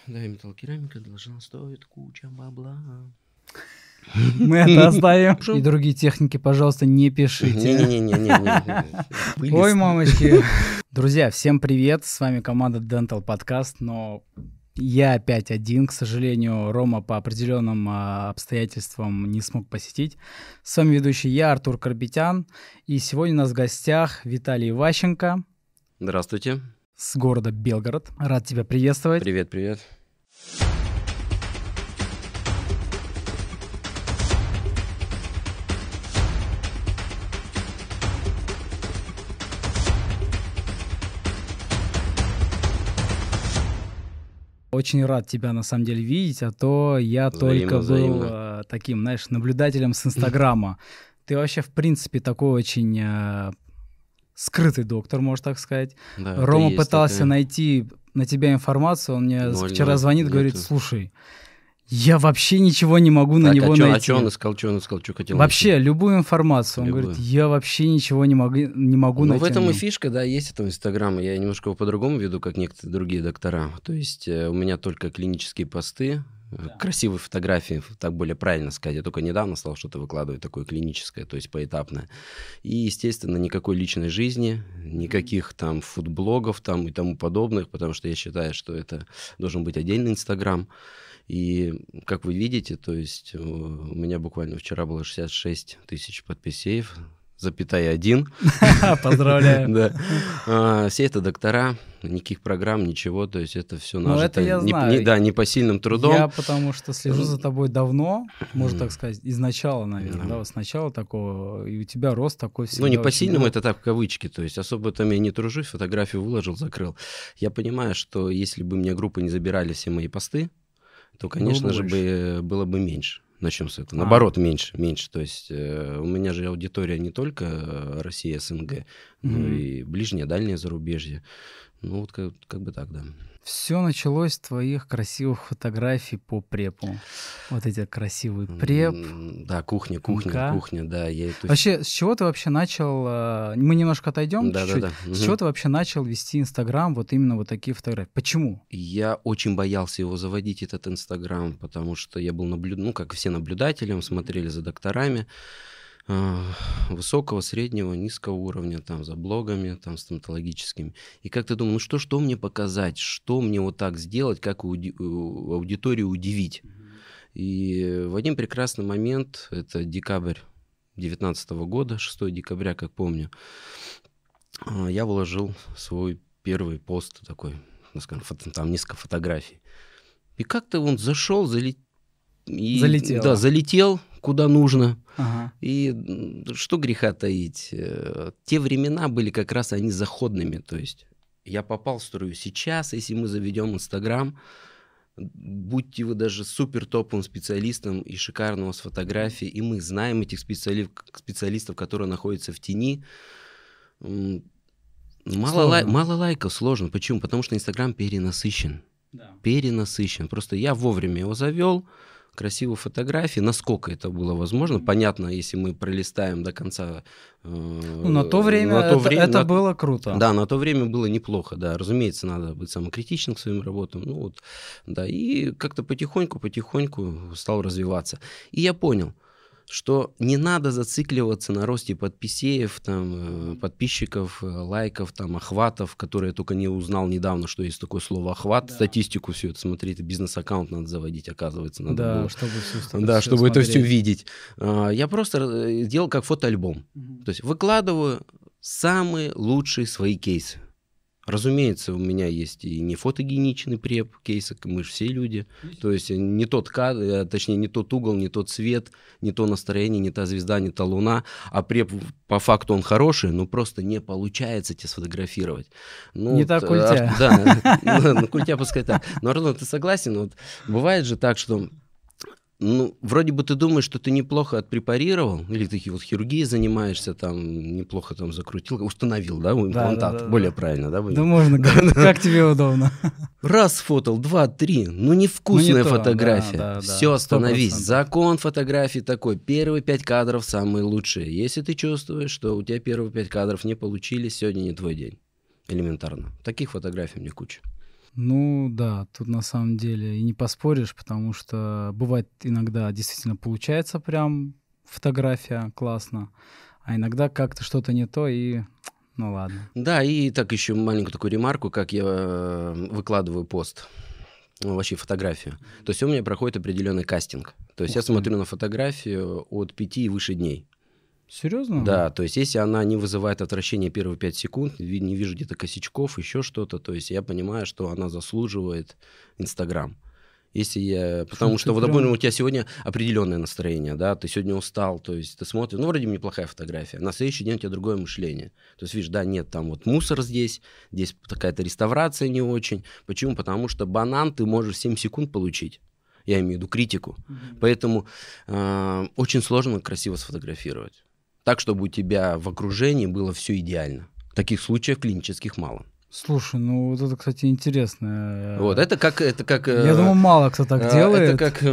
Да, и металлокерамика должна стоить куча бабла. Мы это оставим. И другие техники, пожалуйста, не пишите. Не-не-не. Ой, мамочки. Друзья, всем привет. С вами команда Dental Podcast, но я опять один. К сожалению, Рома по определенным обстоятельствам не смог посетить. С вами ведущий я, Артур Карбетян. И сегодня у нас в гостях Виталий Иващенко. Здравствуйте. С города Белгород. Рад тебя приветствовать. Привет. Очень рад тебя на самом деле видеть, а то я только был таким, знаешь, наблюдателем с Инстаграма. Ты вообще, в принципе, такой очень скрытый доктор, можно так сказать. Да, Рома пытался найти на тебя информацию, он мне вчера звонит, говорит, слушай, я вообще ничего не могу на него найти. А что он искал, что хотел вообще, найти? Любую информацию. Он говорит, я вообще ничего не могу найти. Ну, в этом и фишка, да, есть этого Инстаграма. Я немножко его по-другому веду, как некоторые другие доктора. То есть у меня только клинические посты, красивые фотографии, так более правильно сказать. Я только недавно стал что-то выкладывать такое клиническое, то есть поэтапное. И, естественно, никакой личной жизни, никаких там фудблогов там и тому подобных, потому что я считаю, что это должен быть отдельный Инстаграм. И, как вы видите, то есть у меня буквально вчера было 66 тысяч подписей, запятая 1. Поздравляю. Да. Все это доктора, никаких программ, ничего, то есть это все нажито. Это я знаю. Да, непосильным трудом. Я потому что слежу за тобой давно, можно так сказать, изначала, наверное, да, вот сначала такого, и у тебя рост такой всегда. Ну, непосильным это так в кавычки, то есть особо там я не тружусь, фотографию выложил, закрыл. Я понимаю, что если бы мне группы не забирали все мои посты, то, конечно же, было бы меньше. Начнем с этого. Наоборот, меньше. То есть у меня же аудитория не только Россия, СНГ, но и ближнее, дальнее зарубежье. Ну, вот как бы так, да. Все началось с твоих красивых фотографий по препу. Вот эти красивые преп. Да, кухня, да. Вообще, с чего ты вообще начал... Мы немножко отойдем чуть-чуть. Да. С чего ты вообще начал вести Инстаграм, вот именно вот такие фотографии? Почему? Я очень боялся его заводить, этот Инстаграм, потому что я был, как все наблюдателем, смотрели за докторами высокого, среднего, низкого уровня, там, за блогами, там, стоматологическими. И как-то думал, что мне показать, что мне вот так сделать, как аудиторию удивить. И в один прекрасный момент, это декабрь 2019 года, 6 декабря, как помню, я вложил свой первый пост такой, скажем, там несколько фотографий. И как-то он залетел. Да, залетел куда нужно. Ага. И что греха таить, те времена были как раз они заходными. То есть я попал в струю сейчас, если мы заведем Инстаграм, будьте вы даже супер топовым специалистом и шикарного с фотографией, и мы знаем этих специалистов, которые находятся в тени. Мало лайков, сложно. Почему? Потому что Инстаграм перенасыщен. Да. Перенасыщен. Просто я вовремя его завел. Красивые фотографии, насколько это было возможно. Понятно, если мы пролистаем до конца. На то время это было круто. Да, на то время было неплохо, да. Разумеется, надо быть самокритичным к своим работам. Да, и как-то потихоньку стал развиваться. И я понял, что не надо зацикливаться на росте подписеев, там, подписчиков, лайков, там, охватов, которые я только не узнал недавно, что есть такое слово охват, да. Статистику все это смотреть, бизнес-аккаунт надо заводить, оказывается, надо было. Чтобы это все видеть. Я просто делал как фотоальбом. То есть выкладываю самые лучшие свои кейсы. Разумеется, у меня есть и не фотогеничный преп кейсы, мы же все люди. То есть не тот кадр, точнее не тот угол, не тот цвет, не то настроение, не та звезда, не та луна. А преп по факту он хороший, но просто не получается тебя сфотографировать. Не так культя. Да, культя пускай так. Но, Артур, ты согласен? Бывает же так, что... вроде бы ты думаешь, что ты неплохо отпрепарировал, или такие вот хирургией занимаешься, там, неплохо там закрутил, установил, да, имплантат, да, более правильно, да? Да можно, как тебе удобно. Раз сфотал, 2, 3, невкусная фотография, все, остановись. 100%. Закон фотографии такой, первые 5 кадров самые лучшие. Если ты чувствуешь, что у тебя первые 5 кадров не получились, сегодня не твой день. Элементарно. Таких фотографий мне куча. Ну да, тут на самом деле и не поспоришь, потому что бывает иногда действительно получается прям фотография классно, а иногда как-то что-то не то и ну ладно. Да, и так еще маленькую такую ремарку, как я выкладываю пост, ну, вообще фотографию. То есть у меня проходит определенный кастинг. То есть Ух я ты. смотрю на фотографию от 5 и выше дней. Серьезно? Да, то есть если она не вызывает отвращения первые 5 секунд, не вижу где-то косячков, еще что-то, то есть я понимаю, что она заслуживает Инстаграм. Если я... Потому что, вот, допустим, у тебя сегодня определенное настроение, да, ты сегодня устал, то есть ты смотришь, ну, вроде бы неплохая фотография, на следующий день у тебя другое мышление. То есть, видишь, да, нет, там вот мусор здесь какая-то реставрация не очень. Почему? Потому что банан ты можешь 7 секунд получить. Я имею в виду критику. Поэтому очень сложно красиво сфотографировать. Так, чтобы у тебя в окружении было все идеально. Таких случаев клинических мало. Слушай, ну вот это, кстати, интересно. Вот, это как... Я думаю, мало кто так делает. Это как...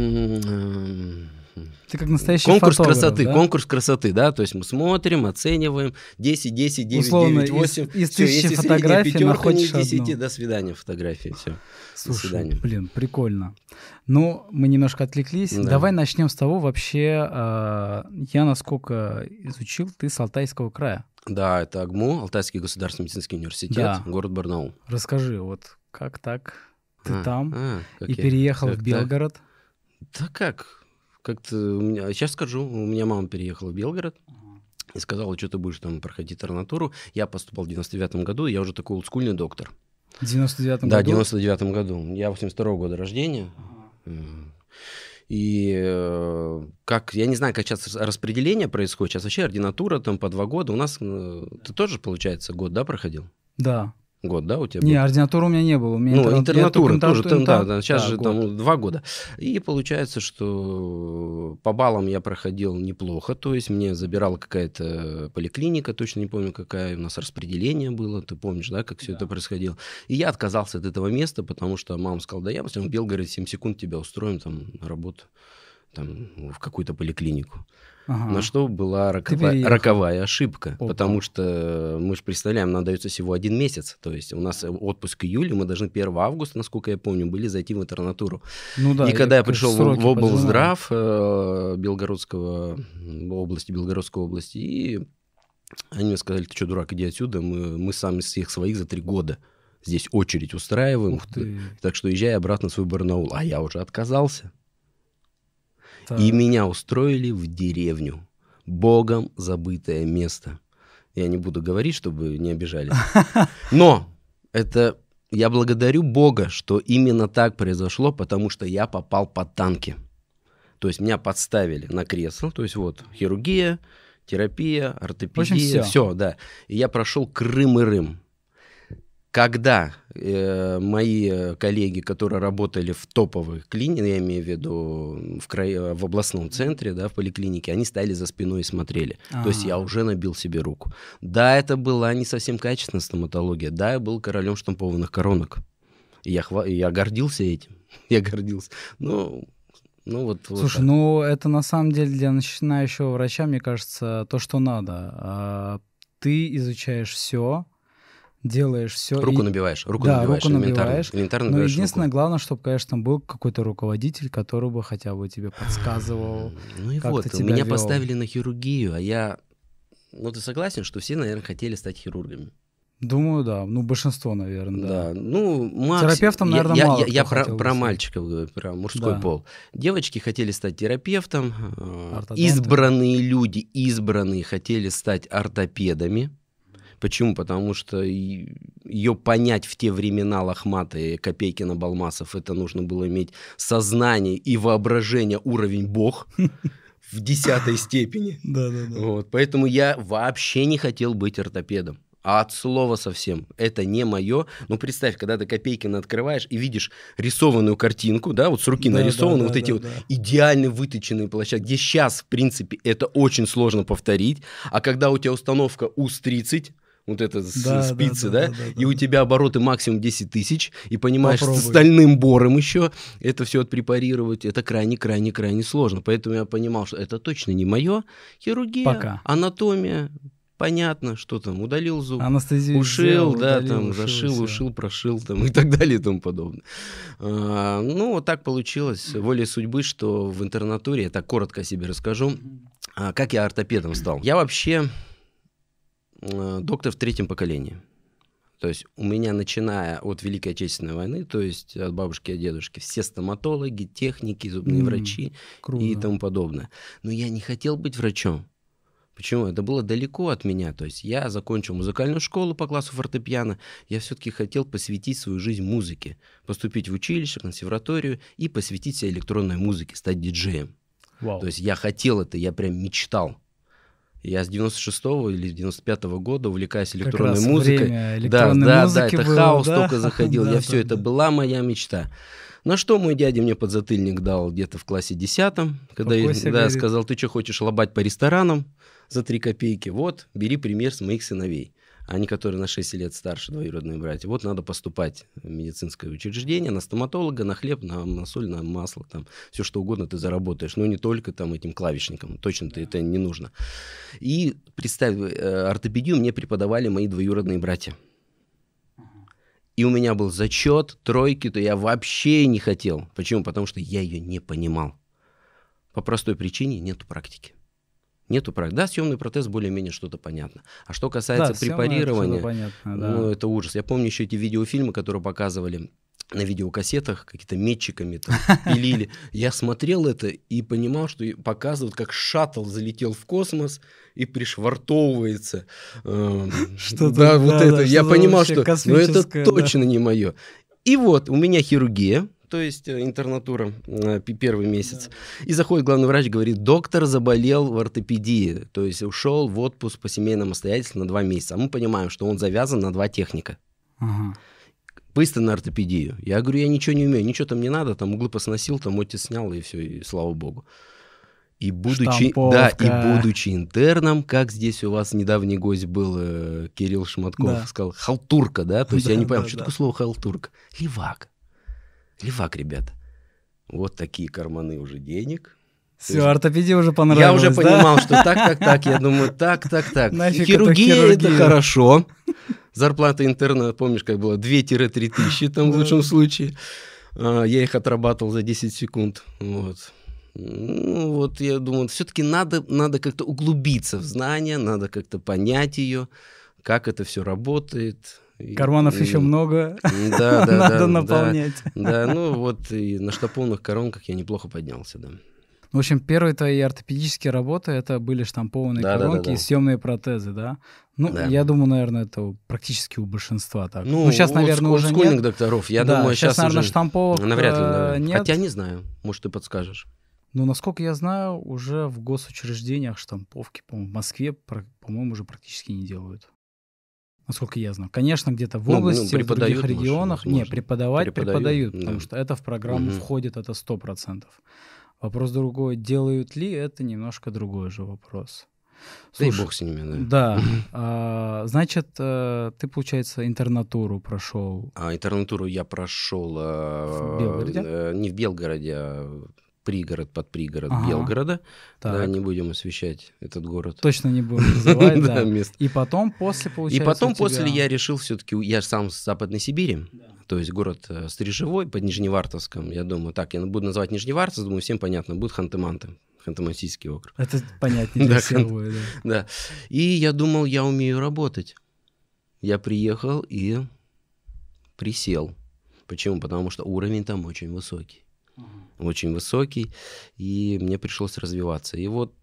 Ты как настоящий конкурс фотограф, красоты, да? конкурс красоты, да, то есть мы смотрим, оцениваем, 10, 10, 9, Условно, 9, 8. из Всё, 1000 если фотографий средняя пятерка, не находишь из 10, одну. до свидания фотографии, все. Слушай, До свидания. блин, прикольно. Ну, мы немножко отвлеклись. Да. Давай начнем с того, вообще, я, насколько изучил, ты с Алтайского края. Да, это АГМУ, Алтайский государственный медицинский университет, Да. город Барнаул. Расскажи, вот как так ты там как и я- переехал как в так? Белгород? Да как-то у меня... Сейчас скажу, у меня мама переехала в Белгород и сказала, что ты будешь там проходить ординатуру. Я поступал в 99-м году, я уже такой олдскульный доктор. В 99-м Да, в году? 99-м году. Я 82-го года рождения. И как, я не знаю, как сейчас распределение происходит. Сейчас вообще ординатура там по 2 года. У нас, ты тоже, получается, год, да, проходил? Да. Год, да, у тебя Не, был? ординатуры у меня не было. У меня Ну, интернатура тоже, да, сейчас да, же год. там 2 года. И получается, что по баллам я проходил неплохо, то есть мне забирала какая-то поликлиника, точно не помню какая, у нас распределение было, ты помнишь, да, как все это происходило. И я отказался от этого места, потому что мама сказала, да я в Белгороде 7 секунд тебя устроим там на работу, там, в какую-то поликлинику. Ага. На что была роковая ошибка, Опа. потому что мы же представляем, нам дается всего 1 месяц, то есть у нас отпуск июля, мы должны 1 августа, насколько я помню, были зайти в интернатуру. Ну да. И когда я пришел сроки в облздрав поджимают. Белгородской области, и они мне сказали, ты что, дурак, иди отсюда, мы сами всех своих за 3 года здесь очередь устраиваем, Ух ты. так что езжай обратно в свой Барнаул. А я уже отказался. Так. И меня устроили в деревню. Богом забытое место. Я не буду говорить, чтобы не обижались. Но это я благодарю Бога, что именно так произошло, потому что я попал под танки. То есть меня подставили на кресло. То есть вот хирургия, терапия, ортопедия. Все, да. И я прошел Крым и Рым. Когда мои коллеги, которые работали в топовых клиниках, я имею в виду в областном центре, да, в поликлинике, они стояли за спиной и смотрели. То есть я уже набил себе руку. Да, это была не совсем качественная стоматология. Да, я был королем штампованных коронок. И я гордился этим. Я гордился. Ну вот. Слушай, вот ну это на самом деле для начинающего врача, мне кажется, то, что надо. Ты изучаешь все. Делаешь все. Руку набиваешь, элементарно Но единственное, главное, чтобы, конечно, там был какой-то руководитель, который бы хотя бы тебе подсказывал. Ну и вот, меня поставили на хирургию, а я... Ну ты согласен, что все, наверное, хотели стать хирургами? Думаю, да. Ну, большинство, наверное, да. Ну, терапевтом, наверное, мало я кто хотел про бы мальчиков говорю, про мужской пол. Девочки хотели стать терапевтом, Ортодонты. избранные люди, хотели стать ортопедами. Почему? Потому что ее понять в те времена лохматые Копейкина, Балмасов, это нужно было иметь сознание и воображение уровень бог в 10 степени. Да. Вот, поэтому я вообще не хотел быть ортопедом. А от слова совсем. Это не мое. Ну, представь, когда ты Копейкина открываешь и видишь рисованную картинку, да, вот с руки нарисованы эти вот идеально выточенные площадки, где сейчас, в принципе, это очень сложно повторить. А когда у тебя установка УС-30, вот это спицы, да, и у тебя обороты максимум 10 тысяч, и понимаешь, с стальным бором еще это все отпрепарировать, это крайне сложно. Поэтому я понимал, что это точно не мое. Хирургия, анатомия, понятно, что там, удалил зуб, Анестезию ушил, сделал, да, удалил, там, ушил, зашил, всё. ушил, прошил, там, и так далее и тому подобное. Ну, вот так получилось, волей судьбы, что в интернатуре, я так коротко о себе расскажу, как я ортопедом стал. Я вообще доктор в 3-м поколении. То есть у меня, начиная от Великой Отечественной войны, то есть от бабушки и дедушки, все стоматологи, техники, зубные врачи Круто. и тому подобное. Но я не хотел быть врачом. Почему? Это было далеко от меня. То есть я закончил музыкальную школу по классу фортепиано. Я все-таки хотел посвятить свою жизнь музыке. Поступить в училище, консерваторию и посвятить себя электронной музыке, стать диджеем. Вау. То есть я хотел это, я прям мечтал. Я с 96-го или 95-го года увлекаюсь электронной музыкой. Время электронной да, музыки это было, хаос да? только заходил. Да, Все это была моя мечта. На что мой дядя мне подзатыльник дал где-то в классе 10-м, когда я говорит. сказал: ты что, хочешь лобать по ресторанам за 3 копейки? Вот, бери пример с моих сыновей. Они, которые на 6 лет старше, двоюродные братья. Вот надо поступать в медицинское учреждение, на стоматолога, на хлеб, на соль, на масло, там, все что угодно ты заработаешь. Но не только там этим клавишникам, точно это не нужно. И, представь, ортопедию мне преподавали мои двоюродные братья. И у меня был зачет, тройки, то я вообще не хотел. Почему? Потому что я ее не понимал. По простой причине: нету практики. Нету практики. Да, съемный протез более-менее что-то понятно. А что касается препарирования, понятно, да. ну, это ужас. Я помню еще эти видеофильмы, которые показывали на видеокассетах, какие-то метчиками там пилили. Я смотрел это и понимал, что показывают, как шаттл залетел в космос и пришвартовывается. Да, вот это. Я понимал, что это точно не мое. И вот у меня хирургия, то есть интернатура, первый месяц. И заходит главный врач, говорит: доктор заболел в ортопедии, то есть ушел в отпуск по семейным обстоятельствам на 2 месяца. А мы понимаем, что он завязан на 2 техника. Быстро на ортопедию. Я говорю: я ничего не умею, ничего там не надо, там углы посносил, там отец снял, и все, и слава богу. И будучи интерном, как здесь у вас недавний гость был, Кирилл Шматков, сказал, халтурка, да? То есть я не понимаю, что такое слово халтурка? Левак. Левак, ребята. Вот такие карманы уже денег. Все, ортопедия уже понравилась, я уже понимал, что так. Я думаю, так. Хирургия — это хорошо. Зарплата интерна, помнишь, как было? 2-3 тысячи там в лучшем случае. Я их отрабатывал за 10 секунд. Вот. Ну, вот я думаю, все-таки надо как-то углубиться в знания, надо как-то понять ее, как это все работает. Карманов еще много, да, надо наполнять. Да, ну вот и на штампованных коронках я неплохо поднялся, да. В общем, первые твои ортопедические работы — это были штампованные коронки и съемные протезы, да? Ну, я думаю, наверное, это практически у большинства так. Ну, сейчас, наверное, уже нет. школьных докторов, я думаю, сейчас наверное, уже штамповок навряд ли. нет. Хотя не знаю, может, ты подскажешь. Ну, насколько я знаю, уже в госучреждениях штамповки, по-моему, в Москве, по-моему, уже практически не делают. Насколько я знаю. Конечно, где-то в области, в других регионах. Не, преподают, потому что это в программу входит, это 100%. Вопрос другой, делают ли, это немножко другой же вопрос. Слушай, да и бог с ними, да. Да. Значит, ты, получается, интернатуру прошел. Интернатуру я прошел в Белгороде? Не в Белгороде, а пригород под пригород Белгорода. Да, не будем освещать этот город. Точно не будем называть, да. И потом после, получается, И потом после я решил все-таки, я сам с Западной Сибири, то есть город Стрижевой под Нижневартовском. Я думаю, так, я буду называть Нижневартовск, думаю, всем понятно, будет Ханты-Манты, Ханты-Мансийский округ. Это понятнее для всех будет, да. И я думал, я умею работать. Я приехал и присел. Почему? Потому что уровень там очень высокий. Очень высокий, и мне пришлось развиваться. И вот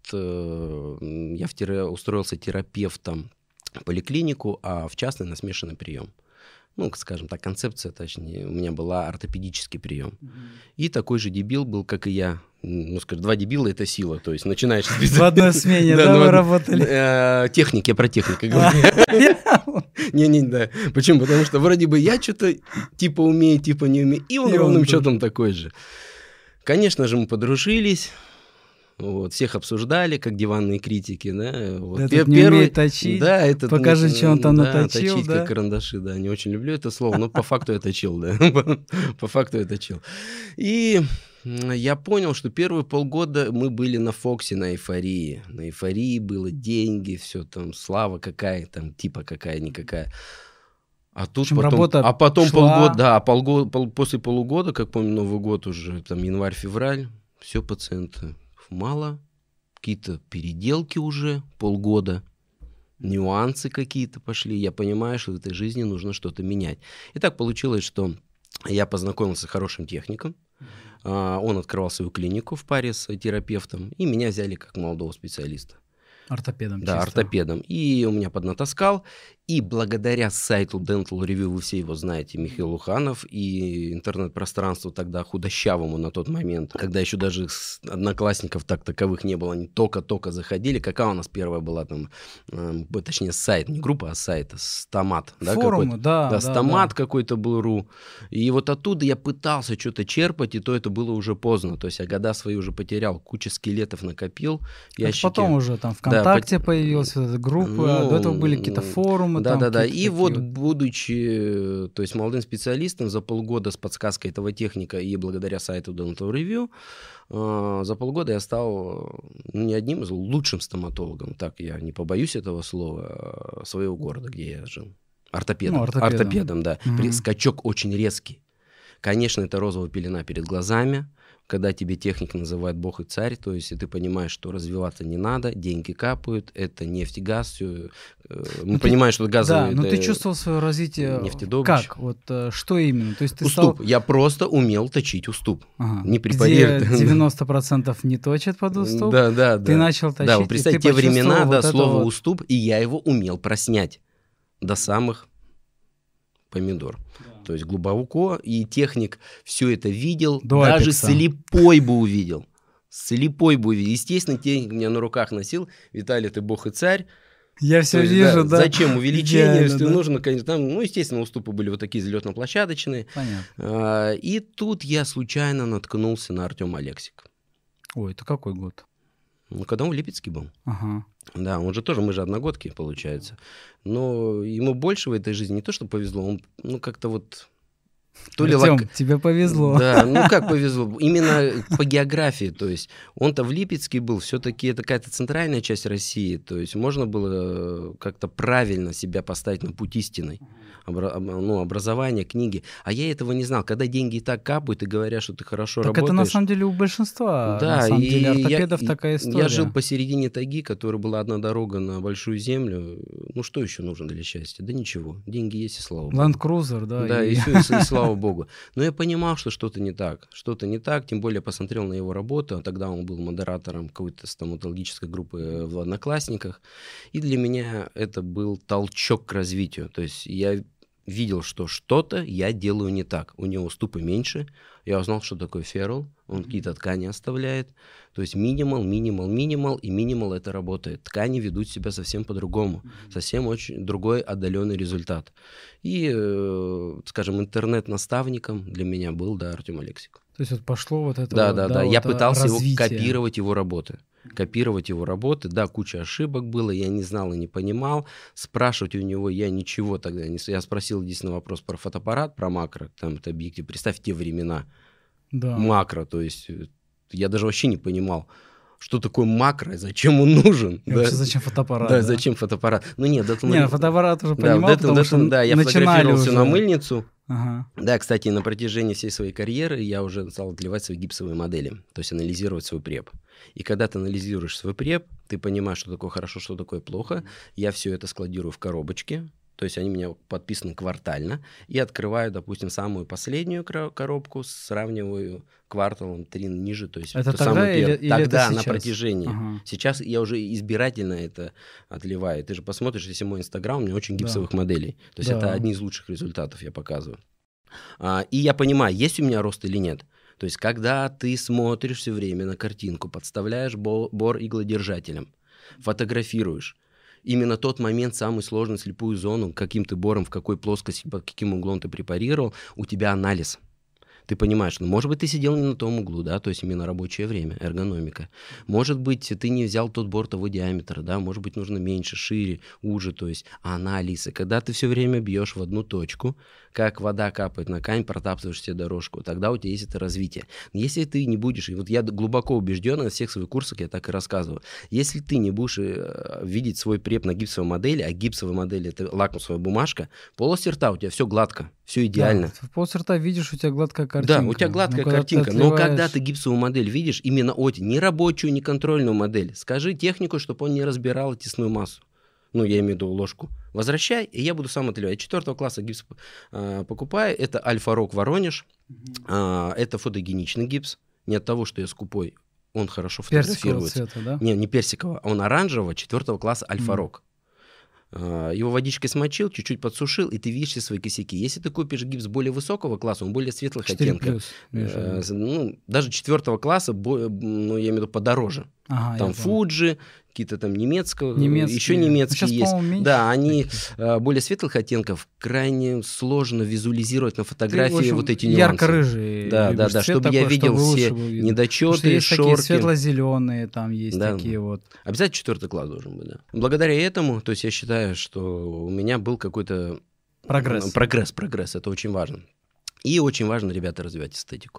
я устроился терапевтом в поликлинику, а в частный на смешанный прием. Ну, скажем так, концепция, точнее, у меня была ортопедический прием. И такой же дебил был, как и я. Ну, скажем, 2 дебила — это сила. То есть начинаешь... В одной смене, да, вы работали? Техник, я про технику говорю. Не, Почему? Потому что вроде бы я что-то типа умею, типа не умею, и он ровным счетом такой же. Конечно же, мы подружились, вот, всех обсуждали, как диванные критики, да. Вот. Этот не умеет точить, да, покажи, что он там наточил, точить, как карандаши, да, не очень люблю это слово, но по факту я точил, да, по факту я точил. И Я понял, что первые полгода мы были на Фоксе, на эйфории. На эйфории было деньги, все там, слава какая, там, типа какая-никакая. А тут общем, потом, работа а потом шла. полгода, да, после полугода, как помню, Новый год уже, там, январь-февраль, все, пациентов мало, какие-то переделки уже, полгода, нюансы какие-то пошли. Я понимаю, что в этой жизни нужно что-то менять. И так получилось, что я познакомился с хорошим техником. Он открывал свою клинику в паре с терапевтом, и меня взяли как молодого специалиста. Ортопедом Да, чисто. ортопедом. И он меня поднатаскал. И благодаря сайту Dental Review, вы все его знаете, Михаил Луханов, и интернет-пространству тогда худощавому на тот момент, когда еще даже одноклассников так таковых не было, они только-только заходили. Какая у нас первая была там, точнее сайт, не группа, а сайт, Стомат. Да, Форумы, да. Стомат какой-то был, РУ. И вот оттуда я пытался что-то черпать, и то это было уже поздно. То есть я года свои уже потерял, куча скелетов накопил. Потом уже там ВКонтакте появилась вот эта группа, до этого были какие-то форумы. Да. И вот, будучи, то есть, молодым специалистом, за полгода с подсказкой этого техника и благодаря сайту Dental Review, за полгода я стал не одним из лучшим стоматологом, так я не побоюсь этого слова, своего города, где я жил. Ортопедом, да. Скачок очень резкий. Конечно, это розовая пелена перед глазами, когда тебе техник называет бог и царь, то есть и ты понимаешь, что развиваться не надо, деньги капают, это нефть и газ, все. Мы понимаем, что газовые... Да, но ты чувствовал свое развитие... Нефтедобыча. Как? Вот что именно? То есть ты уступ. Я просто умел точить уступ. Не препарировать. Где 90% не точат под уступ, да. Ты начал точить, да, вы представьте, те времена, вот слово уступ, и я его умел проснять до самых помидор. То есть глубоко, и техник все это видел, даже слепой бы увидел. Естественно, техник меня на руках носил. Виталий, ты бог и царь. Я все вижу, да. Зачем увеличение? Если нужно, конечно, там, естественно, уступы были вот такие взлетно-площадочные. Понятно. И тут я случайно наткнулся на Артема Алексика. Ой, это какой год? Когда он в Липецке был. Ага. Да, он же тоже, мы же одногодки, получается. Но ему больше в этой жизни не то, что повезло, он, как-то вот... Артём, тебе повезло. Да, как повезло. Именно по географии, то есть он-то в Липецке был, все-таки это какая-то центральная часть России, то есть можно было как-то правильно себя поставить на путь истинный. Образование, книги. А я этого не знал. Когда деньги и так капают и говорят, что ты хорошо работаешь... Так это на самом деле у большинства. Да, на самом деле ортопедов такая история. Я жил посередине тайги, которая была одна дорога на большую землю. Что еще нужно для счастья? Да ничего. Деньги есть, и слава богу. Land Cruiser, да. Да, и все, и слава богу. Но я понимал, что что-то не так. Что-то не так, тем более посмотрел на его работу. Тогда он был модератором какой-то стоматологической группы в Одноклассниках. И для меня это был толчок к развитию. То есть я видел, что что-то я делаю не так. У него уступы меньше. Я узнал, что такое феррул. Он какие-то ткани оставляет. То есть минимал, и минимал это работает. Ткани ведут себя совсем по-другому. Совсем очень другой отдаленный результат. И, скажем, интернет-наставником для меня был, Артем Алексик. То есть вот пошло вот это Да. Я пытался развитие. копировать его работы. Да, куча ошибок было, я не знал и не понимал. Спрашивать у него я ничего тогда не... Я спросил единственный вопрос про фотоаппарат, про макро, там это объектив. Представь те времена. Да. Макро, то есть я даже вообще не понимал, что такое макро, зачем он нужен. И вообще зачем фотоаппарат? Да, зачем фотоаппарат. Фотоаппарат уже понимал, потому что я фотографировался на мыльницу. Ага. Да, кстати, на протяжении всей своей карьеры я уже стал отливать свои гипсовые модели, то есть анализировать свой преп. И когда ты анализируешь свой преп, ты понимаешь, что такое хорошо, что такое плохо. Я все это складирую в коробочке, то есть они у меня подписаны квартально, и открываю, допустим, самую последнюю коробку, сравниваю кварталом 3 ниже, то есть это тогда или тогда это на протяжении. Ага. Сейчас я уже избирательно это отливаю. Ты же посмотришь, если мой Инстаграм, у меня очень гипсовых моделей. То есть это одни из лучших результатов я показываю. И я понимаю, есть у меня рост или нет. То есть когда ты смотришь все время на картинку, подставляешь бор иглодержателем, фотографируешь, именно тот момент, самый сложный, слепую зону, каким ты бором, в какой плоскости, под каким углом ты препарировал, у тебя анализ. Ты понимаешь, ну, может быть, ты сидел не на том углу, да, то есть именно рабочее время, эргономика. Может быть, ты не взял тот бортовый диаметр, да, может быть, нужно меньше, шире, уже, то есть анализ. И когда ты все время бьешь в одну точку, как вода капает на камень, протаптываешь себе дорожку, тогда у тебя есть это развитие. Но если ты не будешь, и вот я глубоко убежден, на всех своих курсах я так и рассказываю, если ты не будешь видеть свой преп на гипсовой модели, а гипсовая модель — это лакмусовая бумажка, полость рта у тебя все гладко, все идеально. Да, в полость рта видишь, у тебя гладкая картинка. Да, у тебя гладкая картинка, но когда ты гипсовую модель видишь, именно не рабочую, не контрольную модель, скажи технику, чтобы он не разбирал тесную массу. Ну, я имею в виду ложку. Возвращай, и я буду сам отливать. Я 4 класса гипс покупаю. Это Альфа-Рок Воронеж. Это фотогеничный гипс. Не от того, что я скупой. Он хорошо фотографируется. Персикового цвета, да? Не персикового. Он оранжевого 4 класса Альфа-Рок. Его водичкой смочил, чуть-чуть подсушил, и ты видишь все свои косяки. Если ты купишь гипс более высокого класса, он более светлых оттенков. Даже 4 класса, ну, я имею в виду подороже. Там Фуджи, какие-то там немецкие. Еще немецкие есть. Да, они более светлых оттенков, крайне сложно визуализировать на фотографии вот эти нюансы. Ярко-рыжий. Да, чтобы я видел все недочеты, есть шорки. Такие светло-зеленые, там есть такие вот. Обязательно 4 класс должен быть, да. Благодаря этому, то есть я считаю, что у меня был какой-то прогресс, это очень важно. И очень важно, ребята, развивать эстетику.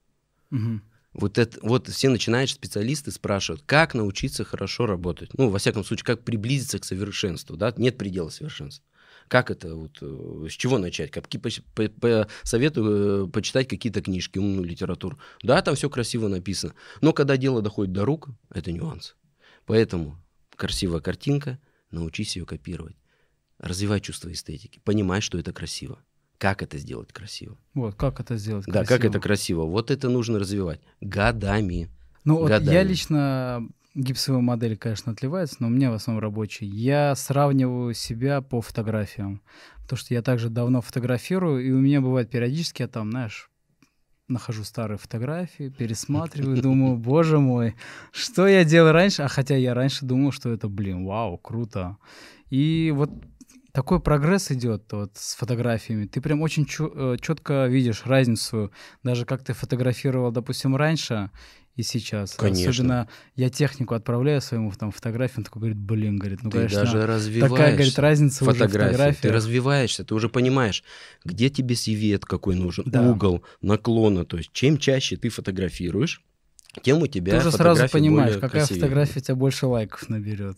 Вот все начинающие специалисты спрашивают, как научиться хорошо работать. Ну, во всяком случае, как приблизиться к совершенству, да? Нет предела совершенства. Как это, с чего начать? Советую почитать какие-то книжки, умную литературу. Да, там все красиво написано. Но когда дело доходит до рук, это нюанс. Поэтому красивая картинка, научись ее копировать. Развивай чувство эстетики, понимай, что это красиво. Как это сделать красиво? Вот, как это сделать красиво? Да, как это красиво. Вот это нужно развивать годами. Ну, вот я лично, гипсовая модель, конечно, отливается, но у меня в основном рабочий. Я сравниваю себя по фотографиям, потому что я также давно фотографирую, и у меня бывает периодически, я там, знаешь, нахожу старые фотографии, пересматриваю, думаю, боже мой, что я делал раньше? А хотя я раньше думал, что это, вау, круто. И вот такой прогресс идет вот с фотографиями. Ты прям очень четко видишь разницу, даже как ты фотографировал, допустим, раньше и сейчас. Конечно. Особенно я технику отправляю своему там фотографию, он такой говорит, ну, ты конечно, даже развиваешься. Такая, говорит, разница уже в фотографиях. Ты развиваешься, ты уже понимаешь, где тебе свет какой нужен, угол, наклона. То есть чем чаще ты фотографируешь, тем у тебя ты уже сразу понимаешь, какая фотография у тебя больше лайков наберет.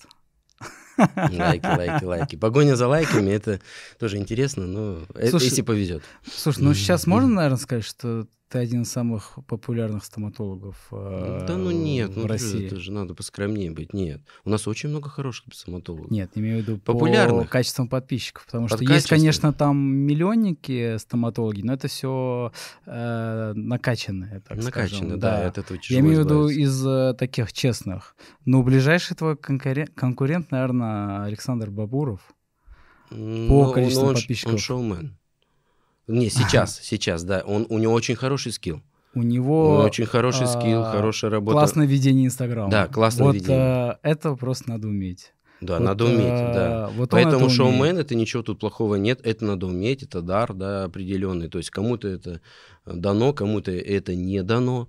Лайки. Погоня за лайками — это тоже интересно, но если повезет. Слушай, ну сейчас можно, наверное, сказать, что ты один из самых популярных стоматологов в России? Это же надо поскромнее быть. Нет, у нас очень много хороших стоматологов. Нет, имею в виду популярных. По качествам подписчиков, потому что есть, конечно, там миллионники стоматологи, но это все накачанные, так скажем. Да, от этого тяжело Я имею в виду избавиться. из таких честных. Ну, ближайший твой конкурент, наверное, Александр Бабуров. По количеству подписчиков. Он шоумен. Не, сейчас, да. У него очень хороший скилл. У него очень хороший скилл, хорошая работа. Классное ведение Инстаграма. Да, классное ведение. Это просто надо уметь. Да, надо уметь, да. Поэтому шоумен — это ничего тут плохого нет, это надо уметь, это дар, да, определенный. То есть кому-то это дано, кому-то это не дано.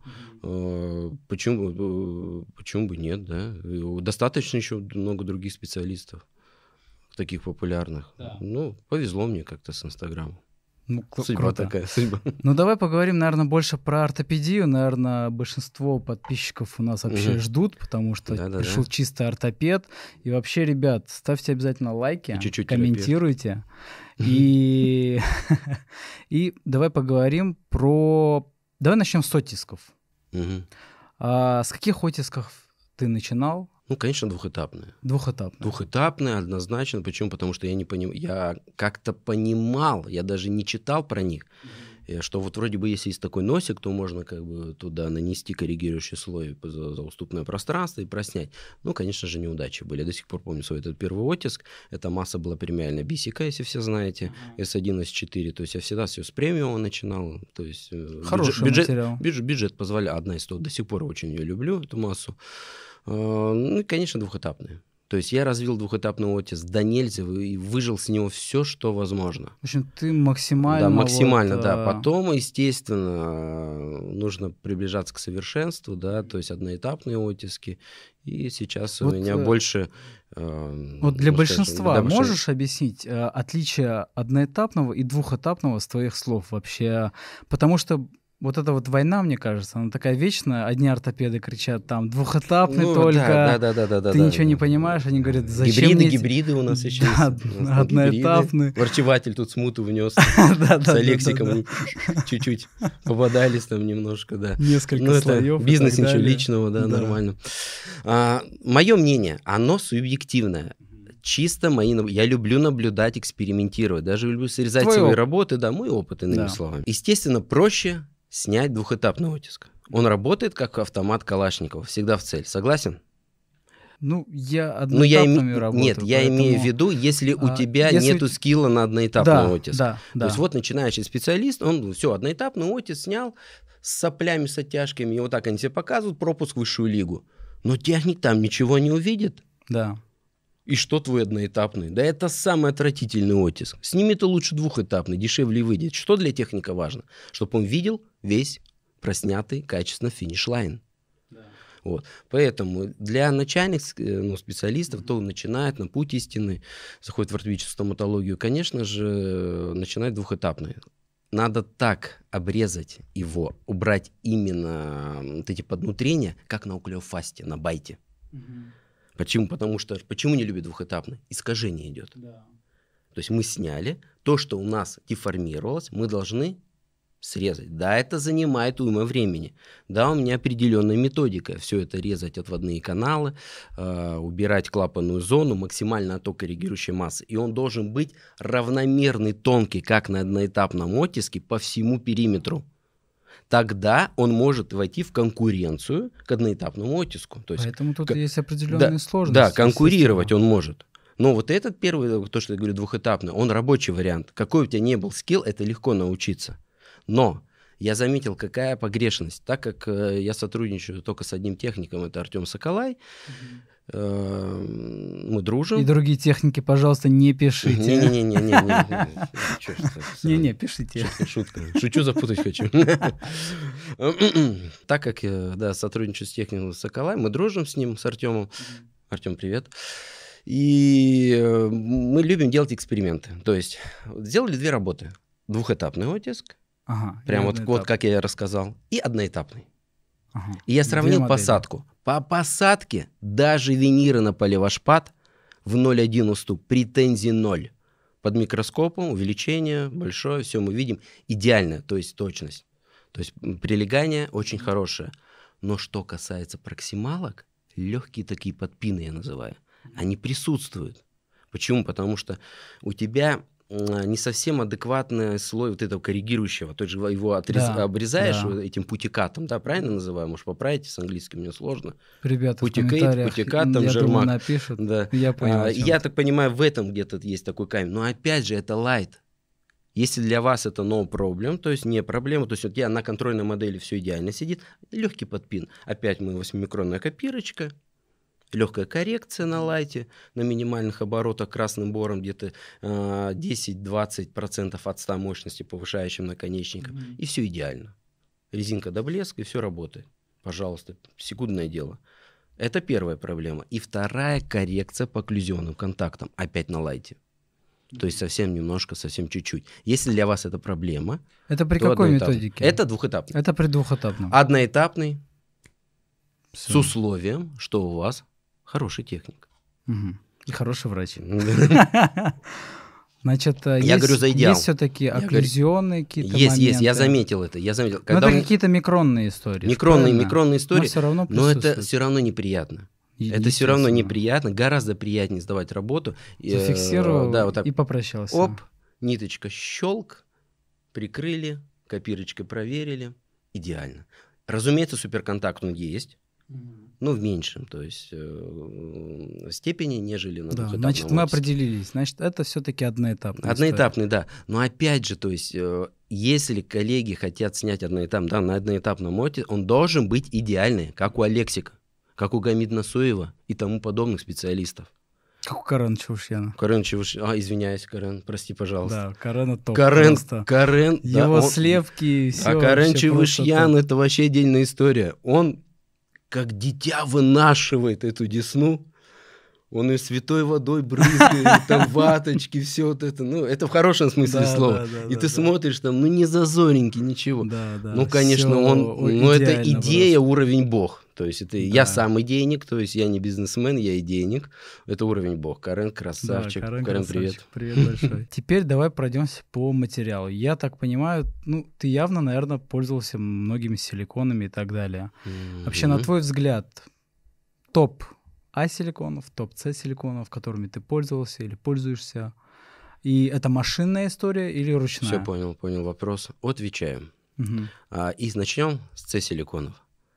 Почему бы нет, да? Достаточно еще много других специалистов, таких популярных. Да. Ну, повезло мне как-то с Инстаграмом. Ну, судьба круто. Такая, судьба. Ну, давай поговорим, наверное, больше про ортопедию. Наверное, большинство подписчиков у нас вообще ждут, потому что пришел чистый ортопед. И вообще, ребят, ставьте обязательно лайки, комментируйте. И давай поговорим про... Давай начнем с оттисков. С каких оттисков ты начинал? Ну, конечно, двухэтапные. Двухэтапные, однозначно. Почему? Потому что я не понимаю. Я как-то понимал, я даже не читал про них, что вот вроде бы если есть такой носик, то можно как бы туда нанести коррегирующий слой за уступное пространство и проснять. Ну, конечно же, неудачи были. Я до сих пор помню свой этот первый оттиск. Эта масса была премиальная бисика, если все знаете, S1, S4. То есть я всегда все с премиума начинал. То есть бюджет позволял. Одна из того, до сих пор очень ее люблю, эту массу. Ну и, конечно, двухэтапные. То То есть я развил двухэтапный оттиск до нельзя и выжил с него все, что возможно. В общем, ты максимально... Да, максимально, да. Потом, естественно, нужно приближаться к совершенству, да, то есть одноэтапные оттиски. И сейчас у меня больше... Вот для большинства можешь объяснить отличие одноэтапного и двухэтапного с твоих слов вообще? Потому что вот эта вот война, мне кажется, она такая вечная. Одни ортопеды кричат там двухэтапный только. Да. Ты ничего не понимаешь. Они говорят, зачем гибриды у нас еще есть. Одноэтапный. Врачеватель тут смуту внес с лексиком. Чуть-чуть попадались там немножко, да. Несколько слоев. Бизнес, ничего личного, да, нормально. Мое мнение, оно субъективное. Чисто мои... Я люблю наблюдать, экспериментировать. Даже люблю срезать свои работы. Да, мой опыт, иными словами. Естественно, проще снять двухэтапный оттиск. Он работает как автомат Калашникова, всегда в цель. Согласен? Ну, я одноэтапными работаю. Нет, я имею в виду, если у тебя нету скилла на одноэтапный оттиск. То есть вот начинающий специалист, он все, одноэтапный оттиск снял с соплями, с оттяжками, и вот так они себе показывают, пропуск в высшую лигу. Но техник там ничего не увидит. Да. И что твой одноэтапный? Да это самый отвратительный оттиск. Сними ты лучше двухэтапный, дешевле выйдет. Что для техника важно? Чтобы он видел весь проснятый качественно финиш-лайн. Да. Вот. Поэтому для начальных специалистов, кто начинает на путь истины, заходит в ортопедическую стоматологию, конечно же, начинает двухэтапный. Надо так обрезать его, убрать именно вот эти поднутрения, как на окулеофасте, на байте. Угу. Почему? Потому что, почему не любят двухэтапный? Искажение идет. Да. То есть мы сняли то, что у нас деформировалось, мы должны срезать. Да, это занимает уйма времени. Да, у меня определенная методика. Все это резать отводные каналы, убирать клапанную зону, максимально отток коррегирующей массы. И он должен быть равномерный, тонкий, как на одноэтапном оттиске, по всему периметру. Тогда он может войти в конкуренцию к одноэтапному оттиску. То есть, поэтому тут есть определенные сложности. Да, конкурировать он может. Но вот этот первый, то, что я говорю, двухэтапный, он рабочий вариант. Какой у тебя не был скилл, это легко научиться. Но я заметил, какая погрешность. Так как я сотрудничаю только с одним техником, это Артем Соколай, мы дружим. И другие техники, пожалуйста, не пишите. Не-не, пишите. Шутка. Шучу, запутать хочу. Так как я сотрудничаю с техником Соколай, мы дружим с ним, с Артемом. Артем, привет. И мы любим делать эксперименты. То есть сделали 2 работы. Двухэтапный оттиск, прям вот как я рассказал, и одноэтапный. И я сравнил посадку. По посадке даже виниры на поливашпат в 0,1 уступ, претензий 0. Под микроскопом увеличение большое, все мы видим. Идеально, то есть точность. То есть прилегание очень хорошее. Но что касается проксималок, легкие такие подпины я называю, они присутствуют. Почему? Потому что у тебя не совсем адекватный слой вот этого коррегирующего. Ты же его обрезаешь этим путикатом, да, правильно называю? Может, поправите, с английским мне сложно. Ребята, путикат, там жермак. Напишут. Да. Я понял. Я так понимаю, в этом где-то есть такой камень. Но опять же, это light. Если для вас это no problem, то есть не проблема, то есть вот я на контрольной модели все идеально сидит, легкий подпин. Опять мы 8-микронная копирочка. Легкая коррекция на лайте, на минимальных оборотах красным бором, где-то 10-20% от 100 мощности повышающим наконечником. И все идеально. Резинка до блеска, и все работает. Пожалуйста, секундное дело. Это первая проблема. И вторая — коррекция по окклюзионным контактам. Опять на лайте. То есть совсем немножко, совсем чуть-чуть. Если для вас это проблема... Это при какой методике? Это двухэтапный. Это при двухэтапном. Одноэтапный. Все. С условием, что у вас хороший техник. И хороший врач. Значит, я говорю за идеал. Есть все-таки окклюзионные какие-то моменты? Есть, я заметил это. Но это какие-то микронные истории. Микронные истории, но это все равно неприятно. Это все равно неприятно. Гораздо приятнее сдавать работу. Зафиксировал вот так, и попрощался. Оп, ниточка щелк, прикрыли, копирочкой проверили. Идеально. Разумеется, суперконтакт он есть. Ну, в меньшем, то есть степени, нежели на двухэтапном. Значит, мы определились. Значит, это все-таки одноэтапный. Одноэтапный, да. Но опять же, то есть, если коллеги хотят снять одноэтапный, да, на одноэтапном оттиске, он должен быть идеальный, как у Алексика, как у Гамид Насуева и тому подобных специалистов. Как у Карена Чаушьяна. Извиняюсь, Карен, прости, пожалуйста. Да, Карена топ. Карен, его слепки, все. А Карен Чаушьян — это вообще отдельная история. Он как дитя вынашивает эту десну. Он ее святой водой брызгает, там ваточки, все вот это. Ну, это в хорошем смысле слова. И ты смотришь там, ну, не зазоренький, ничего. Ну, конечно, это идея, уровень бог. То есть это я сам идейник, то есть я не бизнесмен, я идейник. Это уровень бог. Карен красавчик. Карен, привет. Привет большой. Теперь давай пройдемся по материалу. Я так понимаю, ну, ты явно, наверное, пользовался многими силиконами и так далее. Вообще, на твой взгляд, топ А-силиконов, топ С-силиконов, которыми ты пользовался или пользуешься. И это машинная история или ручная? Все, понял вопрос. Отвечаем. И начнем с С-силиконов.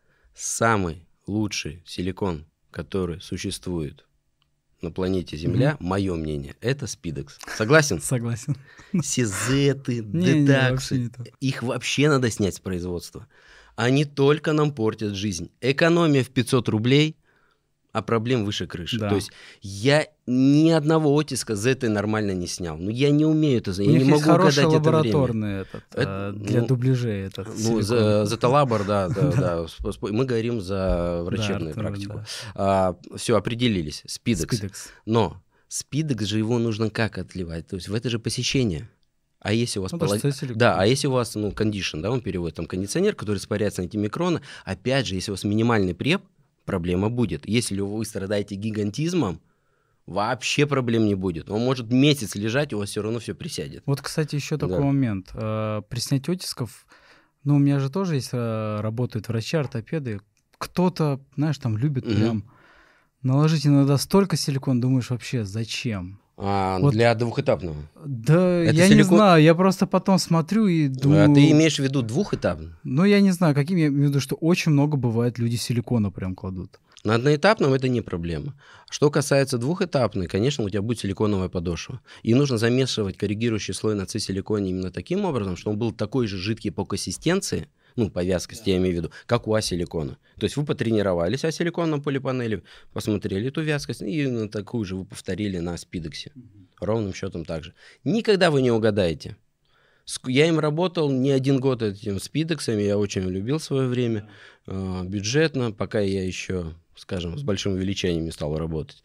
Самый лучший силикон, который существует на планете Земля, мое мнение, это Speedex. Согласен? Согласен. Сизеты, детаксы, их вообще надо снять с производства. Они только нам портят жизнь. Экономия в 500 рублей, а проблем выше крыши. Да. То есть я ни одного оттиска Z нормально не снял. Ну, я не умею это, я не могу угадать это время. лабораторный для дубляжей этот Z-Lab, да. Мы говорим за врачебную практику. Все, определились. Speedex. Но Speedex же его нужно как отливать? То есть в это же посещение. А если у вас а если у вас кондишн, да, он переводит там кондиционер, который испаряется на эти микроны, опять же, если у вас минимальный преп, проблема будет. Если вы страдаете гигантизмом, вообще проблем не будет. Он может месяц лежать, у вас все равно все присядет. Вот, кстати, еще такой момент. При снятии оттисков, у меня же тоже есть, работают врачи, ортопеды. Кто-то, знаешь, там любит прям наложить иногда столько силикон, думаешь, вообще зачем? Для двухэтапного? Да, это я не знаю, я просто потом смотрю и думаю... А ты имеешь в виду двухэтапный? Ну, я не знаю, каким, я имею в виду, что очень много бывает, люди силикона прям кладут. На одноэтапном это не проблема. Что касается двухэтапной, конечно, у тебя будет силиконовая подошва. И нужно замешивать коррегирующий слой на С-силиконе именно таким образом, чтобы он был такой же жидкий по консистенции, по вязкости, я имею в виду, как у А-силикона. То есть вы потренировались А-силикон на полипанели, посмотрели эту вязкость, и такую же вы повторили на Speedex. Ровным счетом так же. Никогда вы не угадаете. Я им работал не 1 год этим Speedex, я очень любил в свое время, бюджетно, пока я еще, скажем, с большим увеличением не стал работать.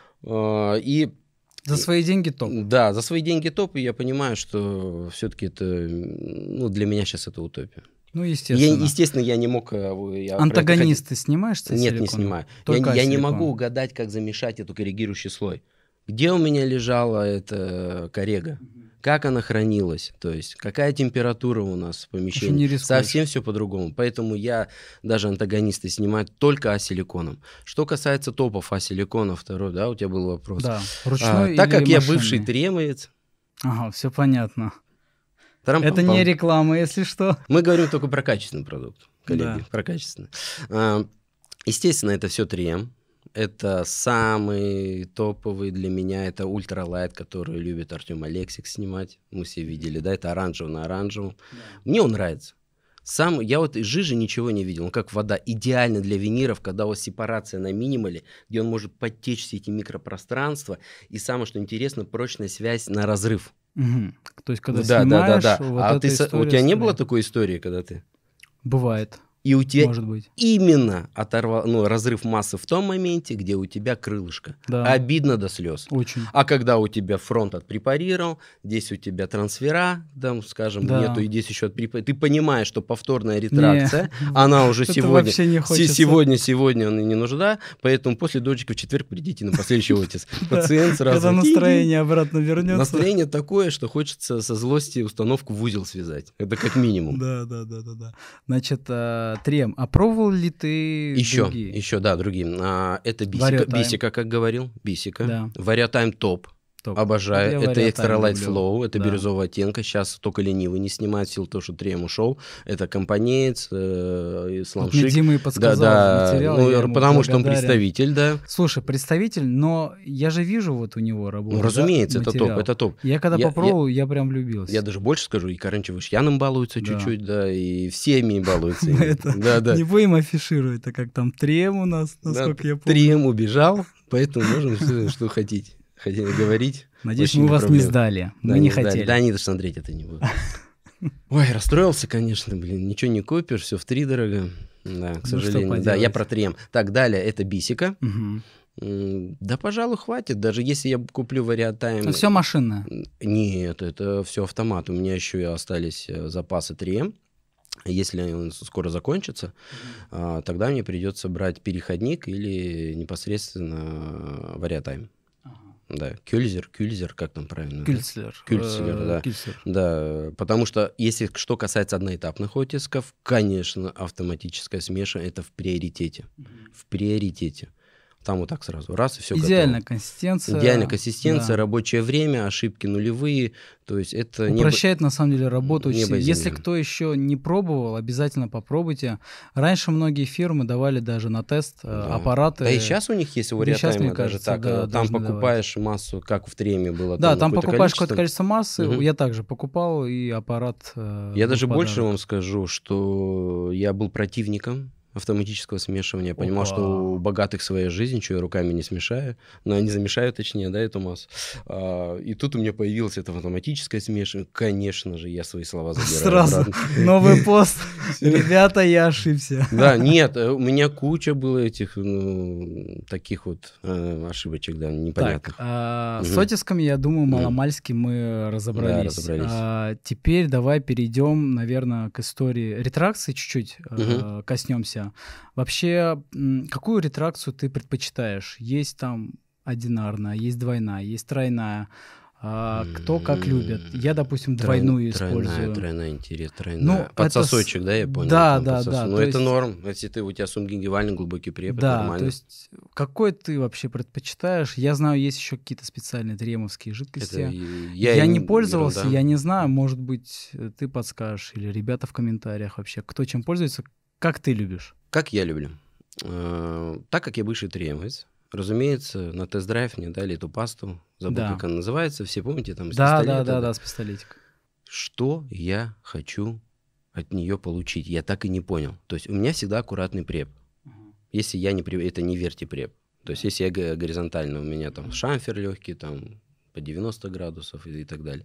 И за свои деньги топ. Да, за свои деньги топ, и я понимаю, что все-таки это, для меня сейчас это утопия. Ну, естественно. Естественно, я не мог... Антагонисты снимаешь с силиконом? Нет, не снимаю. Я не могу угадать, как замешать эту коррегирующий слой. Где у меня лежала эта коррега? Как она хранилась? То есть какая температура у нас в помещении? Совсем все по-другому. Поэтому я даже антагонисты снимаю только А-силиконом. Что касается топов А-силикона, второй, да, у тебя был вопрос. Да, ручной так как машинный? Я бывший тремовец. Ага, все понятно. Это не реклама, если что. Мы говорим только про качественный продукт, коллеги, про качественный. Естественно, это все 3М. Это самый топовый для меня, это ультралайт, который любит Артем Алексик снимать. Мы все видели, да, это оранжевый на оранжевом. Да. Мне он нравится. Я вот из жижи ничего не видел. Он как вода. Идеально для виниров, когда у вас сепарация на минимале, где он может подтечь все эти микропространства. И самое, что интересно, прочная связь на разрыв. Угу. То есть, когда снимаешь... Да. Вот у тебя не было такой истории, когда ты... Бывает. И у тебя может быть. именно разрыв массы в том моменте, где у тебя крылышко. Да. Обидно до слез. Очень. А когда у тебя фронт отпрепарировал, здесь у тебя трансфера, там, скажем, нету, и здесь еще отпрепарировал. Ты понимаешь, что повторная ретракция, она уже сегодня не нужна, поэтому после дочки в четверг придите на последующий оттиск. Пациент сразу... Это настроение обратно вернется. Настроение такое, что хочется со злости установку в узел связать. Это как минимум. Да. Значит, 3М. А пробовал ли ты другие? Еще, да, другие. Это Бисика, как говорил. Бисика. Да. Variotime топ. Обожаю. Это Extra Light Flow, это бирюзового оттенка. Сейчас только ленивый не снимает, в силу того, что 3М ушел. Это компанеец, Сламшик. Дима и подсказал материал. Потому что он представитель, да. Слушай, представитель, но я же вижу вот у него работу. Разумеется, это топ. Я когда попробовал, я прям влюбился. Я даже больше скажу, и Карен Чаушьяном балуется чуть-чуть, да, и всеми балуются. Не будем афишировать, так как там 3М у нас, насколько я помню. 3М убежал. Поэтому можем все, что хотите. Хотели говорить. Надеюсь, мы вас не сдали. Мы не хотели. Да, они даже смотреть это не будут. Ой, расстроился, конечно, ничего не купишь, все втридорого. Да, к сожалению. Да, я про трем. Так, далее, это бисика. Да, пожалуй, хватит. Даже если я куплю вариатайм... Все машинное? Нет, это все автомат. У меня еще остались запасы 3М. Если он скоро закончится, тогда мне придется брать переходник или непосредственно вариатайм. Да, Кюльзер, как там правильно? Кюльцлер, да. Да, потому что если что касается одноэтапных оттисков, конечно, автоматическое смешивание это в приоритете. В приоритете. Там вот так сразу, раз, и все готово. Идеальная консистенция. Идеальная консистенция, да. Рабочее время, ошибки нулевые. То есть это упрощает на самом деле работу. Если кто еще не пробовал, обязательно попробуйте. Раньше многие фирмы давали даже на тест аппараты. Да и сейчас у них есть у вариатайма даже так. Да, там покупаешь массу, как в Треме было. Да, там покупаешь какое-то количество массы. Я также покупал, и аппарат... Я даже больше вам скажу, что я был противником автоматического смешивания. Я понимал, что у богатых своя жизнь, что я руками не смешаю, но они замешают, точнее, да, эту массу. И тут у меня появилось это автоматическое смешивание. Конечно же, я свои слова забираю сразу обратно. Новый пост. Ребята, я ошибся. Да, нет, у меня куча было этих, таких вот ошибочек, да, непонятных. С оттисками, я думаю, маломальски мы разобрались. Да, разобрались. Теперь давай перейдем, наверное, к истории ретракции чуть-чуть коснемся. Вообще, какую ретракцию ты предпочитаешь? Есть там одинарная, есть двойная, есть тройная. Кто как любит. Я, допустим, двойную использую. Тройная, интересно. Подсосочек, да, я понял? Да. Но это норм, если у тебя сумгингивальный глубокий препод, нормально. То есть какой ты вообще предпочитаешь? Я знаю, есть еще какие-то специальные тремовские жидкости. Я не пользовался, я не знаю, может быть, ты подскажешь, или ребята в комментариях вообще, кто чем пользуется. Как ты любишь? Как я люблю. Так как я бывший тремовец, разумеется, на тест-драйв мне дали эту пасту. Забыл, как она называется. Все помните, там из пистолета? Да, с пистолетика. Что я хочу от нее получить? Я так и не понял. То есть у меня всегда аккуратный преп. Если я не преп, это не вертипреп. То есть если я горизонтально, у меня там шамфер легкий, там по 90 градусов и так далее.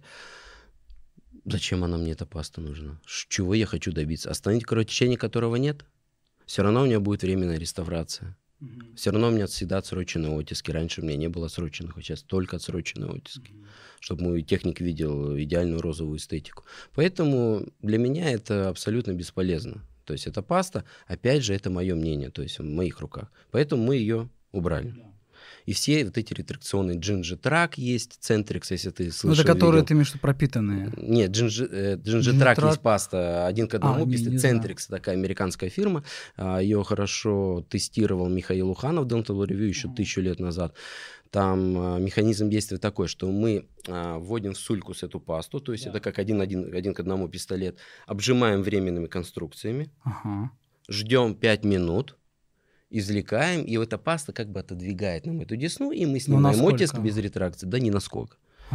Зачем она мне, эта паста нужна? Чего я хочу добиться? Остановить кровотечение, которого нет? Все равно у меня будет временная реставрация. Все равно у меня всегда отсроченные оттиски. Раньше у меня не было отсроченных, а сейчас только отсроченные оттиски. Чтобы мой техник видел идеальную розовую эстетику. Поэтому для меня это абсолютно бесполезно. То есть эта паста, опять же, это мое мнение, то есть в моих руках. Поэтому мы ее убрали. И все вот эти ретракционные Джинджи-трак есть, Центрикс, если ты слышал. Это которые, ты имеешь в виду, пропитанные? Нет, Джинджи-трак есть паста один к одному, Центрикс, такая американская фирма. Ее хорошо тестировал Михаил Уханов в Dental Review еще 1000 лет назад. Там механизм действия такой, что мы вводим в сулькус эту пасту, то есть это как один к одному пистолет, обжимаем временными конструкциями, ждем 5 минут, извлекаем, и эта паста как бы отодвигает нам эту десну, и мы снимаем оттиск без ретракции. Да не насколько.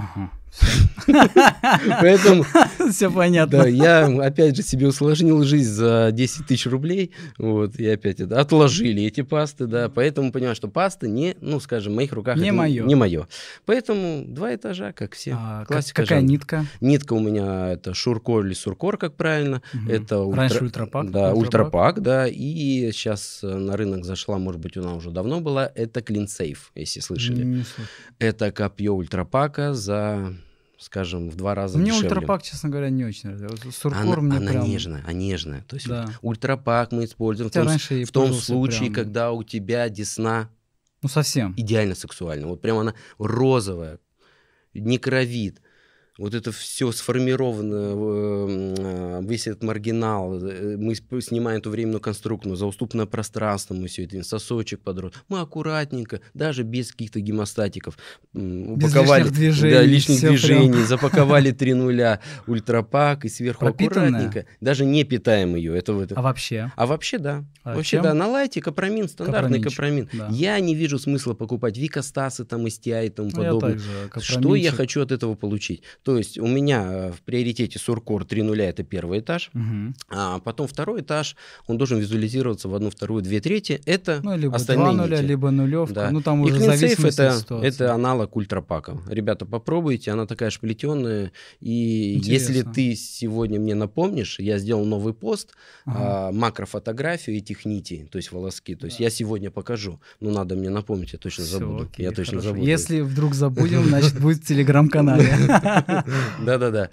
Поэтому все понятно. Да, я опять же себе усложнил жизнь за 10 тысяч рублей, вот, и опять это отложили эти пасты, да, поэтому понимаю, что паста не, ну, скажем, в моих руках не мое. Поэтому 2 этажа, как все. Классика. Какая нитка? Нитка у меня это Шуркор или Суркор, как правильно. Это раньше Ультрапак. Да, Ультрапак, да, и сейчас на рынок зашла, может быть, она уже давно была, это CleanSafe, если слышали. Это копье Ультрапака за, скажем, в 2 раза дешевле. Мне Ультрапак, честно говоря, не очень нравится. Суркор мне она прям... нежная. То есть Ультрапак мы используем в том случае, когда у тебя десна совсем идеально сексуальна. Вот прям она розовая, не кровит. Вот это все сформировано, весь этот маргинал, мы снимаем эту временную конструкцию, за уступное пространство мы все это, сосочек подрос. Мы аккуратненько, даже без каких-то гемостатиков, упаковали лишних движений, запаковали 3 нуля Ультрапак и сверху аккуратненько, даже не питаем ее. А вообще? А вообще, да. Вообще, да, на лайте капрамин, стандартный капрамин. Да. Я не вижу смысла покупать викостасы, там, STI и тому подобное. Что я хочу от этого получить? То есть у меня в приоритете Суркор 3.0 это первый этаж, а потом второй этаж, он должен визуализироваться в 1, 2, 2 трети. Это либо остальные 2.0, нити. либо нулевка. Да. Ну, там И уже CleanSafe зависимость от ситуации. это аналог ультрапака. Ребята, попробуйте, она такая шплетенная. И Интересно. если ты сегодня мне напомнишь, я сделал новый пост, макрофотографию этих нитей, то есть волоски. То есть я сегодня покажу. Но надо мне напомнить, я точно забуду. Окей, Я точно хорошо. забуду. Если вдруг забудем, значит, будет в Телеграм-канале. Да-да-да.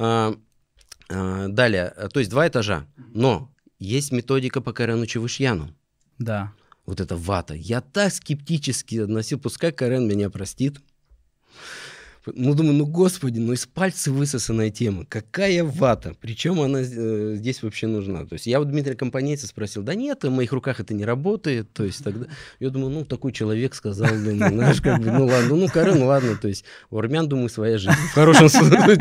Далее, то есть 2 этажа. Но есть методика по Карену Чевышьяну. Да. Вот эта вата. Я так скептически относил, пускай Карен меня простит. Ну, думаю, господи, из пальца высосанная тема. Какая вата? Причем она здесь вообще нужна? То есть я у Дмитрия Компанейца спросил, да нет, в моих руках это не работает. То есть тогда я думаю, такой человек сказал, думаю, знаешь, ну ладно, Карен, ладно. То есть у армян, думаю, своя жизнь. В хорошем смысле.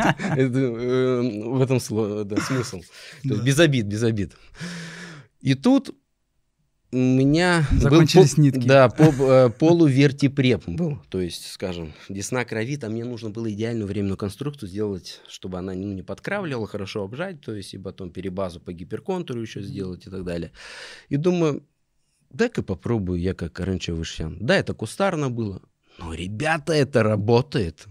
В этом смысл. То есть без обид. И тут у меня закончились нитки. Да, полувертипреп был. То есть, скажем, Десна крови, там мне нужно было идеальную временную конструкцию сделать, чтобы она не подкравливала, хорошо обжать, то есть и потом перебазу по гиперконтуру еще сделать и так далее. И думаю, дай-ка попробую я как Карен Чевышьян. Да, это кустарно было, но, ребята, это работает.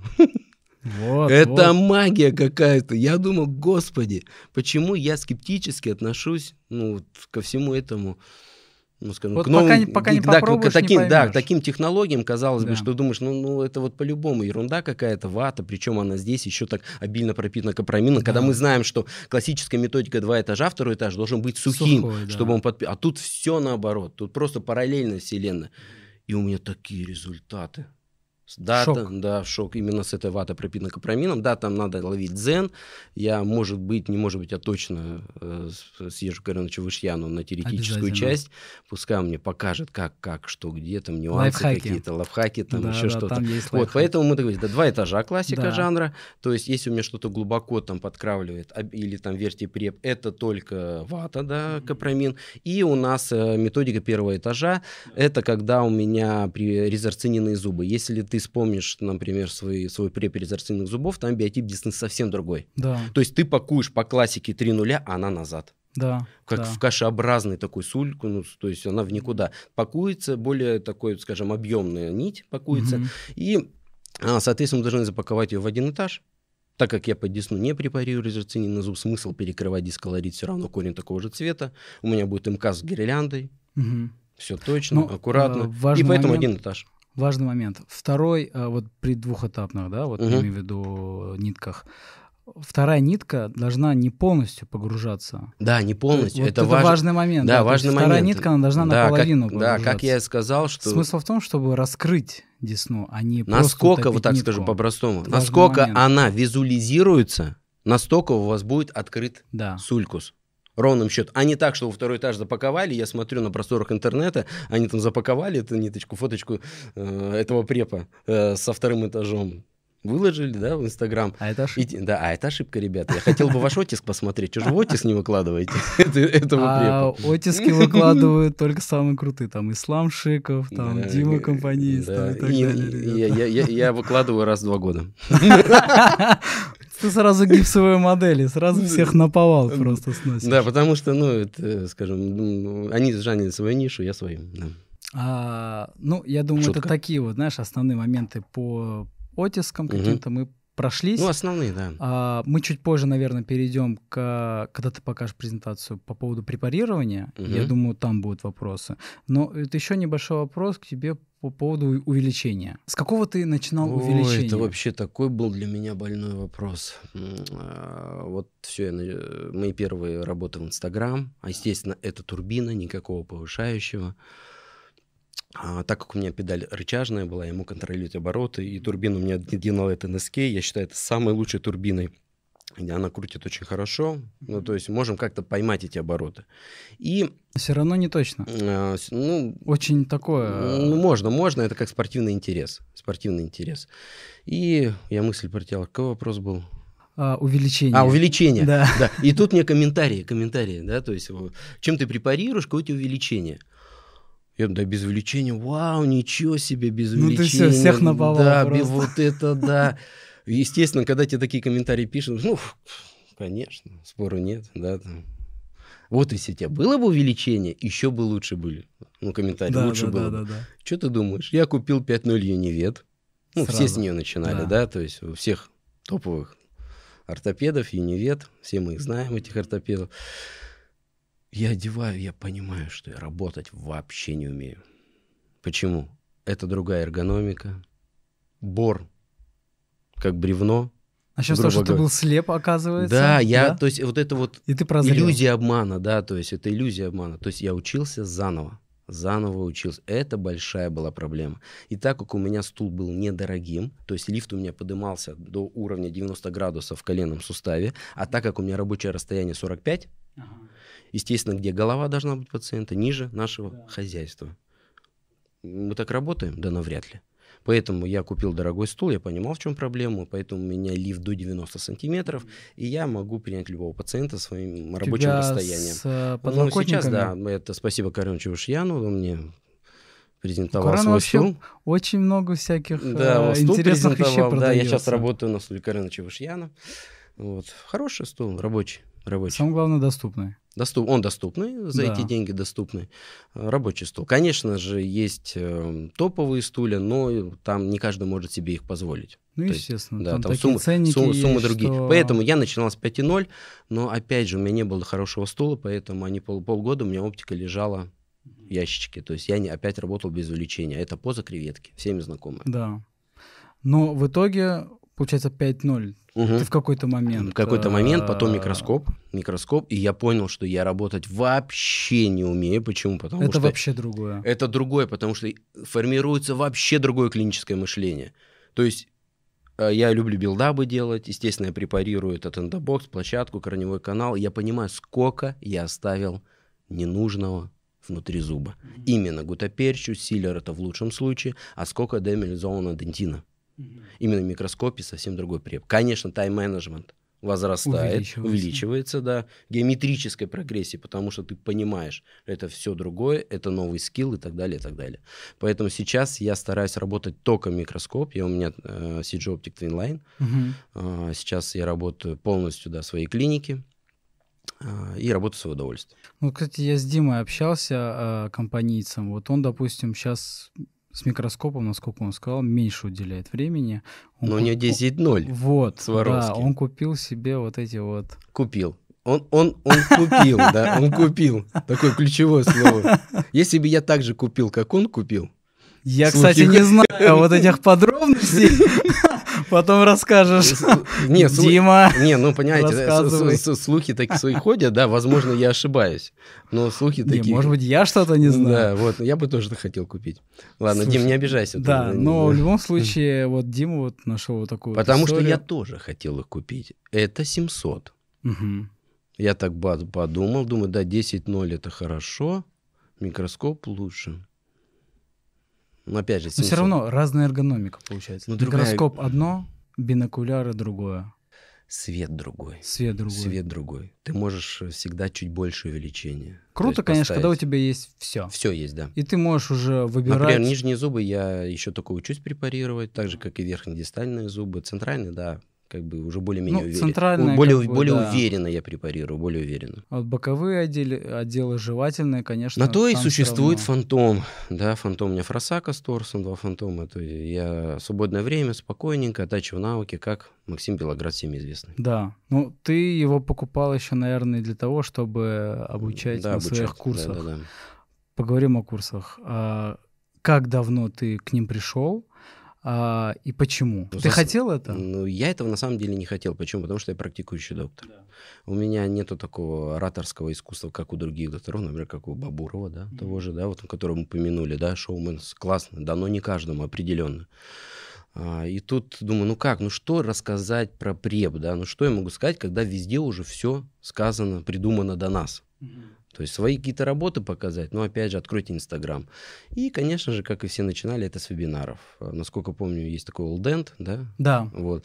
Это магия какая-то. Я думаю, господи, почему я скептически отношусь ко всему этому. Скажем, вот пока не попробуешь, не поймешь. Да, к таким технологиям, казалось бы, что думаешь, это вот по-любому ерунда какая-то, вата, причем она здесь еще так обильно пропитана капрамином, когда мы знаем, что классическая методика 2 этажа, 2 этаж должен быть сухим, чтобы он а тут все наоборот, тут просто параллельная вселенная. И у меня такие результаты. Шок именно с этой ватой пропитана капрамином. Да, там надо ловить дзен. Я, может быть, точно съезжу к Карену Чевышьяну на теоретическую часть. Пускай он мне покажет, как, что, где, там нюансы какие-то, лайфхаки, там еще что-то. Там есть лайфхаки. Поэтому мы говорим, 2 этажа классика жанра. То есть, если у меня что-то глубоко там подкравливает, или там вертипреп, это только вата, капрамин. И у нас методика 1 этажа, это когда у меня резорциненные зубы. Если ты вспомнишь, например, свой преп резорцинных зубов, там биотип Десны совсем другой. Да. То есть ты пакуешь по классике 3.0, а она назад. Да. Как в кашеобразный такой сульку, то есть она в никуда. Пакуется более такой, скажем, объемная нить пакуется. И, соответственно, мы должны запаковать ее в 1 этаж. Так как я под Десну не препарирую резорциненный зуб, смысл перекрывать дисколорит, все равно корень такого же цвета. У меня будет МК с гирляндой. Все точно, аккуратно. И поэтому 1 этаж. Важный момент. Второй, вот при двухэтапных, я имею в виду нитках, вторая нитка должна не полностью погружаться. Да, не полностью. Это важный момент. Да, важный момент. Вторая нитка, она должна наполовину погружаться. Да, как я и сказал, что... Смысл в том, чтобы раскрыть Десну, а не насколько, просто вот так нитку. скажу по-простому, насколько она визуализируется, настолько у вас будет открыт сулькус. Ровным счетом. А не так, что во 2 этаж запаковали, я смотрю на просторах интернета, они там запаковали эту ниточку, фоточку этого препа со 2 этажом. Выложили, в Инстаграм. А это ошибка. Это ошибка, ребята. Я хотел бы ваш оттиск посмотреть. Что же вы оттиск не выкладываете этого препа? Оттиски выкладывают только самые крутые. Там Ислам Шиков, там Дима Компанист и так далее. Я выкладываю раз в 2 года. Ты сразу гипсовые модели, сразу всех наповал просто сносишь. Да, потому что, это, скажем, они заняли свою нишу, я свою. Я думаю, это такие основные моменты по оттискам каким-то мы прошлись. Основные, да. Мы чуть позже, наверное, перейдем когда ты покажешь презентацию по поводу препарирования. Я думаю, там будут вопросы. Но это еще небольшой вопрос к тебе по поводу увеличения. С какого ты начинал увеличение? Это вообще такой был для меня больной вопрос. Вот все, мои первые работы в Инстаграм. Естественно, это турбина, никакого повышающего. Так как у меня педаль рычажная была, я мог контролировать обороты, и турбина у меня Dynalite NSK, я считаю, это самой лучшей турбиной. Она крутит очень хорошо, то есть можем как-то поймать эти обороты. И все равно не точно. Очень такое... Можно, это как спортивный интерес. И я мысль протянула, какой вопрос был? Увеличение. Увеличение. Да. И тут мне комментарии, то есть чем ты препарируешь, какое у тебя увеличение? Я думаю, без увеличения, вау, ничего себе, без увеличения. Ты всех наповал. Да, вот это да. Естественно, когда тебе такие комментарии пишут, ну, конечно, спору нет, да, там. Вот если у тебя было бы увеличение, еще бы лучше были. Ну, комментарии, лучше было бы. Да. Что ты думаешь? Я купил 5.0 Юнивет. Ну, все с нее начинали, да, то есть у всех топовых ортопедов, Юнивет, все мы их знаем, этих ортопедов. Я одеваю, я понимаю, что я работать вообще не умею. Почему? Это другая эргономика. Бор, как бревно. А сейчас то, что ты был слеп, оказывается. Да, то есть вот это вот иллюзия обмана, да, то есть это иллюзия обмана. То есть я учился заново учился. Это большая была проблема. И так как у меня стул был недорогим, то есть лифт у меня поднимался до уровня 90 градусов в коленном суставе, а так как у меня рабочее расстояние 45, естественно, где голова должна быть пациента, ниже нашего хозяйства. Мы так работаем? Да навряд ли. Поэтому я купил дорогой стул, я понимал, в чем проблема, поэтому у меня лифт до 90 сантиметров, и я могу принять любого пациента своим рабочим расстоянием. Ну, сейчас, да, это спасибо Карену Чевушьяну, он мне презентовал свой стул. Очень много всяких интересных вещей продается. Да, я сейчас работаю на стуле Карена Чевушьяна. Вот. Хороший стул, рабочий. Самое главное, доступный. Он доступный, за эти деньги доступный. Рабочий стул. Конечно же, есть топовые стулья, но там не каждый может себе их позволить. Ну, естественно. Да, там суммы другие. Что... Поэтому я начинал с 5.0, но опять же у меня не было хорошего стула, поэтому полгода у меня оптика лежала в ящичке. То есть я опять работал без увеличения. Это поза креветки, всеми знакомая. Да. Но в итоге, получается, 5.0. Ты в какой-то момент... В какой-то момент, потом микроскоп, и я понял, что я работать вообще не умею. Почему? Потому это что... вообще другое. Это другое, потому что формируется вообще другое клиническое мышление. То есть я люблю билдабы делать, естественно, я препарирую этот эндобокс, площадку, корневой канал, и я понимаю, сколько я оставил ненужного внутри зуба. Именно гутаперчу, силер это в лучшем случае, а сколько демилизована дентина. Именно в микроскопе совсем другой преп. Конечно, тайм-менеджмент возрастает, увеличивается, да, геометрической прогрессии, потому что ты понимаешь, это все другое, это новый скилл и так далее, и так далее. Поэтому сейчас я стараюсь работать только в микроскоп. У меня CG Optic Twin Line. Сейчас я работаю полностью в своей клинике и работаю в свое удовольствие. Ну, кстати, я с Димой общался, компанийцем. Вот он, допустим, сейчас... С микроскопом, насколько он сказал, меньше уделяет времени. Но у него 10.0. Вот, да, он купил себе вот эти вот... Купил. Он купил, да, он купил. Такое ключевое слово. Если бы я так же купил, как он купил... Я, кстати, не знаю вот этих подробностей. Потом расскажешь. Дима, ну, понимаете, слухи такие свои ходят, да, возможно, я ошибаюсь, но слухи такие... Может быть, я что-то не знаю. Да, вот, я бы тоже хотел купить. Ладно, Дим, не обижайся. Да, но в любом случае, вот Дима вот нашел вот такую Потому что я тоже хотел их купить. Это 700. Я так подумал, думаю, да, 10.0 это хорошо, микроскоп лучше. Но опять же, 700. Но все равно разная эргономика получается. Микроскоп одно, бинокуляры другое. Свет другой. Свет другой. Ты можешь всегда чуть больше увеличения. Круто, конечно, когда у тебя есть все. Все есть, да. И ты можешь уже выбирать. Например, нижние зубы я еще только учусь препарировать, так же, как и верхние дистальные зубы. Центральные, да, как бы уже более-менее уверенно. Более уверенно я препарирую, более уверенно. Вот боковые отделы жевательные, конечно. На то и существует фантом. Да, фантом у меня Фросака с торсом, 2 фантома. Это я в свободное время, спокойненько, оттачиваю навыки, как Максим Белоград, всем известный. Да, ну ты его покупал еще, наверное, для того, чтобы обучать на своих курсах. Да. Поговорим о курсах. Как давно ты к ним пришел? И почему? Ты хотел это? Ну, я этого на самом деле не хотел. Почему? Потому что я практикующий доктор. Да. У меня нету такого ораторского искусства, как у других докторов, например, как у Бабурова, да, того же, да, вот, которого мы упомянули, да, шоумен, классно, да, но не каждому определенно. И тут думаю, что рассказать про преп, да, что я могу сказать, когда везде уже все сказано, придумано до нас. То есть свои какие-то работы показать, но опять же откройте Инстаграм. И, конечно же, как и все начинали, это с вебинаров. Насколько помню, есть такой Олдент, да? Да. Вот.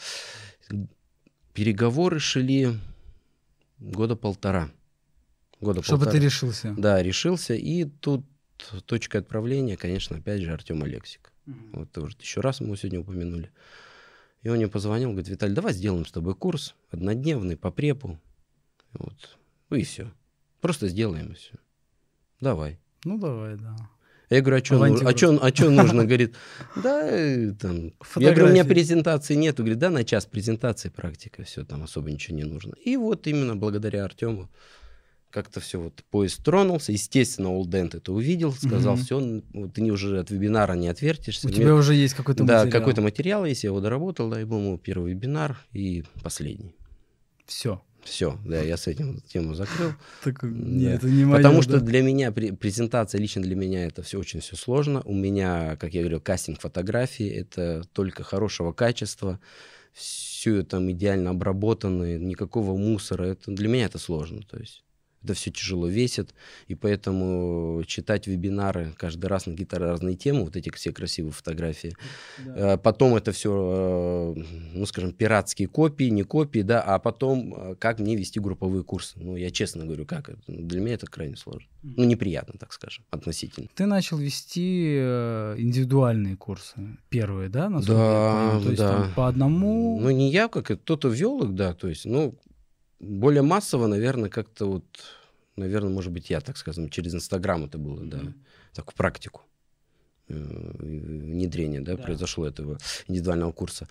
Переговоры шли года полтора. Чтобы ты решился. Да, решился. И тут точка отправления, конечно, опять же, Артем Алексик. Вот тоже еще раз мы его сегодня упомянули. И он мне позвонил, говорит: Виталий, давай сделаем с тобой курс однодневный по препу. Вот. И все. Просто сделаем, и все. Давай. Ну, давай, да. Я говорю, а что нужно? Говорит, да, там. Я говорю, у меня презентации нету. Говорит, да, на час презентации, практика, все, там особо ничего не нужно. И вот именно благодаря Артему как-то все, вот поезд тронулся. Естественно, Олдент это увидел, сказал, все, ты уже от вебинара не отвертишься. У тебя уже есть какой-то материал. Да, какой-то материал есть, я его доработал, да, и был мой первый вебинар и последний. Все, да, я с этим тему закрыл. Нет, это не моё, потому что для меня презентация, лично для меня это все очень все сложно. У меня, как я говорил, кастинг фотографий, это только хорошего качества, все там идеально обработано, никакого мусора. Это, для меня это сложно, то есть. Это все тяжело весит, и поэтому читать вебинары каждый раз на какие-то разные темы, вот эти все красивые фотографии. Да. Потом это все, ну, скажем, пиратские копии, не копии, да, а потом как мне вести групповые курсы. Ну, я честно говорю, как это. Для меня это крайне сложно. Ну, неприятно, так скажем, относительно. Ты начал вести индивидуальные курсы, первые, да? Да, я понял? То есть там по одному? Ну, не я, как кто-то вел их, да, то есть, ну, более массово, наверное, как-то вот, наверное, может быть, я, так скажем, через Инстаграм это было, да, так в практику внедрения, да, произошло этого индивидуального курса.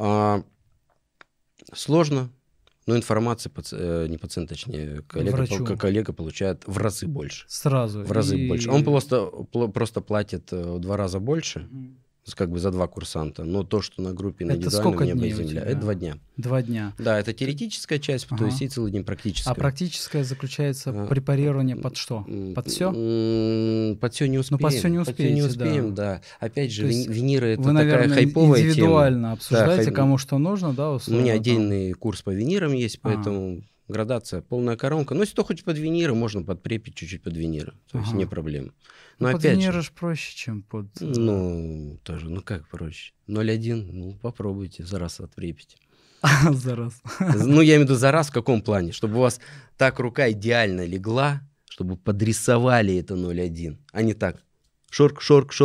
Сложно, но информация, не пациент, точнее, коллега получает в разы больше. Сразу. В разы больше. Он просто платит в 2 раза больше, как бы за 2 курсанта, но то, что на группе на индивидуальном небо и земля, это 2 дня. 2 дня. Да, это теоретическая часть, то есть и целый день практическая. А практическая заключается препарирование под что? Под все? Под все не успеем. Ну, под все не успеете, не успеем, да. Опять же, виниры это вы, такая наверное, хайповая тема. Индивидуально обсуждаете, кому что нужно, да, условно? У меня отдельный курс по винирам есть, поэтому градация, полная коронка. Но если кто хочет под виниры, можно под препить чуть-чуть под виниры. То есть не проблема. Но под опять виниры же проще, чем под... Ну, тоже, ну как проще? 0,1, ну попробуйте за раз отпрепить. За раз. Ну, я имею в виду за раз в каком плане? Чтобы у вас так рука идеально легла, чтобы подрисовали это 0,1, а не так. Шорк,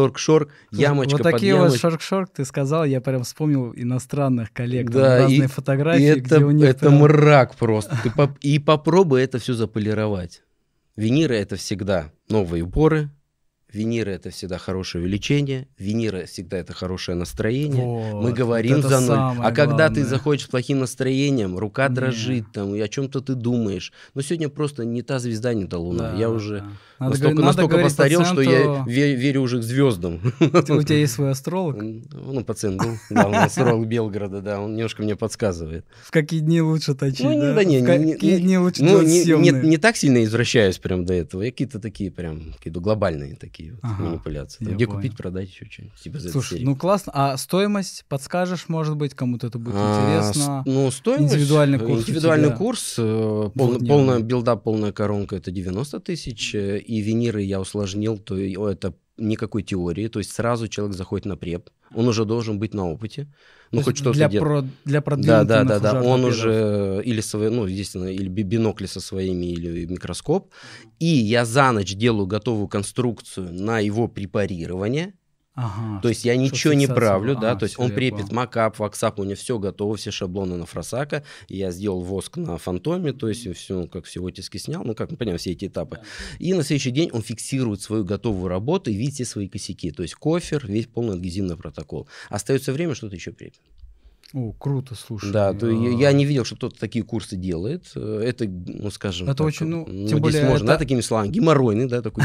ямочка вот под такие ямочку. вот шорк, ты сказал, я прям вспомнил иностранных коллег, да, разные фотографии, это, где у них... Это прям... мрак просто. И попробуй это все заполировать. Виниры — это всегда новые упоры, виниры — это всегда хорошее увеличение, виниры — всегда это хорошее настроение. Вот, мы говорим за 0. А когда ты заходишь с плохим настроением, рука дрожит, там, и о чем-то ты думаешь. Но сегодня просто не та звезда, не та луна. Я уже настолько постарел, что я верю уже к звездам. У тебя есть свой астролог? Ну, пациент был, да, он астролог Белгорода, да, он немножко мне подсказывает. В какие дни лучше точить, да? В какие дни лучше делать съемные? Не так сильно извращаюсь прям до этого. Я какие-то такие прям, какие-то глобальные такие манипуляции. Где купить, продать, еще что-нибудь. Слушай, ну классно. А стоимость подскажешь, может быть, кому-то это будет интересно? Ну, стоимость... Индивидуальный курс, полная билдап, полная коронка — это 90 тысяч. И виниры я усложнил, то это никакой теории. То есть сразу человек заходит на преп. Он уже должен быть на опыте. Ну, хоть что-то для продвинутых да. Он уже или свои, ну, естественно, или бинокли со своими, или микроскоп. И я за ночь делаю готовую конструкцию на его препарирование. То есть я ничего не правлю, да, то есть он препит макап, ваксап, у него все готово, все шаблоны на Фросака, я сделал воск на Фантоме, то есть все, как все оттиски снял, ну, как мы понимаем, все эти этапы. И на следующий день он фиксирует свою готовую работу и видит все свои косяки, то есть кофер, весь полный адгезивный протокол. Остается время, что-то еще препит. О, круто, слушай. Да, то я не видел, что кто-то такие курсы делает. Это, ну, скажем, это так, очень, ну, тем здесь более можно, да, такими словами, геморройный, да, такой.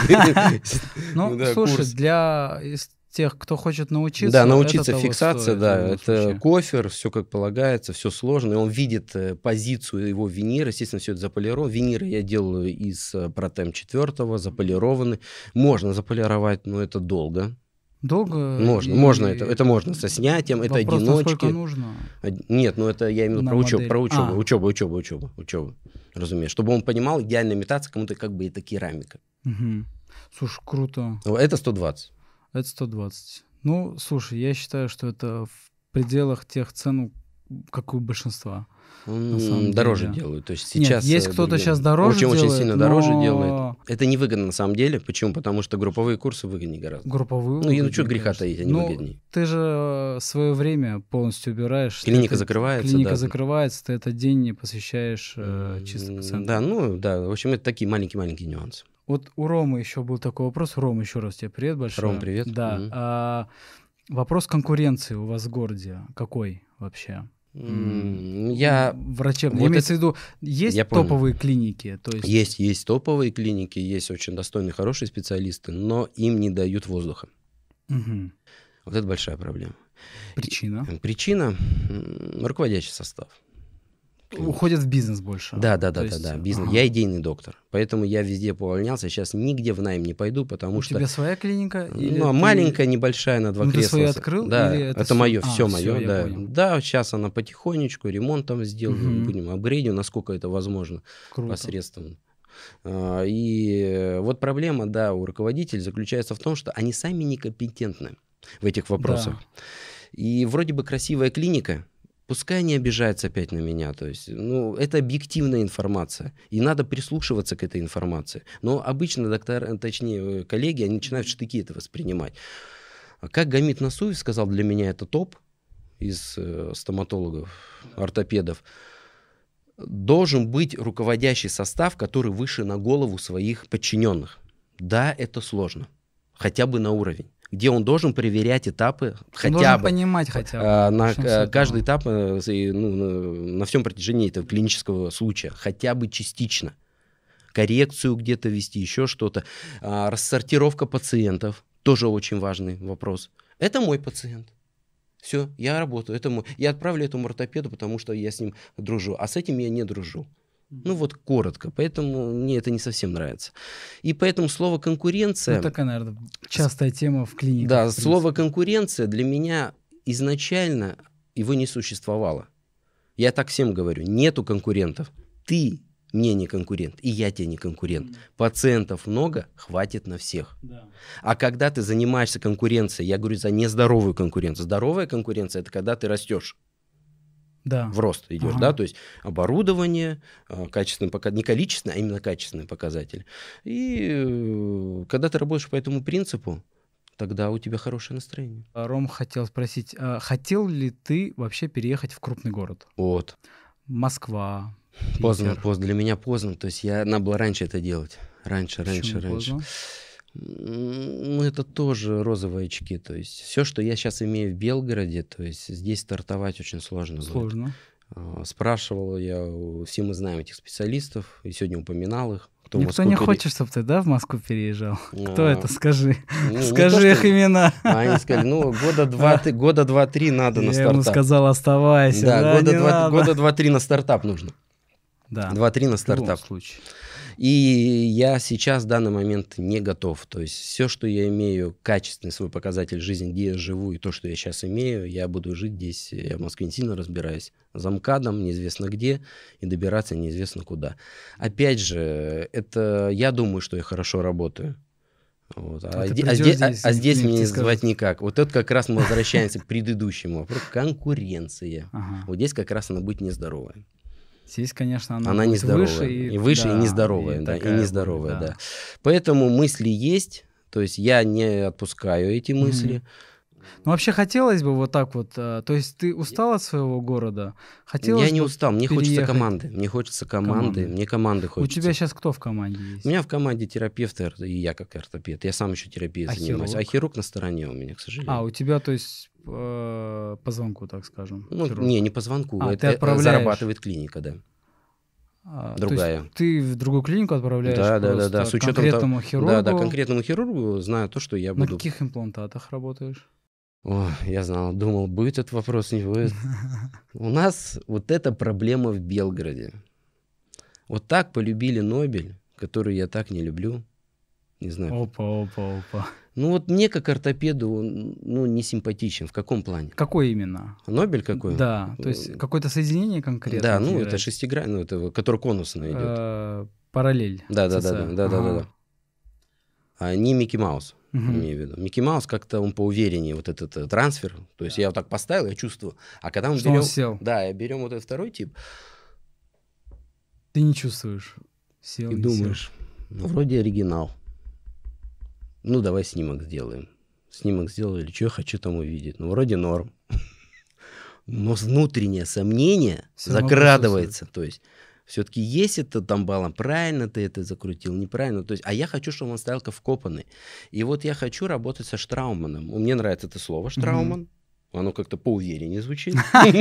Ну, слушай, для тех, кто хочет научиться. Да, научиться фиксация, да, это кофер, все как полагается, все сложно. И он видит позицию его винира, естественно, все это заполировано. Виниры я делаю из Протем 4, заполированы. Можно заполировать, но это долго. Долго? Можно это можно со снятием, это одиночки. Сколько нужно? Нет, ну это я имею в виду про учебу, разумеешь. Чтобы он понимал, идеальная имитация кому-то как бы это керамика. Слушай, круто. Это 120. Это 120. Ну, слушай, я считаю, что это в пределах тех цен, как у большинства. на самом Дороже деле. делают. То есть Нет, сейчас есть кто-то сейчас дороже делает, очень сильно дороже но делает. Это невыгодно на самом деле. Почему? Потому что групповые курсы выгоднее гораздо. групповые Ну, выгоднее, что греха конечно. таить, они выгоднее. Ты же свое время полностью убираешь. Клиника закрывается, Клиника да. закрывается, ты этот день не посвящаешь чисто пациентам. Да. В общем, это такие маленькие-маленькие нюансы. Вот у Ромы еще был такой вопрос. Ром, еще раз тебе привет большой. Ром, привет. Да. Вопрос конкуренции у вас в городе какой вообще? Врачебный. Вот имеется в виду, есть топовые клиники? То есть топовые клиники, есть очень достойные, хорошие специалисты, но им не дают воздуха. Угу. Вот это большая проблема. Причина? Причина руководящий состав. Уходят в бизнес больше. Да, бизнес. Ага. Я идейный доктор, поэтому я везде повольнялся, сейчас нигде в найм не пойду, потому что... У тебя своя клиника? Маленькая, небольшая, на 2 кресла. Ты свою открыл? Да, или это мое, все мое, всё, да. Да, сейчас она потихонечку, ремонт там сделаем, будем апгрейдим, насколько это возможно. Круто. Посредством. И вот проблема, да, у руководителей заключается в том, что они сами некомпетентны в этих вопросах. Да. И вроде бы красивая клиника, пускай не обижается опять на меня, то есть, это объективная информация, и надо прислушиваться к этой информации. Но обычно коллеги, они начинают в штыки это воспринимать. Как Гамид Насуев сказал, для меня это топ из стоматологов, ортопедов, должен быть руководящий состав, который выше на голову своих подчиненных. Да, это сложно, хотя бы на уровень. Где он должен проверять этапы, хотя бы понимать хотя бы на каждый этап, на всем протяжении этого клинического случая, хотя бы частично. Коррекцию где-то вести, еще что-то. Рассортировка пациентов, тоже очень важный вопрос. Это мой пациент. Все, я работаю. Я отправлю этому ортопеду, потому что я с ним дружу, а с этим я не дружу. Коротко. Поэтому мне это не совсем нравится. И поэтому слово «конкуренция». Такая, наверное, частая тема в клиниках. Да, слово «конкуренция» для меня изначально его не существовало. Я так всем говорю, нету конкурентов. Ты мне не конкурент, и я тебе не конкурент. Пациентов много, хватит на всех. Да. А когда ты занимаешься конкуренцией, я говорю за нездоровую конкуренцию. Здоровая конкуренция – это когда ты растешь. Да. В рост идешь, да, то есть оборудование, качественный, не количественный, а именно качественный показатель. И когда ты работаешь по этому принципу, тогда у тебя хорошее настроение. Ром хотел спросить, хотел ли ты вообще переехать в крупный город? Вот. Москва, Питер. Поздно, для меня поздно, то есть надо было раньше это делать. Раньше. Поздно? Это тоже розовые очки. То есть все, что я сейчас имею в Белгороде, то есть здесь стартовать очень сложно. Сложно. Спрашивал я, все мы знаем этих специалистов, и сегодня упоминал их. Никто не хочет, чтобы ты, в Москву переезжал? Кто это, скажи? Ну, Скажи их имена. Они сказали, года 2-3 надо на стартап. Я ему сказал, оставайся. Да, года 2-3 на стартап нужно. Да. 2-3 на стартап. В любом случае. И я сейчас в данный момент не готов. То есть все, что я имею, качественный свой показатель жизни, где я живу, и то, что я сейчас имею, я буду жить здесь. Я в Москве не сильно разбираюсь. За МКАДом неизвестно где, и добираться неизвестно куда. Опять же, это я думаю, что я хорошо работаю. Вот. А здесь меня не звать никак. Вот это как раз мы возвращаемся к предыдущему вопросу. Конкуренция. Вот здесь как раз она будет нездоровая. Здесь, конечно, она будет нездоровая. Выше, и нездоровая. И нездоровая, да. Поэтому мысли есть, то есть я не отпускаю эти мысли. Ну, вообще хотелось бы вот так вот, то есть ты устал от своего города? Я не устал, мне хочется команды. Мне хочется команды, мне команды хочется. У тебя сейчас кто в команде есть? У меня в команде терапевт, и я как ортопед. Я сам еще терапией занимаюсь. А хирург на стороне у меня, к сожалению. У тебя, то есть, по звонку, так скажем? Не по звонку. Это зарабатывает клиника, да. Другая. То есть ты в другую клинику отправляешь да. С учетом конкретному хирургу? Да, конкретному хирургу, знаю то, что я буду... На каких имплантатах работаешь? Я знал, думал, будет этот вопрос, не будет. У нас вот эта проблема в Белгороде. Вот так полюбили Нобель, который я так не люблю. Не знаю. Опа. Ну вот мне как ортопеду он не симпатичен. В каком плане? Какой именно? Нобель какой? Да, то есть какое-то соединение конкретно? Да, это шестигранный, это который конусно идет. Параллель. Да. Не Микки Маус, имею в виду. Микки Маус как-то он поувереннее, вот этот трансфер. То есть я вот так поставил, я чувствую. А когда мы берем... он сел. Да, берем вот этот второй тип. Ты не чувствуешь. Сел, и не думаешь, ну, вроде оригинал. Ну, давай снимок сделаем. Снимок сделали, что я хочу там увидеть. Ну, вроде норм. Но внутреннее сомнение закрадывается. То есть все-таки есть это там балом, правильно ты это закрутил, неправильно. То есть, а я хочу, чтобы он стоял как вкопанный. И вот я хочу работать со Штрауманом. Мне нравится это слово Штрауман. Оно как-то поувереннее звучит.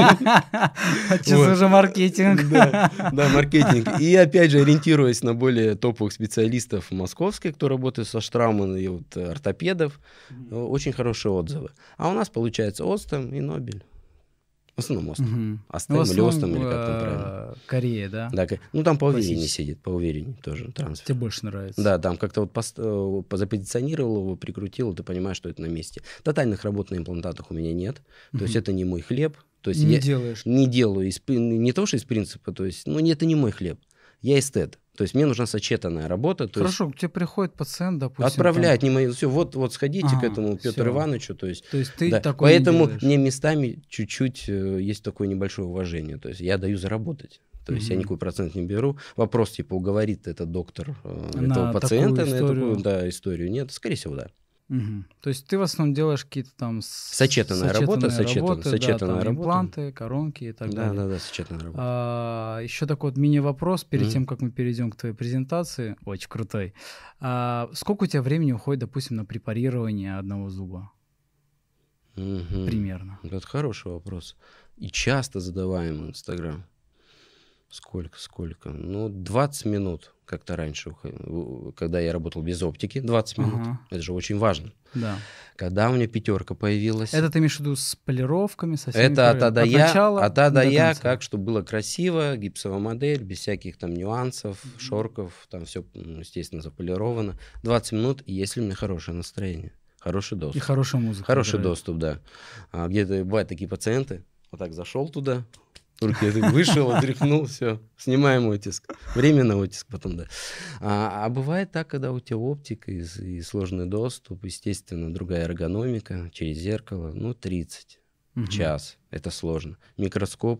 Сейчас уже маркетинг. Да, маркетинг. И опять же, ориентируясь на более топовых специалистов московских, кто работает со Штрауманом и вот ортопедов, очень хорошие отзывы. А у нас получается Остом и Нобель. В основном Остом. Остом или Остом, или как там правильно. Корея, да? Да, ну там поувереннее сидит, поувереннее тоже трансфер. Тебе больше нравится? Да, там как-то вот запозиционировал его, прикрутил, ты понимаешь, что это на месте. Тотальных работ на имплантатах у меня нет, то есть это не мой хлеб. То есть не я делаешь? Не делаю, не то, что из принципа, то есть, ну это не мой хлеб. Я эстет. То есть мне нужна сочетанная работа. Хорошо, к тебе приходит пациент, допустим. Отправлять, не мои. Все, вот сходите к этому Петру Ивановичу. То есть ты да. такой Поэтому не мне местами чуть-чуть есть такое небольшое уважение. То есть я даю заработать. То есть я никакой процент не беру. Вопрос, типа, уговорит этот доктор этого пациента на эту историю. Нет, скорее всего, да. То есть ты в основном делаешь какие-то там сочетанная работа, импланты, коронки и так далее. Да, сочетанная работа. Еще такой вот мини-вопрос перед тем, как мы перейдем к твоей презентации, очень крутой. Сколько у тебя времени уходит, допустим, на препарирование одного зуба? Примерно. Это хороший вопрос. И часто задаваем в Инстаграм. Сколько? Ну, 20 минут как-то раньше, когда я работал без оптики, 20 минут. Это же очень важно. Да. Когда у меня 5 появилась... Это ты имеешь в виду с полировками, со всеми? Это от А до Я, как, чтобы было красиво, гипсовая модель, без всяких там нюансов, шорков, там все, естественно, заполировано. 20 минут, и если у меня хорошее настроение, хороший доступ. И хорошая музыка. Хороший доступ, да. Где-то бывают такие пациенты, вот так зашел туда, руки вышел, отряхнул, все, снимаем оттиск. Временно оттиск потом, да. А бывает так, когда у тебя оптика и сложный доступ, естественно, другая эргономика, через зеркало, 30, час, это сложно. Микроскоп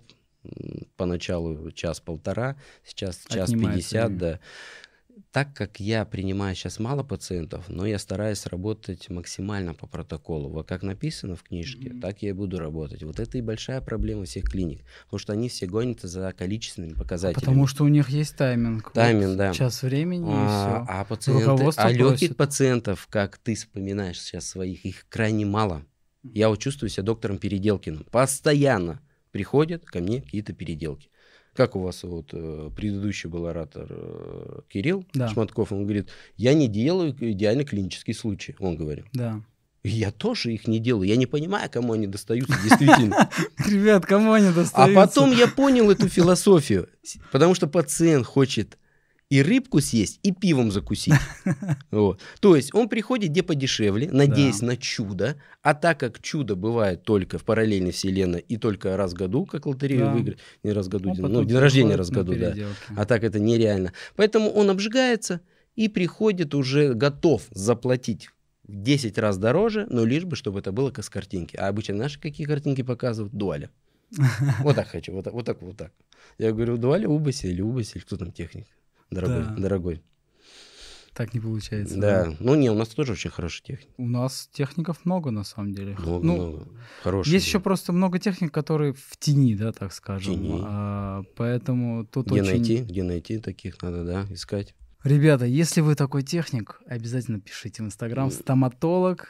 поначалу 1-1,5, сейчас 1:50, да. Так как я принимаю сейчас мало пациентов, но я стараюсь работать максимально по протоколу. Вот как написано в книжке, так я и буду работать. Вот это и большая проблема всех клиник, потому что они все гонятся за количественными показателями. Потому что у них есть тайминг. Да. Час времени и все. А пациенты, легких пациентов, как ты вспоминаешь сейчас своих, их крайне мало. Я вот чувствую себя доктором Переделкиным. Постоянно приходят ко мне какие-то переделки. Как у вас вот предыдущий был оратор Кирилл Шматков, он говорит, я не делаю идеально клинический случай, он говорил. Да. И я тоже их не делаю, я не понимаю, кому они достаются действительно. Ребят, кому они достаются? А потом я понял эту философию, потому что пациент хочет и рыбку съесть, и пивом закусить. Вот. То есть он приходит где подешевле, надеясь на чудо, а так как чудо бывает только в параллельной вселенной и только раз в году, как лотерею выиграть, не раз в году, день рождения раз в году, да. А так это нереально. Поэтому он обжигается и приходит уже готов заплатить в 10 раз дороже, но лишь бы, чтобы это было как с картинки. А обычно наши какие картинки показывают? Дуаля. Вот так хочу, вот так. Я говорю, Дуаля, Убаси или кто там техник? Дорогой. Так не получается. Да. Ну, у нас тоже очень хорошая техника. У нас техников много, на самом деле. Много. Хороших. Есть еще просто много техник, которые в тени, да, так скажем. Поэтому тут Где найти таких надо, искать. Ребята, если вы такой техник, обязательно пишите в Инстаграм стоматолог,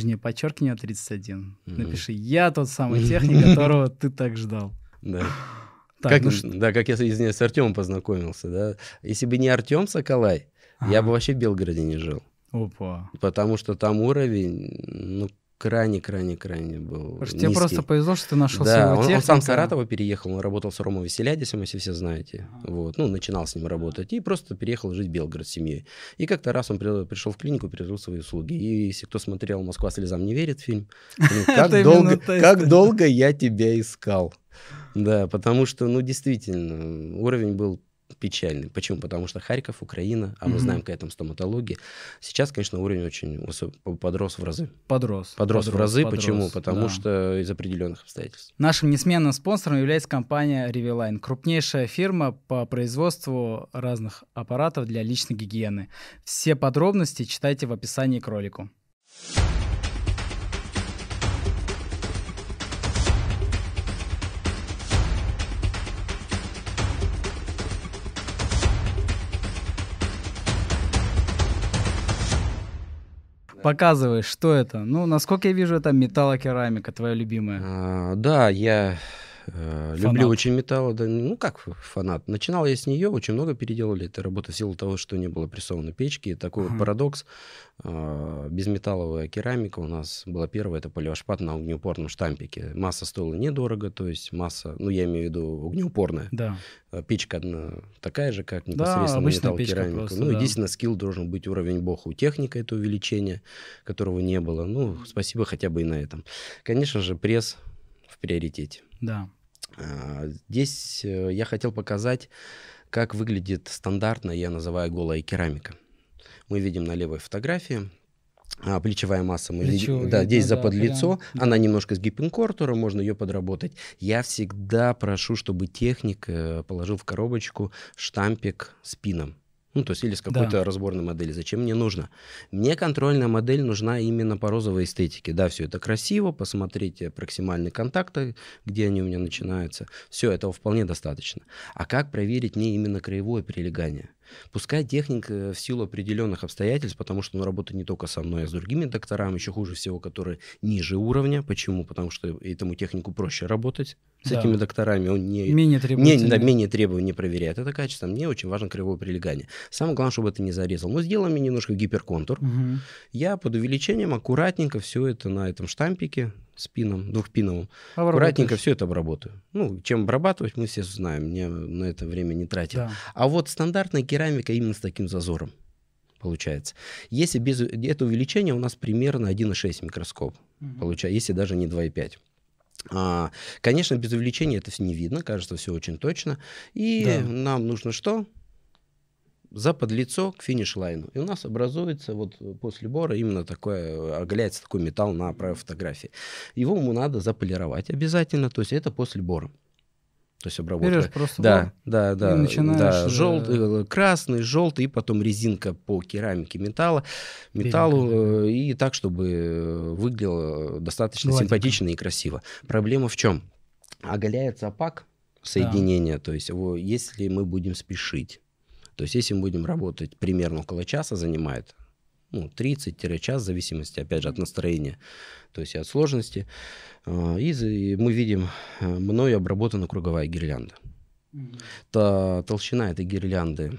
_, 31. Напиши, я тот самый техник, которого ты так ждал. Да. Как я с Артемом познакомился, да. Если бы не Артем Соколай, я бы вообще в Белгороде не жил. Опа. Потому что там уровень, крайне был низкий. Тебе просто повезло, что ты нашел своего техника. Он сам с Саратова переехал, он работал с Ромой Василядисом, если все знаете. Вот. Начинал с ним работать. И просто переехал жить в Белгород с семьей. И как-то раз он пришел в клинику, предложил свои услуги. И если кто смотрел «Москва слезам не верит» фильм, как долго я тебя искал. Да, потому что, действительно, уровень был печальный. Почему? Потому что Харьков, Украина, а мы знаем, какая там стоматология. Сейчас, конечно, уровень очень подрос в разы. Подрос в разы. Почему? Потому что из определенных обстоятельств. Нашим несменным спонсором является компания Riviline, крупнейшая фирма по производству разных аппаратов для личной гигиены. Все подробности читайте в описании к ролику. Показывай, что это. Ну, насколько я вижу, это металлокерамика, твоя любимая. Да, я люблю очень металл. Да, ну, как фанат. Начинал я с нее, очень много переделали этой работы в силу того, что не было прессованной печки. И такой вот парадокс. Безметалловая керамика у нас была первая, это полиошпат на огнеупорном штампике. Масса стоила недорого, то есть масса, ну, я имею в виду огнеупорная. Да. Печка такая же, как непосредственно металлокерамика. Просто, ну, единственное, скилл должен быть уровень бога у техника, это увеличение, которого не было. Ну, спасибо хотя бы и на этом. Конечно же, пресс в приоритете. Да. Здесь я хотел показать, как выглядит стандартная, я называю, голая керамика. Мы видим на левой фотографии. Плечевая масса мы видим, да, здесь за подлицо, она немножко с гиппенкортуром, можно ее подработать. Я всегда прошу, чтобы техник положил в коробочку штампик с пином. Ну, то есть или с какой-то разборной модели. Зачем мне нужно? Мне контрольная модель нужна именно по розовой эстетике. Да, все это красиво, посмотрите проксимальные контакты, где они у меня начинаются. Все, этого вполне достаточно. А как проверить мне именно краевое прилегание? Пускай техник в силу определенных обстоятельств, потому что он работает не только со мной, а с другими докторами, еще хуже всего, которые ниже уровня. Почему? Потому что этому технику проще работать с этими докторами. Он менее требований не проверяет это качество. Мне очень важно краевое прилегание. Самое главное, чтобы это не зарезал. Но сделаем мне немножко гиперконтур. Я под увеличением аккуратненько все это на этом штампике с пином, двухпиновым, аккуратненько все это обработаю. Ну, чем обрабатывать, мы все знаем, мне на это время не тратим. Да. А вот стандартная керамика именно с таким зазором получается. Если без этого увеличения у нас примерно 1,6 микроскоп получается, если даже не 2,5. Конечно, без увеличения это все не видно, кажется, все очень точно. И нам нужно что? За подлицо к финиш-лайну. И у нас образуется вот после бора именно такое, оголяется такой металл на правой фотографии. Его ему надо заполировать обязательно, то есть это после бора. То есть обработка. Берешь просто да. И начинаешь... желтый, красный, желтый, и потом резинка по керамике металлу, и так, чтобы выглядело достаточно симпатично и красиво. Проблема в чем? Оголяется опак соединения, то есть если мы будем спешить. То есть если мы будем работать примерно около часа, занимает 30-час, в зависимости, опять же, от настроения, то есть и от сложности. И мы видим, мною обработана круговая гирлянда. Толщина этой гирлянды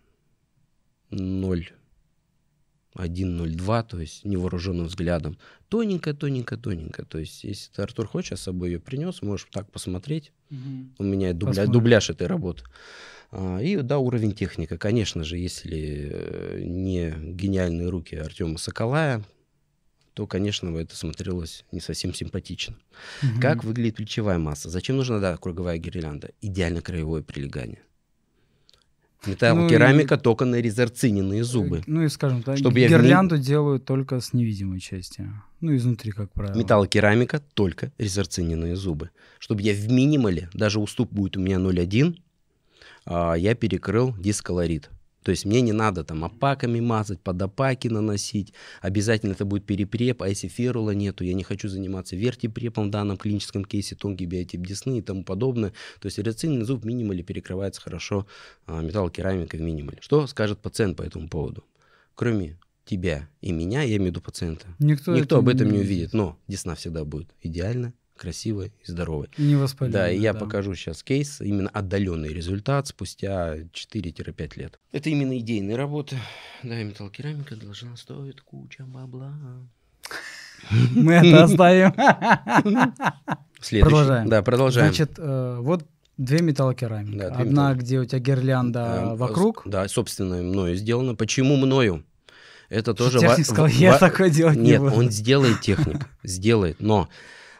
0,1-0,2, то есть невооруженным взглядом. Тоненькая. То есть если ты, Артур, хочешь, я с собой ее принес, можешь так посмотреть. У меня дубляж этой работы. И уровень техника. Конечно же, если не гениальные руки Артема Соколая, то, конечно, это смотрелось не совсем симпатично. Как выглядит плечевая масса? Зачем нужна круговая гирлянда? Идеально краевое прилегание. Металлокерамика только на резорциненные зубы. Ну и, скажем так, гирлянду делают только с невидимой части. Ну, изнутри, как правило. Металлокерамика только резорциненные зубы. Чтобы я в минимале, даже уступ будет у меня 0,1, я перекрыл дисколорит. То есть мне не надо там опаками мазать, подопаки наносить. Обязательно это будет перепреп. А если ферула нету, я не хочу заниматься вертипрепом в данном клиническом кейсе, тонкий биотип десны и тому подобное. То есть резорцинный зуб в минимале перекрывается хорошо металлокерамикой в минимале. Что скажет пациент по этому поводу? Кроме тебя и меня, я имею в виду пациента. Никто об этом не увидит. Но десна всегда будет идеально, красивой и здоровой. Не воспаленной. Да, и я покажу сейчас кейс, именно отдаленный результат спустя 4-5 лет. Это именно идейная работа. Да, металлокерамика должна стоить куча бабла. Мы это оставим. Продолжаем. Да, продолжаем. Значит, вот две металлокерамики. Да, одна, где у тебя гирлянда вокруг. Да, собственно, мною сделано. Почему мною? Это тоже... Техник сказал, я такое делать не буду. Нет, он сделает, техник. Сделает, но...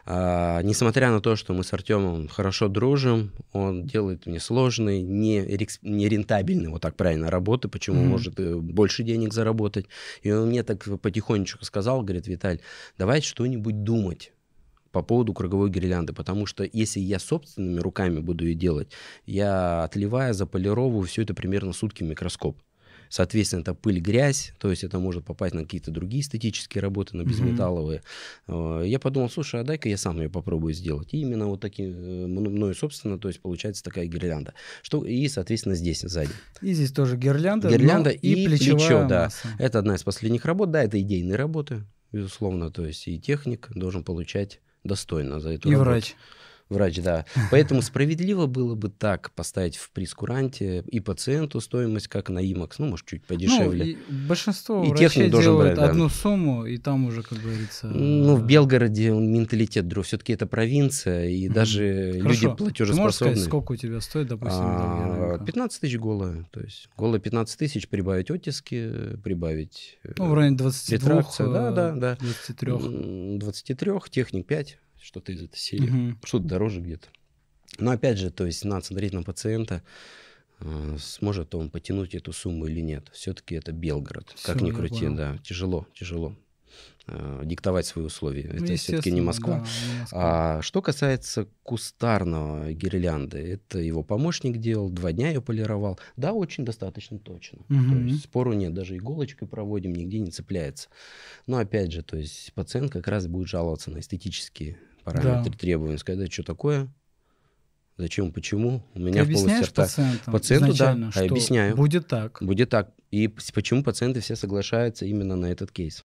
Несмотря на то, что мы с Артемом хорошо дружим, он делает мне сложные, не рентабельные, вот так правильно, работы, почему он может больше денег заработать. И он мне так потихонечку сказал, говорит: Виталь, давай что-нибудь думать по поводу круговой гирлянды, потому что если я собственными руками буду ее делать, я отливаю, заполировываю, все это примерно сутки в микроскоп. Соответственно, это пыль, грязь, то есть это может попасть на какие-то другие эстетические работы, на безметалловые. Я подумал, слушай, а дай-ка я сам ее попробую сделать. И именно вот таким мною, собственно, то есть получается такая гирлянда. И, соответственно, здесь сзади. И здесь тоже гирлянда, и плечо, да. масса. Это одна из последних работ, да, это идейные работы, безусловно, то есть и техник должен получать достойно за эту работу. Врач. Врач, да. Поэтому справедливо было бы так поставить в прейскуранте и пациенту стоимость, как на IMAX, ну, может, чуть подешевле. И большинство и врачей делают брать, одну сумму, и там уже, как говорится... Ну, в Белгороде менталитет другой. Все-таки это провинция, и даже люди платежеспособные. Ты можешь сказать, сколько у тебя стоит, допустим, 15 тысяч голая. То есть голая 15 тысяч, прибавить оттиски, прибавить... Ну, в районе 22, да. 23. 23, техник 5. Что-то из этой серии. Что-то дороже где-то. Но опять же, то есть надо смотреть на пациента, сможет он потянуть эту сумму или нет. Все-таки это Белгород. Как ни крути, да. Тяжело диктовать свои условия. Это все-таки не Москва. Да, не Москва. Что касается кустарного гирлянды, это его помощник делал, 2 дня ее полировал. Да, очень достаточно точно. То есть спору нет, даже иголочкой проводим, нигде не цепляется. Но опять же, то есть пациент как раз будет жаловаться на эстетические параметры, требования. Сказать, что такое? Зачем, почему? У меня Ты объясняешь пациенту, да, что объясняю. Будет так. Будет так. И почему пациенты все соглашаются именно на этот кейс?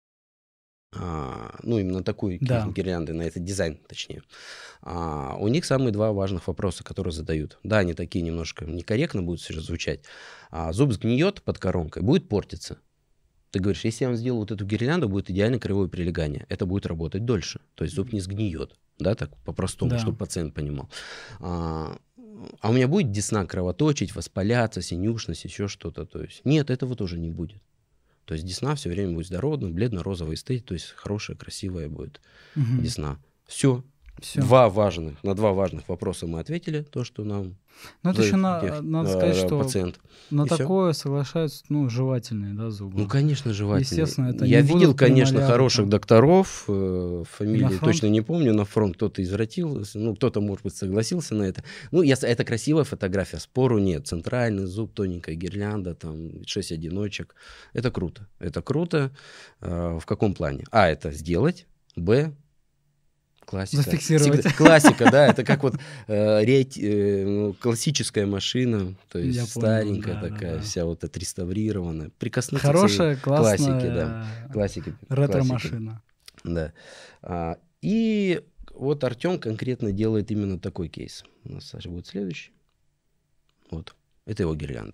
Именно такую гирлянду, на этот дизайн, точнее. У них самые 2 важных вопроса, которые задают. Да, они такие немножко некорректно будут звучать. Зуб сгниет под коронкой, будет портиться. Ты говоришь, если я вам сделаю вот эту гирлянду, будет идеальное краевое прилегание. Это будет работать дольше. То есть зуб не сгниет. Да, так по-простому, чтобы пациент понимал. А у меня будет десна кровоточить, воспаляться, синюшность, еще что-то. То есть нет, этого тоже не будет. То есть десна все время будет здоровым, бледно-розовой эстетикой, то есть хорошая, красивая будет десна. Все. На 2 важных вопроса мы ответили, то, что нам... Ну, это еще надо сказать, что пациент. на такое соглашаются, жевательные, да, зубы. Ну, конечно, жевательные. Естественно, это Я видел, конечно, премоляр, хороших докторов, фамилии точно не помню, на фронт кто-то извратился, кто-то, может быть, согласился на это. Это красивая фотография, спору нет. Центральный зуб, тоненькая гирлянда, там 6 одиночек. Это круто. Это круто. В каком плане? Это сделать. Б, классика. Зафиксировать. Классика, да, это как вот классическая машина, то есть Я старенькая понял, такая, да. вся вот отреставрированная. Прикоснуться Хорошая, к классике, классная классики. ретро-машина. Да. И вот Артем конкретно делает именно такой кейс. У нас, Саша, будет следующий. Вот. Это его гирлянда.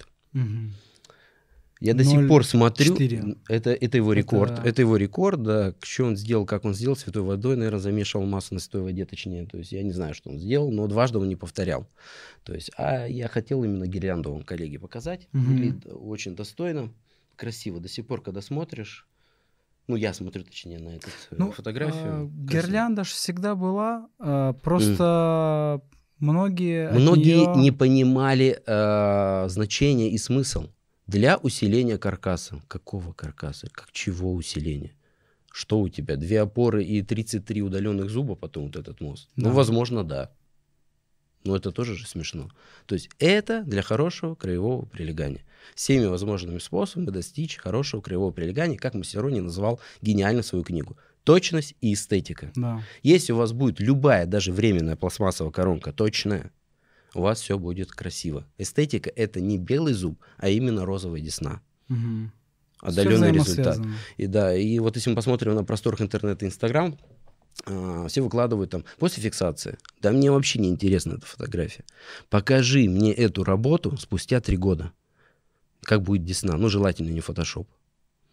Я до сих пор смотрю, это его рекорд. Это его рекорд, да. Что он сделал, как он сделал, святой водой, наверное, замешивал масло на святой воде, точнее. То есть я не знаю, что он сделал, но дважды он не повторял. То есть, я хотел именно гирлянду вам, коллеги, показать. Выглядит очень достойно, красиво. До сих пор, когда смотришь, я смотрю, точнее, на эту фотографию. Гирлянда же всегда была, просто многие не понимали значение и смысл. Для усиления каркаса. Какого каркаса? Как чего усиления? Что у тебя? 2 опоры и 33 удаленных зуба потом вот этот мост? Да. Возможно, да. Но это тоже же смешно. То есть это для хорошего краевого прилегания. Всеми возможными способами достичь хорошего краевого прилегания, как Массерони назвал гениально свою книгу. Точность и эстетика. Да. Если у вас будет любая, даже временная пластмассовая коронка точная, у вас все будет красиво. Эстетика — это не белый зуб, а именно розовая десна. Отдаленный результат. И вот если мы посмотрим на просторах интернета и Инстаграм, все выкладывают там после фиксации. Да мне вообще не интересна эта фотография. Покажи мне эту работу спустя 3 года. Как будет десна. Желательно не фотошоп.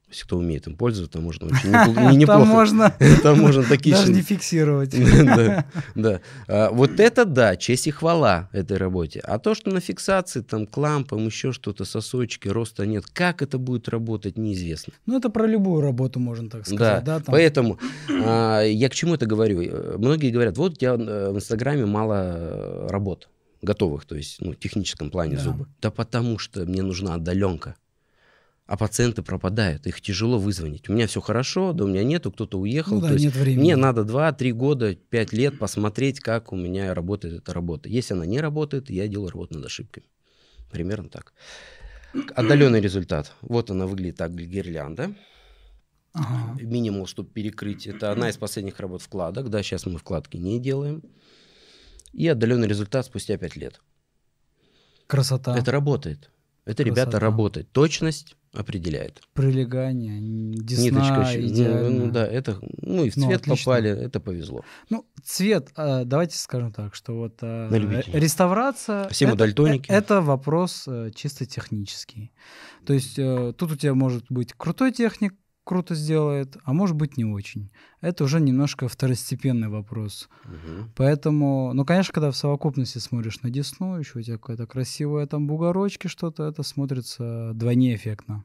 Если кто умеет им пользоваться, то можно очень неплохо. Там можно даже не фиксировать. Да. Вот это да, честь и хвала этой работе. А то, что на фиксации, там, клампом, еще что-то, сосочки, роста нет, как это будет работать, неизвестно. Ну, это про любую работу, можно так сказать. Да, поэтому я к чему это говорю? Многие говорят, вот у тебя в Инстаграме мало работ готовых, то есть в техническом плане зубы. Да потому что мне нужна отдаленка. А пациенты пропадают, их тяжело вызвонить. У меня все хорошо, да у меня нету, кто-то уехал. То есть нет времени. Мне надо 2-3 года, 5 лет посмотреть, как у меня работает эта работа. Если она не работает, я делаю работу над ошибками. Примерно так. Отдаленный результат. Вот она выглядит так, гирлянда. Минимум, чтобы перекрыть. Это одна из последних работ вкладок. Да, сейчас мы вкладки не делаем. И отдаленный результат спустя 5 лет. Красота. Это работает. Это, ребята, работает. Точность определяет. Прилегание, десна идеально. Да, это, и в цвет попали, это повезло. Цвет, давайте скажем так, что вот реставрация, все мы дальтоники. Это вопрос чисто технический. То есть тут у тебя может быть крутой техник, круто сделает, а может быть не очень. Это уже немножко второстепенный вопрос. Поэтому, конечно, когда в совокупности смотришь на десну, еще у тебя какая-то красивая там бугорочки, что-то, это смотрится вдвойне эффектно.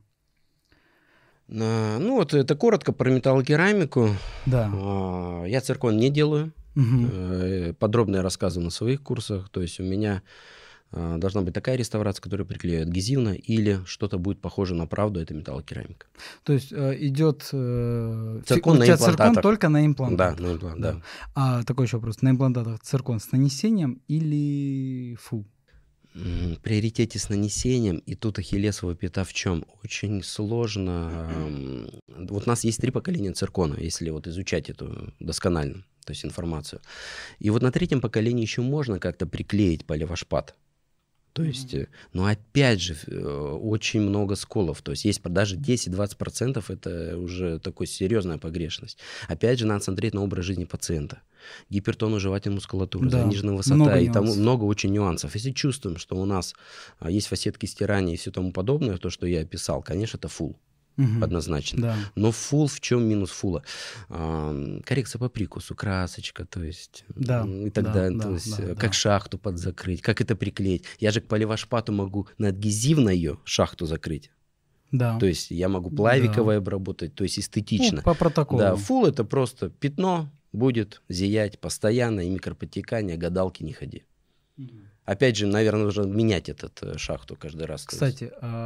Вот это коротко про металлокерамику. Да. Я циркон не делаю. Подробно я рассказываю на своих курсах. То есть у меня должна быть такая реставрация, которая приклеивает адгезивно, или что-то будет похоже на правду, это металлокерамика. То есть идет циркон на имплантатах. Циркон только на имплантатах. Да, на имплантатах. Да. А такой еще вопрос. На имплантатах циркон с нанесением или фу? В приоритете с нанесением, и тут ахиллесова пята в чем? Очень сложно. Вот у нас есть 3 поколения циркона, если вот изучать эту досконально, то есть информацию. И вот на 3-м поколении еще можно как-то приклеить поливашпат. То есть, но опять же, очень много сколов. То есть даже 10-20% это уже такая серьезная погрешность. Опять же, надо смотреть на образ жизни пациента. Гипертону жевательной мускулатуры, заниженная высота, и там много очень нюансов. Если чувствуем, что у нас есть фасетки стирания и все тому подобное, то, что я описал, конечно, это фулл. Однозначно. Да. Но фулл, в чем минус фулла? Коррекция по прикусу, красочка, то есть и так далее. То есть как шахту подзакрыть, как это приклеить. Я же к поливашпату могу на адгезивно ее шахту закрыть. Да. То есть я могу плавиковое обработать, то есть эстетично. По протоколу. Да, фулл это просто пятно будет зиять постоянно, и микроподтекания, гадалки не ходи. Опять же, наверное, нужно менять этот шахту каждый раз. Кстати,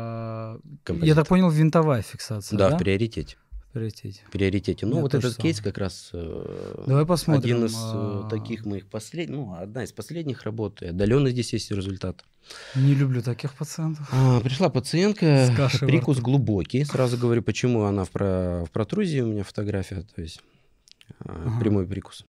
я так понял, винтовая фиксация, да? Да, в приоритете. В приоритете. Вот этот кейс как раз Давай посмотрим. Один из таких моих последних, одна из последних работ. Отдаленно здесь есть результат. Не люблю таких пациентов. Пришла пациентка, прикус глубокий. Сразу говорю, почему она в протрузии, у меня фотография, то есть прямой прикус.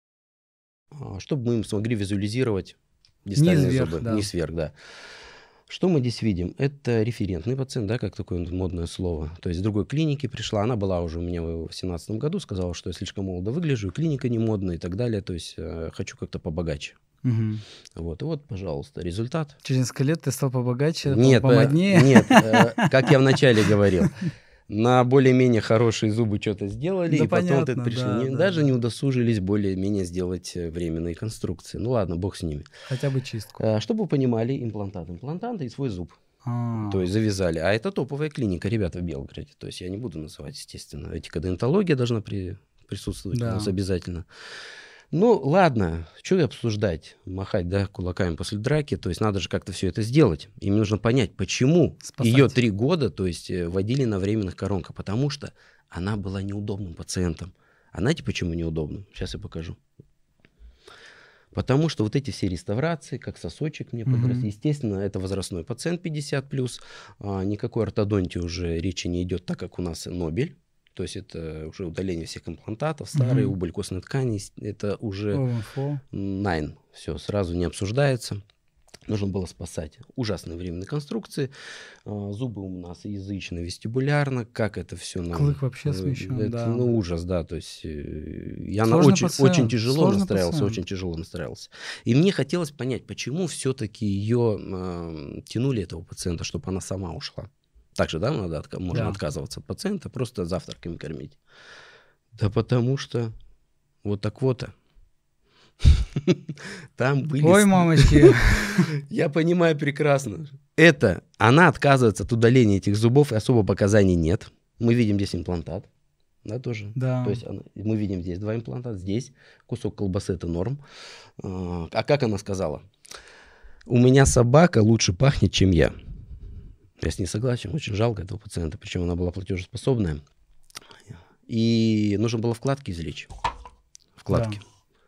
Чтобы мы смогли визуализировать дистальные зубы. Не сверх, да. Что мы здесь видим? Это референтный пациент, да, как такое модное слово. То есть с другой клиники пришла. Она была уже у меня в 2017 году, сказала, что я слишком молодо выгляжу, клиника не модная и так далее. То есть хочу как-то побогаче. Вот, и вот, пожалуйста, результат. Через несколько лет ты стал побогаче, нет, помоднее? Нет, как я вначале говорил. На более-менее хорошие зубы что-то сделали, и потом вот это пришли. Даже не удосужились более-менее сделать временные конструкции. Ну ладно, бог с ними. Хотя бы чистку. Чтобы вы понимали, имплант и свой зуб. То есть завязали. А это топовая клиника, ребята, в Белгороде. То есть я не буду называть, естественно. Этикодонтология должна присутствовать у нас обязательно. Ну, ладно, что обсуждать, махать, да, кулаками после драки, то есть надо же как-то все это сделать. Им нужно понять, почему ее 3 года, то есть водили на временных коронках, потому что она была неудобным пациентом. А знаете, почему неудобным? Сейчас я покажу. Потому что вот эти все реставрации, как сосочек мне подрос, естественно, это возрастной пациент 50+, никакой ортодонтии уже речи не идет, так как у нас Нобель. То есть это уже удаление всех имплантатов, старые, убыль костной ткани, это уже 9, все, сразу не обсуждается. Нужно было спасать ужасные временные конструкции. Зубы у нас язычно, вестибулярно, как это все нам... Клык вообще смещен, это, ужас, да, то есть я очень тяжело настраивался. И мне хотелось понять, почему все-таки ее тянули, этого пациента, чтобы она сама ушла. Так же, да, можно отказываться от пациента, просто завтраками кормить. Да потому что вот так вот. Там были... Ой, мамочки. Я понимаю прекрасно. Она отказывается от удаления этих зубов, и особо показаний нет. Мы видим здесь имплантат. Да, тоже. Да. То есть мы видим здесь 2 имплантата, здесь кусок колбасы, это норм. А как она сказала? У меня собака лучше пахнет, чем я. Я с ней согласен, очень жалко этого пациента, причем она была платежеспособная. И нужно было вкладки извлечь. Вкладки. Да.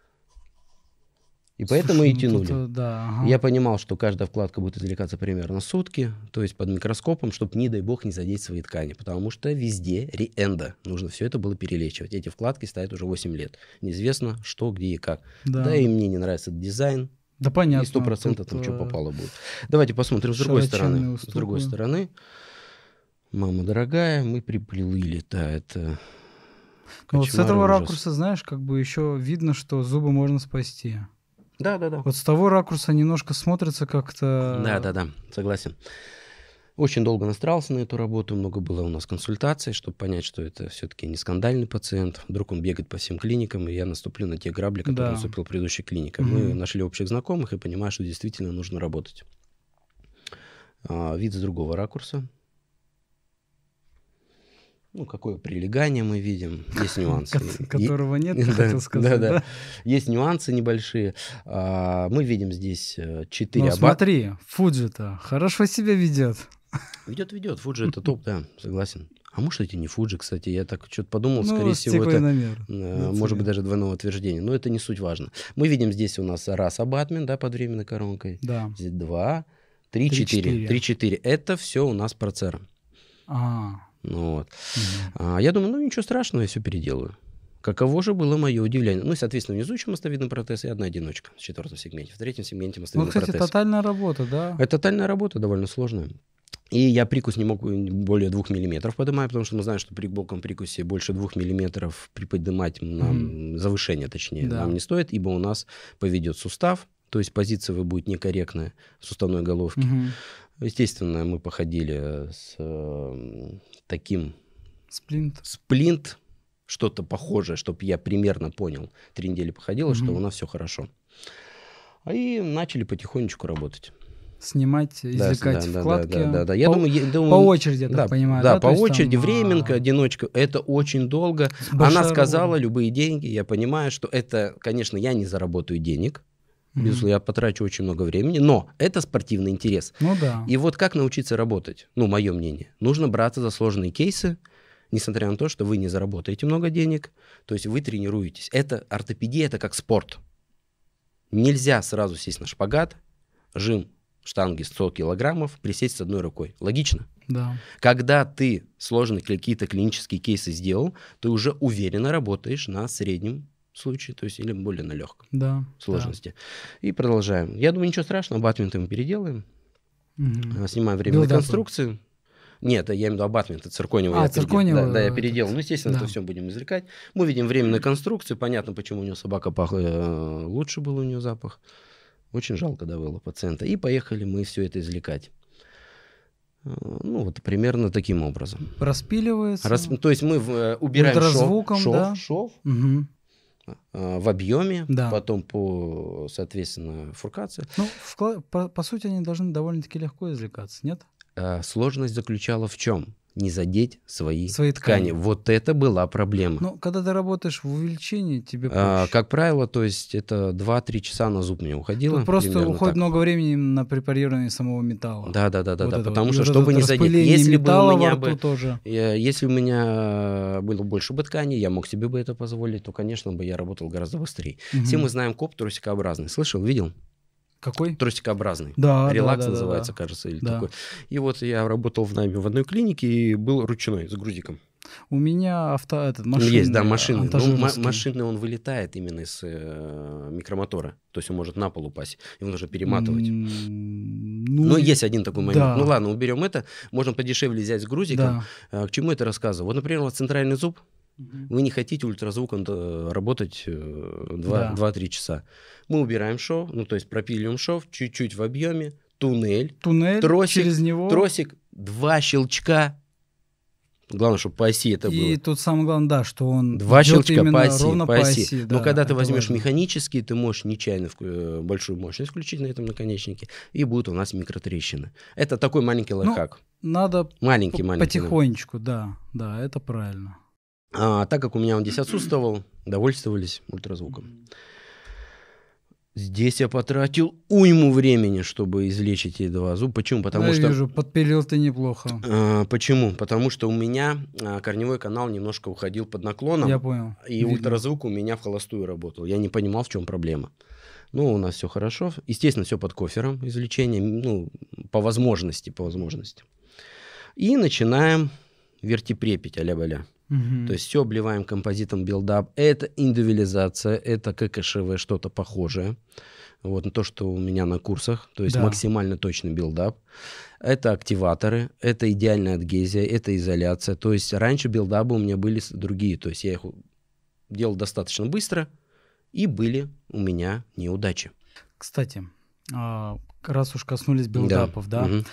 И поэтому и тянули. Ага. Я понимал, что каждая вкладка будет извлекаться примерно сутки, то есть под микроскопом, чтобы, не дай бог, не задеть свои ткани. Потому что везде риэндо. Нужно все это было перелечивать. Эти вкладки стоят уже 8 лет. Неизвестно, что, где и как. Да и мне не нравится этот дизайн. Да понятно. И 100% там что попало будет. Давайте посмотрим с другой стороны. С другой стороны. Мама дорогая, мы приплыли. Да, это... Вот с этого ракурса, знаешь, как бы еще видно, что зубы можно спасти. Да. Вот с того ракурса немножко смотрится как-то... Да, согласен. Очень долго настраивался на эту работу, много было у нас консультаций, чтобы понять, что это все-таки не скандальный пациент. Вдруг он бегает по всем клиникам, и я наступлю на те грабли, которые наступил в предыдущей клинике. Мы нашли общих знакомых и понимаем, что действительно нужно работать. Вид с другого ракурса. Ну, какое прилегание мы видим. Есть нюансы. Которого нет, хотел сказать. Да. Есть нюансы небольшие. Мы видим здесь 4 Ну, смотри, Фуджи-то хорошо себя ведет. Ведет. Фуджи это топ, да, согласен. А может, это не Фуджи, кстати. Я так что-то подумал, скорее всего, это может быть даже двойное утверждение. Но это не суть важно. Мы видим здесь у нас раз абатмент, да, под временной коронкой. Да. Здесь 2, 3, 4. 3-4. Это все у нас процером. Ну, вот. Я думаю, ничего страшного, я все переделаю. Каково же было мое удивление. Ну, и, соответственно, внизу еще мостовидный протез и одна одиночка в 4-м сегменте. В 3-м сегменте мостовидный протез. Ну, кстати, тотальная работа, да? Это тотальная работа, довольно сложная. И я прикус не мог более 2 миллиметров поднимать, потому что мы знаем, что при глубоком прикусе больше 2 миллиметров приподнимать нам, завышение точнее, нам не стоит, ибо у нас поведет сустав, то есть позиция будет некорректная в суставной головке. Естественно, мы походили с таким... Сплинт, что-то похожее, чтобы я примерно понял. 3 недели походило, что у нас все хорошо. И начали потихонечку работать. Снимать, извлекать вкладки. Да. Я думаю, по очереди, я так понимаю. Да, по очереди, временка, одиночка. Это очень долго. Она сказала, любые деньги. Я понимаю, что это, конечно, я не заработаю денег. Безусловно, я потрачу очень много времени, но это спортивный интерес. Ну да. И вот как научиться работать? Ну, мое мнение. Нужно браться за сложные кейсы, несмотря на то, что вы не заработаете много денег. То есть вы тренируетесь. Это ортопедия, это как спорт. Нельзя сразу сесть на шпагат, жим штанги 100 килограммов, присесть с одной рукой. Логично? Да. Когда ты сложные какие-то клинические кейсы сделал, ты уже уверенно работаешь на среднем случае, то есть или более на легком сложности. Да. И продолжаем. Я думаю, ничего страшного, абатменты мы переделаем. Снимаем временные конструкции. Нет, я имею в виду абатмент, это циркониевый. Циркониевый. Да, я переделал. Ну, естественно, это все будем извлекать. Мы видим временную конструкцию. Понятно, почему у него собака пахла. Лучше был у нее запах. Очень жалко, да, было пациента. И поехали мы все это извлекать. Ну, вот примерно таким образом. Распиливается. То есть мы убираем шов. В объеме, потом по, соответственно, фуркации. Ну, по сути, они должны довольно-таки легко извлекаться, нет? Сложность заключала в чем? Не задеть свои ткани. Вот это была проблема. Ну, когда ты работаешь в увеличении, тебе проще. Как правило, то есть это 2-3 часа на зуб мне уходило. Тут просто уходит много времени на препарирование самого металла. Да. Потому что, чтобы не задеть, если бы у меня было больше бы ткани, я мог себе бы это позволить, то, конечно, бы я работал гораздо быстрее. Все мы знаем коп тросикообразный. Слышал, видел? Какой? Тросикообразный. Да, релакс называется, кажется, или такой. И вот я работал в найме в одной клинике и был ручной, с грузиком. У меня машинный. Есть, да, машинный. Но машинный он вылетает именно из микромотора. То есть он может на пол упасть. Его нужно перематывать. Но есть один такой момент. Да. Ну ладно, уберем это. Можно подешевле взять с грузиком. Да. К чему это рассказываю? Вот, например, вот центральный зуб. Вы не хотите ультразвуком работать 2-3 часа. Мы убираем шов, ну то есть пропиливаем шов, чуть-чуть в объеме, туннель, тросик, через него. Тросик, 2 щелчка. Главное, чтобы по оси это было. И тут самое главное, да, что он 2 щелчка именно по оси. ровно по оси. Но Да, когда ты возьмешь важно. механический, ты можешь нечаянно большую мощность включить на этом наконечнике, и будут у нас микротрещины. Это такой маленький лайфхак. Надо Маленький. потихонечку, да, это правильно. Так как у меня он здесь отсутствовал, довольствовались ультразвуком. Здесь я потратил уйму времени, чтобы излечить эти 2 зуба. Почему? Потому что... вижу, подпилил ты неплохо. Почему? Потому что у меня корневой канал немножко уходил под наклоном. Я понял. И Видно. ультразвук у меня в холостую работал. Я не понимал, в чем проблема. У нас все хорошо. Естественно, все под кофером излечение. По возможности. И начинаем вертипрепить а-ля-баля. То есть все обливаем композитом билдап. Это индивидуализация, это ККШВ, что-то похожее. Вот то, что у меня на курсах. То есть максимально точный билдап. Это активаторы, это идеальная адгезия, это изоляция. То есть раньше билдабы у меня были другие. То есть я их делал достаточно быстро, и были у меня неудачи. Кстати, раз уж коснулись билдапов,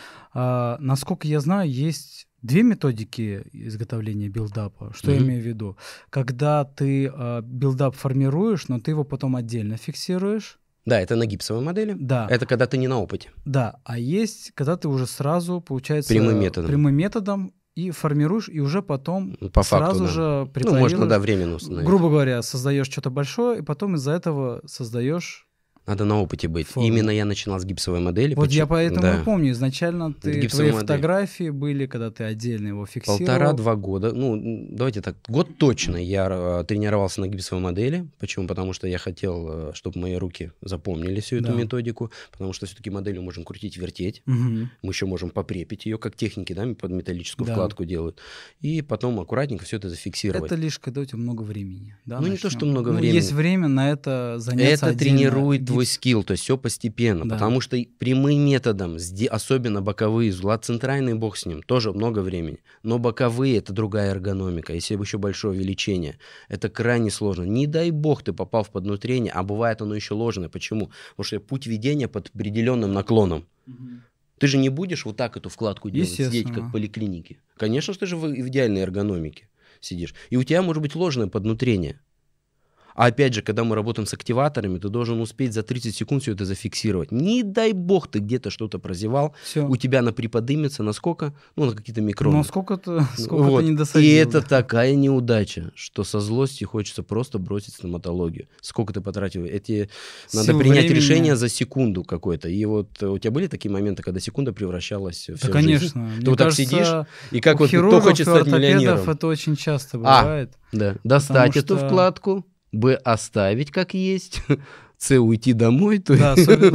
насколько я знаю, есть 2 методики изготовления билдапа. Что я имею в виду? Когда ты билдап формируешь, но ты его потом отдельно фиксируешь. Да, это на гипсовой модели. Да. Это когда ты не на опыте. Да, а есть, когда ты уже сразу, получается, прямым методом и формируешь, и уже потом по сразу факту, же препарируешь. Можно, временно установить. Грубо говоря, создаешь что-то большое, и потом из-за этого создаешь... Надо на опыте быть. Форму. Именно я начинал с гипсовой модели. Вот я поэтому и помню, изначально твои модель. фотографии были, когда ты отдельно его фиксировал. 1,5-2 года. Давайте так, год точно я тренировался на гипсовой модели. Почему? Потому что я хотел, чтобы мои руки запомнили всю эту методику, потому что все-таки модель можем крутить, вертеть. Мы еще можем попрепить ее, как техники, под металлическую вкладку делают. И потом аккуратненько все это зафиксировать. Это лишь когда у тебя много времени. Да, не то, что много времени. Есть время на это заняться. Это тренирует твой скилл, то есть все постепенно, потому что прямым методом, особенно боковые зула, центральный бог с ним, тоже много времени, но боковые — это другая эргономика, если еще большое увеличение, это крайне сложно. Не дай бог ты попал в поднутрение, а бывает оно еще ложное. Почему? Потому что путь ведения под определенным наклоном. Ты же не будешь вот так эту вкладку делать, сидеть как в поликлинике. Конечно, ты же в идеальной эргономике сидишь. И у тебя может быть ложное поднутрение. А опять же, когда мы работаем с активаторами, ты должен успеть за 30 секунд все это зафиксировать. Не дай бог ты где-то что-то прозевал, у тебя приподнимется на сколько? На какие-то микроны. Сколько-то не досадил. И это такая неудача, что со злости хочется просто бросить стоматологию. Сколько ты потратил? Надо принять решение за секунду какой-то. И вот у тебя были такие моменты, когда секунда превращалась в все конечно. Ты вот так сидишь, и как вот кто хочет стать миллионером. Это очень часто бывает. Достать эту вкладку. Б, оставить как есть. С, уйти домой. Да,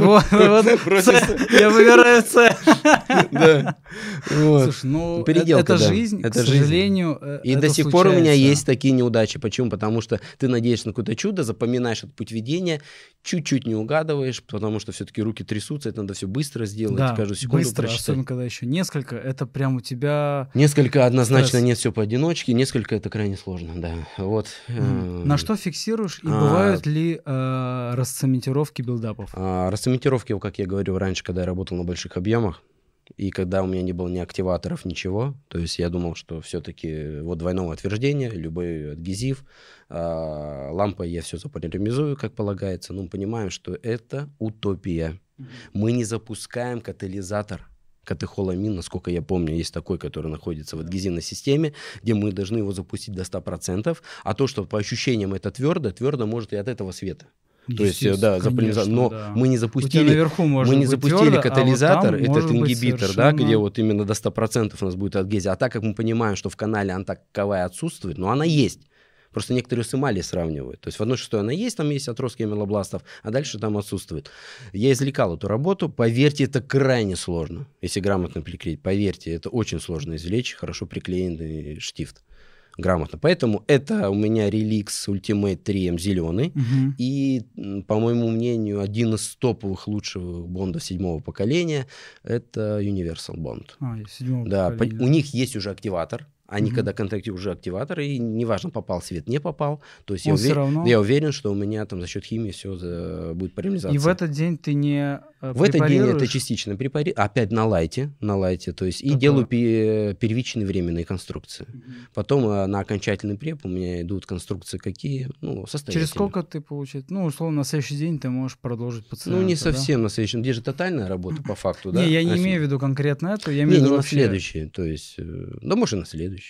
я выбираю С. Слушай, это жизнь, к сожалению. И до сих пор у меня есть такие неудачи. Почему? Потому что ты надеешься на какое-то чудо, запоминаешь этот путь ведения, чуть-чуть не угадываешь, потому что все-таки руки трясутся, это надо все быстро сделать, каждую секунду быстро, просчитать. Особенно когда еще несколько, это прям у тебя... Несколько однозначно нет, все поодиночке, несколько это крайне сложно, да. Вот. На что фиксируешь и бывают ли расцементировки билдапов? Расцементировки, как я говорил раньше, когда я работал на больших объемах, и когда у меня не было ни активаторов, ничего, то есть я думал, что все-таки двойного отверждения, любой адгезив, лампой я все заполимеризую, как полагается, но мы понимаем, что это утопия. Мы не запускаем катализатор. Катехоламин, насколько я помню, есть такой, который находится в адгезивной системе, где мы должны его запустить до 100%, а то, что по ощущениям это твердо может и от этого света. То есть, но мы не запустили катализатор, этот ингибитор, где вот именно до 100% у нас будет адгезия. А так как мы понимаем, что в канале она таковая отсутствует, но она есть. Просто некоторые с эмали сравнивают. То есть в 1/6 она есть, там есть отростки амилобластов, а дальше там отсутствует. Я извлекал эту работу. Поверьте, это крайне сложно, если грамотно приклеить. Поверьте, это очень сложно извлечь хорошо приклеенный штифт. Грамотно. Поэтому это у меня Relix Ultimate 3M зеленый. И, по моему мнению, один из топовых лучших бондов 7-го поколения — это Universal Bond. Да, у них есть уже активатор. Они когда контактируют уже активатор, и неважно, попал свет, не попал. То есть я уверен, что у меня там за счет химии все будет парализация. И в этот день ты не В этот день это частично опять на лайте, то есть и делаю первичные временные конструкции. Потом на окончательный преп у меня идут конструкции какие, состоятельные. Через сколько ты получаешь? Условно, на следующий день ты можешь продолжить пациента. Не совсем на следующий. Где же тотальная работа по факту, да? Не, я не имею в виду конкретно это, я имею в виду не на следующий, то есть, может и на следующий.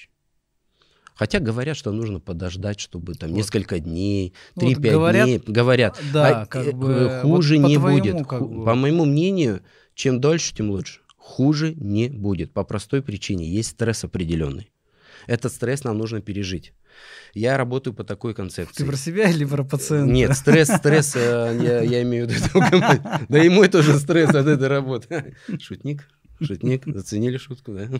Хотя говорят, что нужно подождать, чтобы там несколько дней, 3-5 дней. Говорят, да, хуже не будет. По моему мнению, чем дольше, тем лучше. Хуже не будет. По простой причине. Есть стресс определенный. Этот стресс нам нужно пережить. Я работаю по такой концепции. Ты про себя или про пациента? Нет, стресс, я имею в виду. Да и мой тоже стресс от этой работы. Шутник, заценили шутку, да?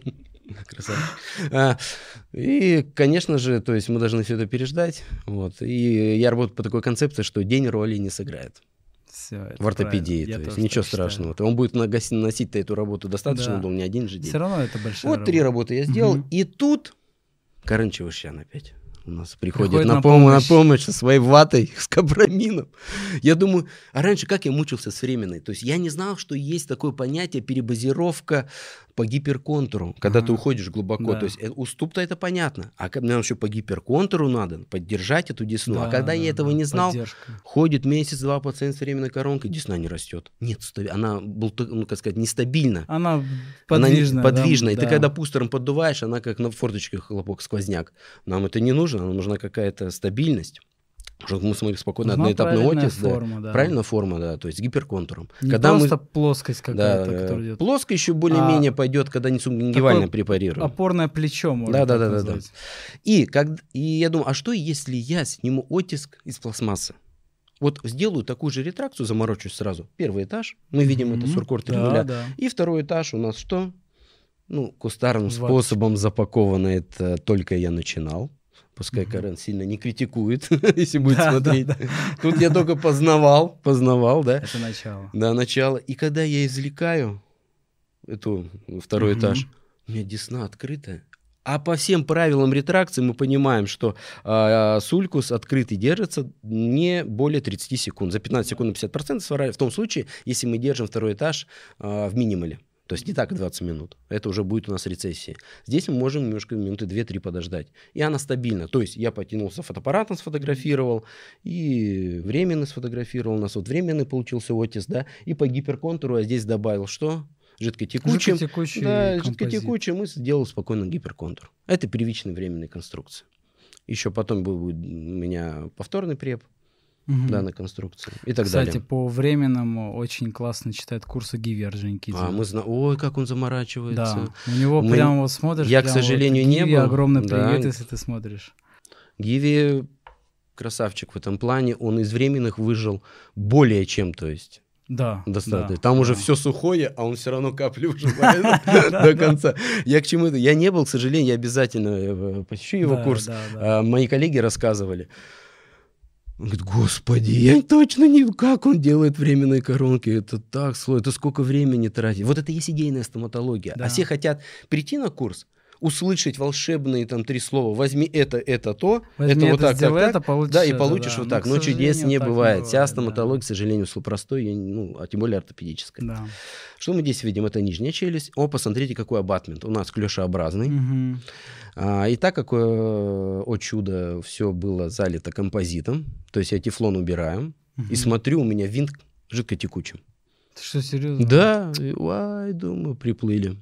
Красавчик. И, конечно же, то есть мы должны все это переждать. Вот. И я работаю по такой концепции, что день роли не сыграет. Все, в ортопедии, то есть ничего страшного. Он будет носить эту работу достаточно, был не один же день. Все равно это большая работа. 3 работы я сделал, и тут Карынчевышьян опять у нас приходит на помощь со своей ватой, с капрамином. Я думаю, а раньше как я мучился с временной? То есть я не знал, что есть такое понятие перебазировка по гиперконтуру, когда ты уходишь глубоко. Да. То есть уступ-то это понятно. А нам еще по гиперконтуру надо поддержать эту десну. Да, а когда я этого не знал, ходит месяц-два пациент с временной коронкой, десна не растет. Нет, она была, нестабильна. Она подвижная. Да, и ты когда пустером поддуваешь, она как на форточке хлопок, сквозняк. Нам это не нужно, нам нужна какая-то стабильность. Чтобы мы смогли спокойно одноэтапный отец. Правильная форма, да, то есть с гиперконтуром. Не когда просто плоскость какая-то, которая идет. Плоскость еще более-менее пойдет, когда не субгингивально препарируем. Опорное плечо, можно Да. И я думаю, а что, если я сниму оттиск из пластмассы? Вот сделаю такую же ретракцию, заморочусь сразу. Первый этаж, мы видим это суркор 3 нуля. Да. И второй этаж у нас что? Кустарным способом запаковано, это только я начинал. Пускай Карен сильно не критикует, если будет смотреть. Да. Тут я только познавал, да. Это начало. Да, начало. И когда я извлекаю эту второй этаж, у меня десна открытая. А по всем правилам ретракции мы понимаем, что сулькус открытый держится не более 30 секунд. За 15 секунд на 50% сворачивается в том случае, если мы держим второй этаж в минимале. То есть не так 20 минут. Это уже будет у нас рецессия. Здесь мы можем немножко минуты 2-3 подождать. И она стабильна. То есть я потянулся фотоаппаратом, сфотографировал, и временный сфотографировал. У нас вот временный получился оттиск, да. И по гиперконтуру я здесь добавил что? Жидкотекучим. Жидкотекучим и сделал спокойно гиперконтур. Это первичная временная конструкция. Еще потом будет у меня повторный преп. На конструкции и так далее. Кстати, по временному очень классно читает курсы Гиви Орджоникидзе. Мы знаем, ой, как он заморачивается. Да, у него прямо вот смотришь. Я, к сожалению, не был. Огромный привет, если ты смотришь. Гиви красавчик в этом плане, он из временных выжил более чем, то есть. Да. Достаточно. Там уже все сухое, а он все равно капли выжимает до конца. Я к чему-то. Я не был, к сожалению, я обязательно посещу его курс. Мои коллеги рассказывали. Он говорит, господи, я точно не... Как он делает временные коронки? Это так сложно, это сколько времени тратить. Вот это и есть идейная стоматология. Да. А все хотят прийти на курс, услышать волшебные там 3 слова. Возьми это, то. Возьми это вот так, так. Да, и получишь вот так. Но чудес не бывает. Вся стоматология, к сожалению, простой, а тем более ортопедическая. Да. Что мы здесь видим? Это нижняя челюсть. Посмотрите, какой абатмент. У нас клешеобразный. И так как, о чудо, все было залито композитом, то есть я тефлон убираю, и смотрю, у меня винт жидкотекучим. Ты что, серьезно? Да, думаю, приплыли.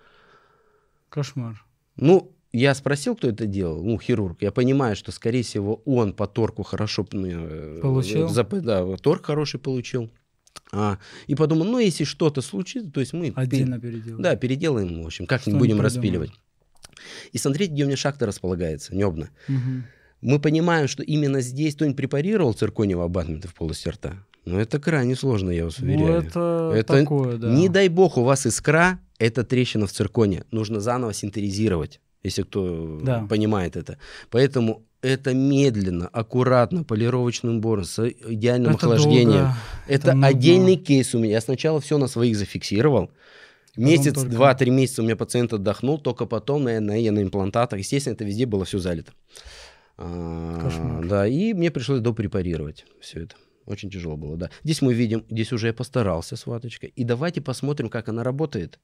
Кошмар. Я спросил, кто это делал, хирург. Я понимаю, что, скорее всего, он по торку хорошо... Получил? Торг хороший получил. И подумал, если что-то случится, то есть мы... Отдельно переделаем. Да, переделаем, в общем, как-нибудь будем распиливать. И смотрите, где у меня шахта располагается, небно. Мы понимаем, что именно здесь кто-нибудь препарировал циркониевый абатмент в полости рта. Это крайне сложно, я вас уверяю. Это такое, да. Не дай бог, у вас искра, это трещина в цирконе. Нужно заново синтеризировать, если кто понимает это. Поэтому это медленно, аккуратно, полировочным убором, с идеальным охлаждением. Это отдельный кейс у меня. Я сначала все на своих зафиксировал. Месяц, 2-3 месяца у меня пациент отдохнул, только потом я на имплантатах. Естественно, это везде было все залито. Да, и мне пришлось допрепарировать все это. Очень тяжело было, да. Здесь мы видим, здесь уже я постарался с ваточкой. И давайте посмотрим, как она работает.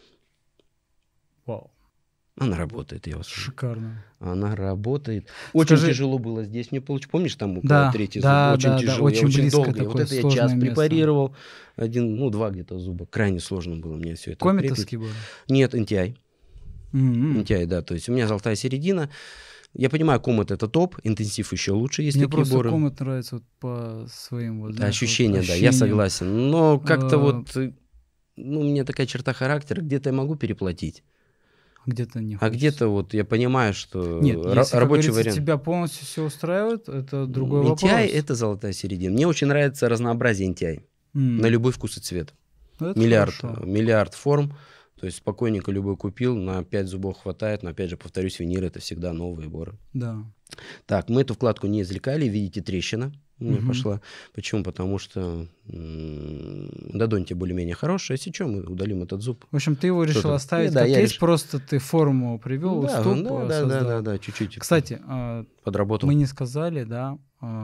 Вау. Она работает, я вас слышу. Шикарно. Она работает. Очень тяжело было здесь мне получить. Помнишь, там около третий зуб? Очень тяжело. Очень я очень долго. Вот это я час препарировал. 2 где-то зуба. Крайне сложно было мне все это. Кометовский был? Нет, NTI. NTI, да. То есть у меня золотая середина. Я понимаю, комет это топ, интенсив еще лучше, есть мне такие боры. Мне просто комет нравится вот по своим вот, да, ощущения, да, я согласен. Но как-то у меня такая черта характера, где-то я могу переплатить. Где-то не хочется. А где-то вот я понимаю, что нет, если, рабочий вариант. тебя полностью все устраивает, это другой вопрос. NTI это золотая середина. Мне очень нравится разнообразие NTI. На любой вкус и цвет. Миллиард форм. То есть спокойненько любой купил, на 5 зубов хватает, но опять же, повторюсь, винир это всегда новые боры. Да. Так, мы эту вкладку не извлекали, видите, трещина у меня пошла. Почему? Потому что додоньте более-менее хорошая, если что, мы удалим этот зуб. В общем, ты его решил оставить как есть, просто ты форму привел, уступ создал. Да, чуть-чуть. Кстати, подработал. Мы не сказали, да,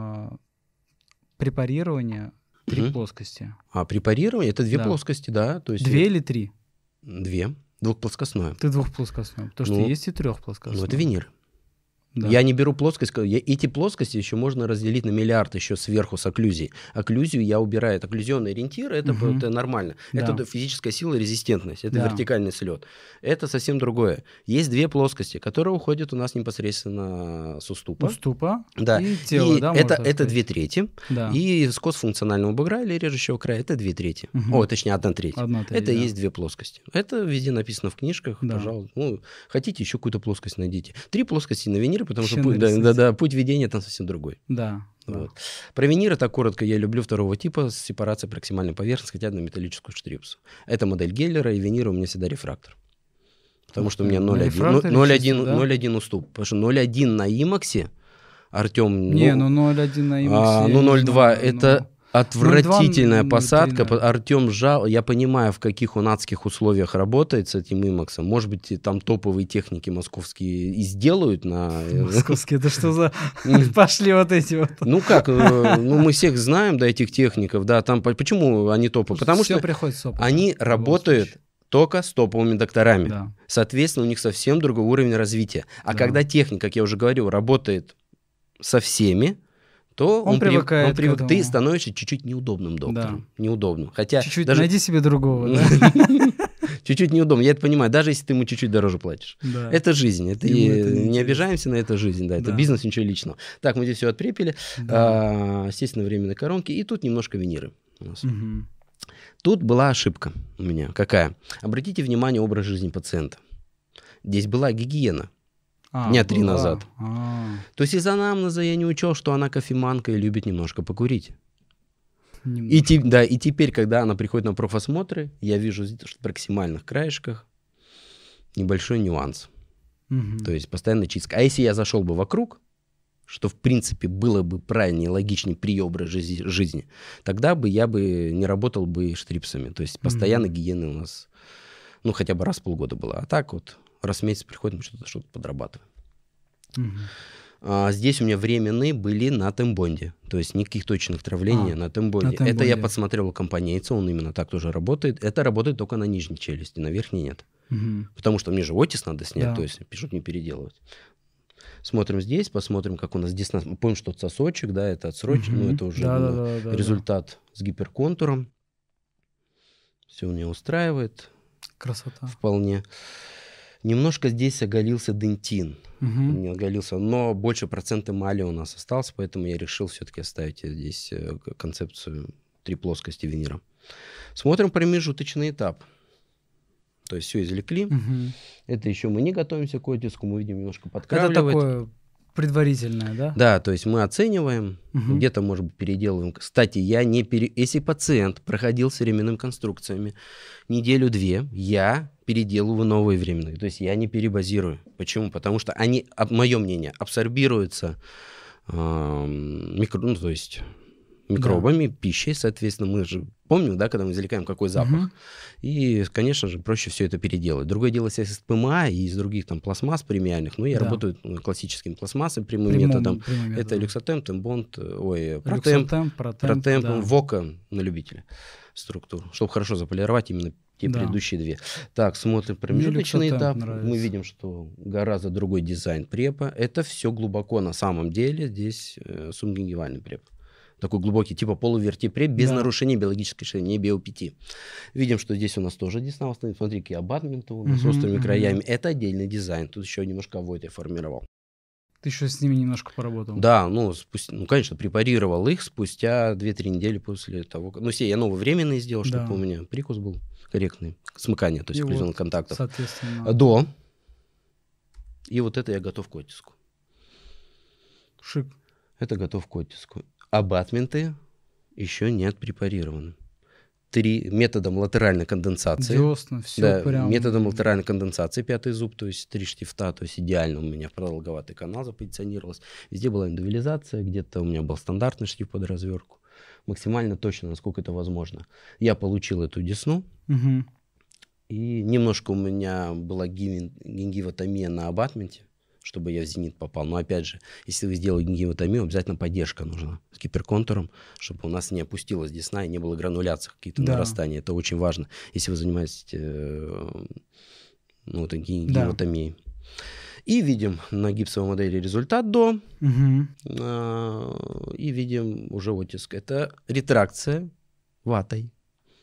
препарирование 3 плоскости. Препарирование это 2 плоскости, да. То есть 2 или 3? 2. Двухплоскостное. Ты двухплоскостное. Потому что есть и трехплоскостное. Ну, это винир. Да. Я не беру плоскость. Эти плоскости еще можно разделить на миллиард еще сверху с окклюзией. Окклюзию я убираю. Это окклюзионный ориентир, это нормально. Да. Это физическая сила и резистентность. Это вертикальный слет. Это совсем другое. Есть 2 плоскости, которые уходят у нас непосредственно с уступа. Уступа да. И тело, и да, это 2/3. Да. И скос функционального бугра или режущего края это 2/3. Точнее, 1/3. Это есть 2 плоскости. Это везде написано в книжках. Да. Пожалуйста. Хотите, еще какую-то плоскость найдите. 3 плоскости на винир, потому что путь ведения там совсем другой. Да. Вот. Про винир это коротко. Я люблю 2-го типа с сепарацией проксимальной поверхности, хотя на металлическую штрипсу. Это модель Геллера, и винир у меня всегда рефрактор. Потому что у меня 0,1 уступ. Потому что 0,1 на имаксе, Артем... 0,1 на имаксе... 0,2 это... Отвратительная посадка. Артем жал. Я понимаю, в каких он адских условиях работает с этим имаксом. Может быть, там топовые техники московские и сделают на... Московские, это что за... Пошли вот эти вот. Ну как, мы всех знаем, да, этих техников, да, там почему они топовые? Потому что они работают только с топовыми докторами. Да. Соответственно, у них совсем другой уровень развития. А когда техник, как я уже говорил, работает со всеми, то он привыкает, ты становишься чуть-чуть неудобным доктором. Да. Неудобным. Хотя чуть-чуть даже... найди себе другого. Чуть-чуть неудобно. Я это понимаю, даже если ты ему чуть-чуть дороже платишь. Это жизнь. Это не обижаемся на это жизнь. Да. Это бизнес, ничего личного. Так, мы здесь все отпрепили. Естественно, временные коронки. И тут немножко виниры у нас. Тут была ошибка у меня. Какая? Обратите внимание, образ жизни пациента. Здесь была гигиена. Дня 3 назад. То есть из анамнеза я не учел, что она кофеманка и любит немножко покурить. И теперь, когда она приходит на профосмотры, я вижу, что в проксимальных краешках небольшой нюанс. То есть постоянно чистка. А если я зашел бы вокруг, что в принципе было бы правильнее и логичнее при образе жизни, тогда бы я бы не работал бы штрипсами. То есть постоянно гигиена у нас, хотя бы раз в полгода была. А так вот раз в месяц приходим, что-то подрабатываем. Здесь у меня временные были на тембонде. То есть никаких точных травлений на тембонде. Это я подсмотрел у компанейца, он именно так тоже работает. Это работает только на нижней челюсти, на верхней нет. Потому что мне же отис надо снять, то есть пишут не переделывать. Смотрим здесь, посмотрим, как у нас здесь. Помним, что сосочек, да, это отсрочек, это уже результат с гиперконтуром. Все у меня устраивает. Красота. Вполне. Немножко здесь оголился дентин. Не оголился, но больше процент эмали у нас остался, поэтому я решил все-таки оставить здесь концепцию 3 плоскости винира. Смотрим промежуточный этап. То есть все извлекли. Это еще мы не готовимся к отиску, мы видим немножко подкравливать. Это такое предварительное, да? Да, то есть мы оцениваем, где-то, может быть, переделываем. Кстати, если пациент проходил с временными конструкциями 1-2, я переделываю новые временные. То есть я не перебазирую. Почему? Потому что они, мое мнение, абсорбируются то есть микробами, пищей, соответственно, мы же помним, да, когда мы извлекаем какой запах. И, конечно же, проще все это переделать. Другое дело, если из ПМА и из других там пластмасс премиальных, я работаю классическим пластмассой, прямым методом. Это люксотемп, тембонд, протемп, вока на любителя структуру, чтобы хорошо заполировать именно те предыдущие две. Так, смотрим промежуточный этап. Мы видим, что гораздо другой дизайн препа. Это все глубоко на самом деле. Здесь субгингивальный преп. Такой глубокий, типа полувертипреп, без нарушения биологической шейны, не биопити. Видим, что здесь у нас тоже десна установлена. Смотри, какие абатменты у нас с острыми краями. Это отдельный дизайн. Тут еще немножко Void я формировал. Ты еще с ними немножко поработал? Да, конечно, препарировал их спустя 2-3 недели после того, как... я новый временный сделал, чтобы у меня прикус был корректный, смыкание, то есть окклюзионных контактов. Соответственно. До. И вот это я готов к оттиску. Шик. Это готов к оттиску. Абатменты еще не отпрепарированы. 3 методом латеральной конденсации. Десна, все прям. Методом латеральной конденсации 5-й зуб, то есть 3 штифта, то есть идеально у меня продолговатый канал запозиционировался. Везде была индивидуализация, где-то у меня был стандартный штифт под разверку. Максимально точно, насколько это возможно. Я получил эту десну, и немножко у меня была гингивотомия на абатменте, чтобы я в зенит попал. Но опять же, если вы сделаете гингивотомию, обязательно поддержка нужна с гиперконтуром, чтобы у нас не опустилась десна и не было грануляций, какие-то нарастания. Это очень важно, если вы занимаетесь гингивотомией. И видим на гипсовой модели результат до. И видим уже оттиск. Это ретракция ватой.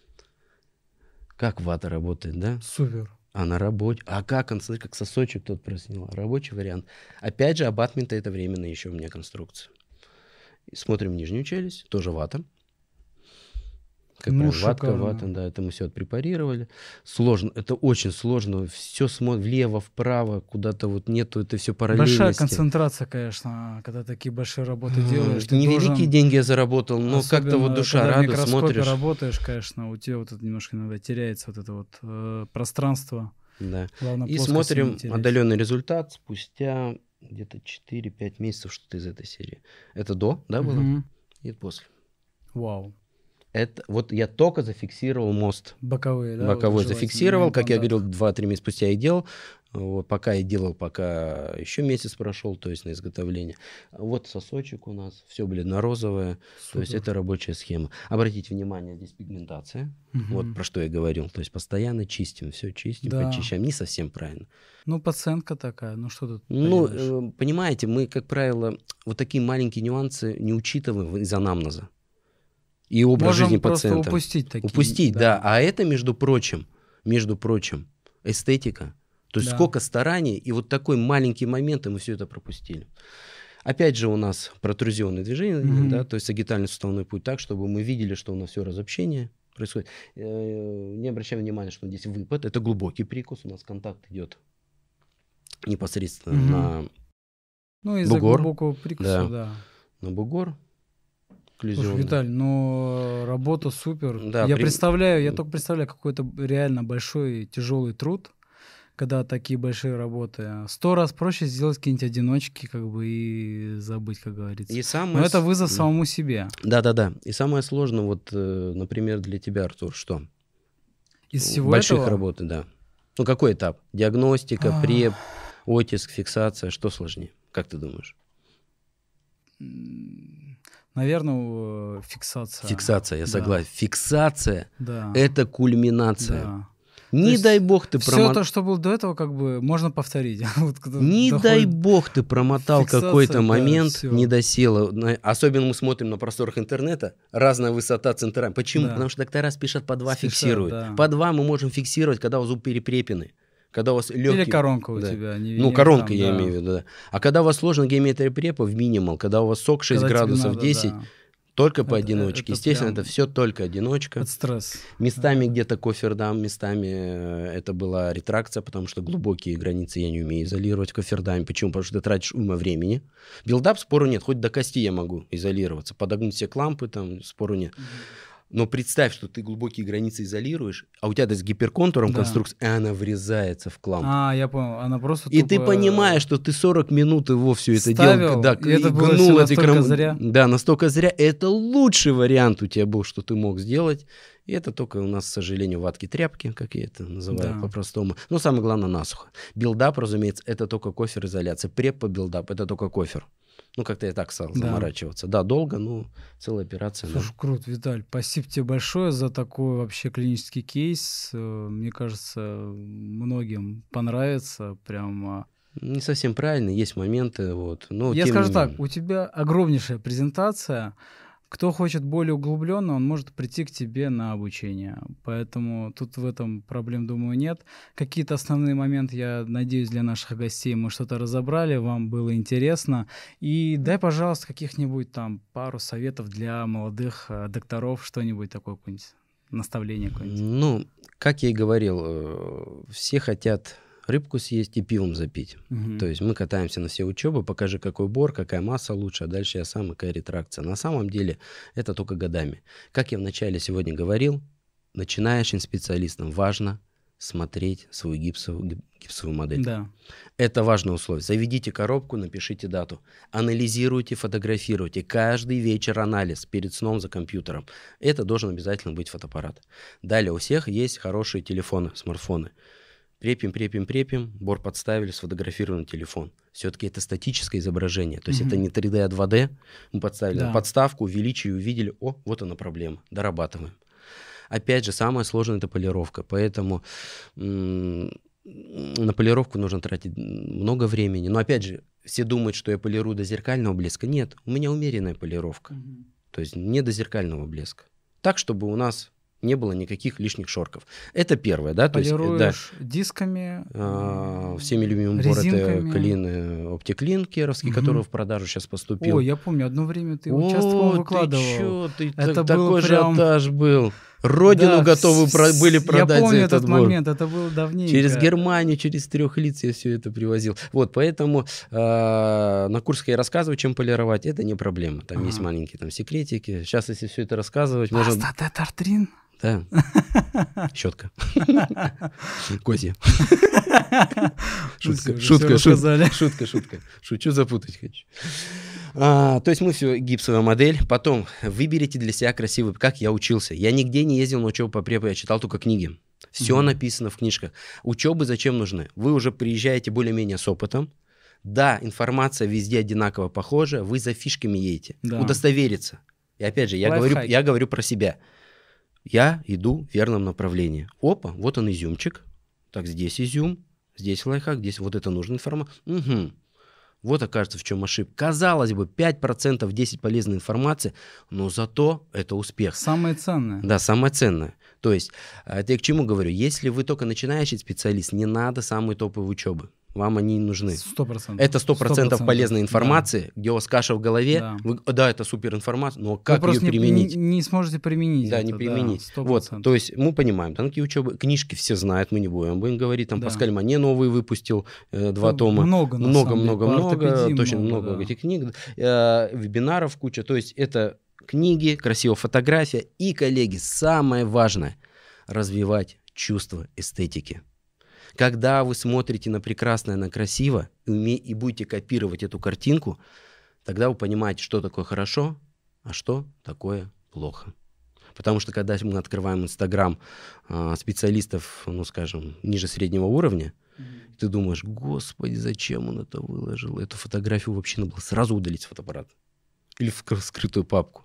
Как вата работает, да? Супер. Она рабочая. А как он, смотри, как сосочек тут проснял. Рабочий вариант. Опять же, абатменты это временная еще у меня конструкция. Смотрим нижнюю челюсть, тоже вата. Как вата, да, это мы все отпрепарировали. Сложно, это очень сложно. Все смотрим влево, вправо, куда-то вот нету, это все параллельности. Большая концентрация, конечно, когда такие большие работы делаешь. Невеликие деньги я заработал, но как-то вот душа радует, смотришь. Работаешь, конечно, у тебя вот это немножко иногда теряется вот это вот пространство. Да. Главное, и смотрим отдаленный результат спустя где-то 4-5 месяцев что-то из этой серии. Это до, да, было? И после. Вау. Это вот я только зафиксировал мост. Боковые, да? Боковой вот зафиксировал, как я говорил, 2-3 месяца спустя я делал. Вот, пока еще месяц прошел, то есть на изготовление. Вот сосочек у нас, все бледно-розовое, то есть это рабочая схема. Обратите внимание, здесь пигментация, вот про что я говорил. То есть постоянно чистим, все чистим, почищаем. Не совсем правильно. Пациентка такая, что тут понимаете, мы, как правило, вот такие маленькие нюансы не учитываем из анамнеза. И образ жизни пациента. Можем упустить такие. Упустить, да. А это, между прочим, эстетика. То есть сколько стараний, и вот такой маленький момент, и мы все это пропустили. Опять же у нас протрузионные движения, да, то есть сагитальный суставной путь, так, чтобы мы видели, что у нас все разобщение происходит. Не обращаем внимания, что здесь выпад. Это глубокий прикус, у нас контакт идет непосредственно на из-за бугор. Глубокого прикуса, да. На бугор. Слушай, Виталь, работа супер. Да, я только представляю какой-то реально большой тяжелый труд, когда такие большие работы. 100 раз проще сделать какие-нибудь одиночки, и забыть, как говорится. Но это вызов самому себе. Да. И самое сложное, например, для тебя, Артур, что? Из всего больших этого? работ, да. Какой этап? Диагностика, преп, оттиск, фиксация. Что сложнее? Как ты думаешь? Наверное, фиксация. Фиксация, я согласен. Фиксация – это кульминация. Да. Не дай бог ты промотал. Все то, что было до этого, можно повторить. Не дай бог ты промотал какой-то момент, не досело. Особенно мы смотрим на просторах интернета, разная высота центральная. Почему? Потому что доктора спешат по 2 фиксируют. Да. По 2 мы можем фиксировать, когда у вас зуб перепрепины. Когда у вас легкий... Или коронка у тебя. Коронка я имею в виду, да. А когда у вас сложная геометрия препа в минимал, когда у вас сок 6 градусов 10, только поодиночке. Естественно, это все только одиночка. Это стресс. Местами где-то кофердам, местами это была ретракция, потому что глубокие границы я не умею изолировать кофердами. Почему? Потому что ты тратишь уйма времени. Билдап спору нет, хоть до кости я могу изолироваться. Подогнуть все клампы, спору нет. Но представь, что ты глубокие границы изолируешь, а у тебя с гиперконтуром конструкция, и она врезается в кламп. Я понял. Она просто И ты понимаешь, что ты 40 минут его все это ставил, делал, и это было все настолько зря. Да, настолько зря. Это лучший вариант у тебя был, что ты мог сделать. И это только у нас, к сожалению, ватки-тряпки, как я это называю по-простому. Но самое главное, насухо. Билдап, разумеется, это только кофер-изоляция. Преп по билдап, это только кофер. Ну, как-то я так стал заморачиваться. Да, долго, но целая операция. Слушай, круто, Виталь. Спасибо тебе большое за такой вообще клинический кейс. Мне кажется, многим понравится. Прям... Не совсем правильно, есть моменты. Вот. Но, я скажу так, у тебя огромнейшая презентация. Кто хочет более углубленно, он может прийти к тебе на обучение. Поэтому тут в этом проблем, думаю, нет. Какие-то основные моменты, я надеюсь, для наших гостей мы что-то разобрали, вам было интересно. И дай, пожалуйста, каких-нибудь там пару советов для молодых докторов, что-нибудь такое, какое-нибудь наставление какое-нибудь. Ну, как я и говорил, все хотят рыбку съесть и пивом запить. То есть мы катаемся на все учебы, покажи, какой бор, какая масса лучше, а дальше я сам и какая ретракция. На самом деле это только годами. Как я вначале сегодня говорил, начинающим специалистам важно смотреть свою гипсовую модель. Да. Это важное условие. Заведите коробку, напишите дату. Анализируйте, фотографируйте. Каждый вечер анализ перед сном за компьютером. Это должен обязательно быть фотоаппарат. Далее у всех есть хорошие телефоны, смартфоны. Препим, бор подставили, сфотографирован телефон. Все-таки это статическое изображение. То есть это не 3D, а 2D. Мы подставили подставку, увеличили, увидели. О, вот она проблема. Дорабатываем. Опять же, самое сложное — это полировка. Поэтому на полировку нужно тратить много времени. Но опять же, все думают, что я полирую до зеркального блеска. Нет, у меня умеренная полировка. То есть не до зеркального блеска. Так, чтобы у нас не было никаких лишних шорков. Это первое, да? Полируешь дисками, всеми любимым бор — это клин, оптиклин кировский, который в продажу сейчас поступил. О, я помню, одно время ты его часто выкладывал. Ты такой же ажиотаж был. Родину готовы были продать. Я помню за этот бор. момент, это было давненько. Через Германию, через 3 лиц я все это привозил. Вот, поэтому на курсах я рассказываю, чем полировать. Это не проблема. Там есть маленькие там секретики. Сейчас, если все это рассказывать, можно... Паста Тартрин? Да. Щетка. Козья. Шутка. Шучу, запутать хочу. То есть мы все, гипсовая модель. Потом выберите для себя красивый, как я учился. Я нигде не ездил на учебу по препу, я читал только книги. Все написано в книжках. Учебы зачем нужны? Вы уже приезжаете более-менее с опытом. Да, информация везде одинаково похожа. Вы за фишками едете. Да. Удостовериться. И опять же, я говорю про себя. Я иду в верном направлении. Опа, вот он изюмчик. Так, здесь изюм, здесь лайфхак, здесь вот это нужная информация. Вот окажется, в чем ошибка. Казалось бы, 5%, 10% полезной информации, но зато это успех. Самое ценное. Да, самое ценное. То есть, это я к чему говорю? Если вы только начинающий специалист, не надо самые топовые учебы. Вам они нужны. 100%. Это 100% полезной информации, где у вас каша в голове. Да, это супер информация, но как ее применить? Не сможете применить. Да, не применить. Вот, то есть мы понимаем, танки учебы, книжки все знают, мы не будем говорить. Там Паскаль Мане новый выпустил 2 тома. Много, точно много этих книг. Вебинаров куча. То есть это книги, красивая фотография. И, коллеги, самое важное — развивать чувство эстетики. Когда вы смотрите на прекрасное, на красиво, и будете копировать эту картинку, тогда вы понимаете, что такое хорошо, а что такое плохо. Потому что когда мы открываем Инстаграм специалистов, ну, скажем, ниже среднего уровня, ты думаешь: господи, зачем он это выложил? Эту фотографию вообще надо было сразу удалить с фотоаппарата. Или в скрытую папку.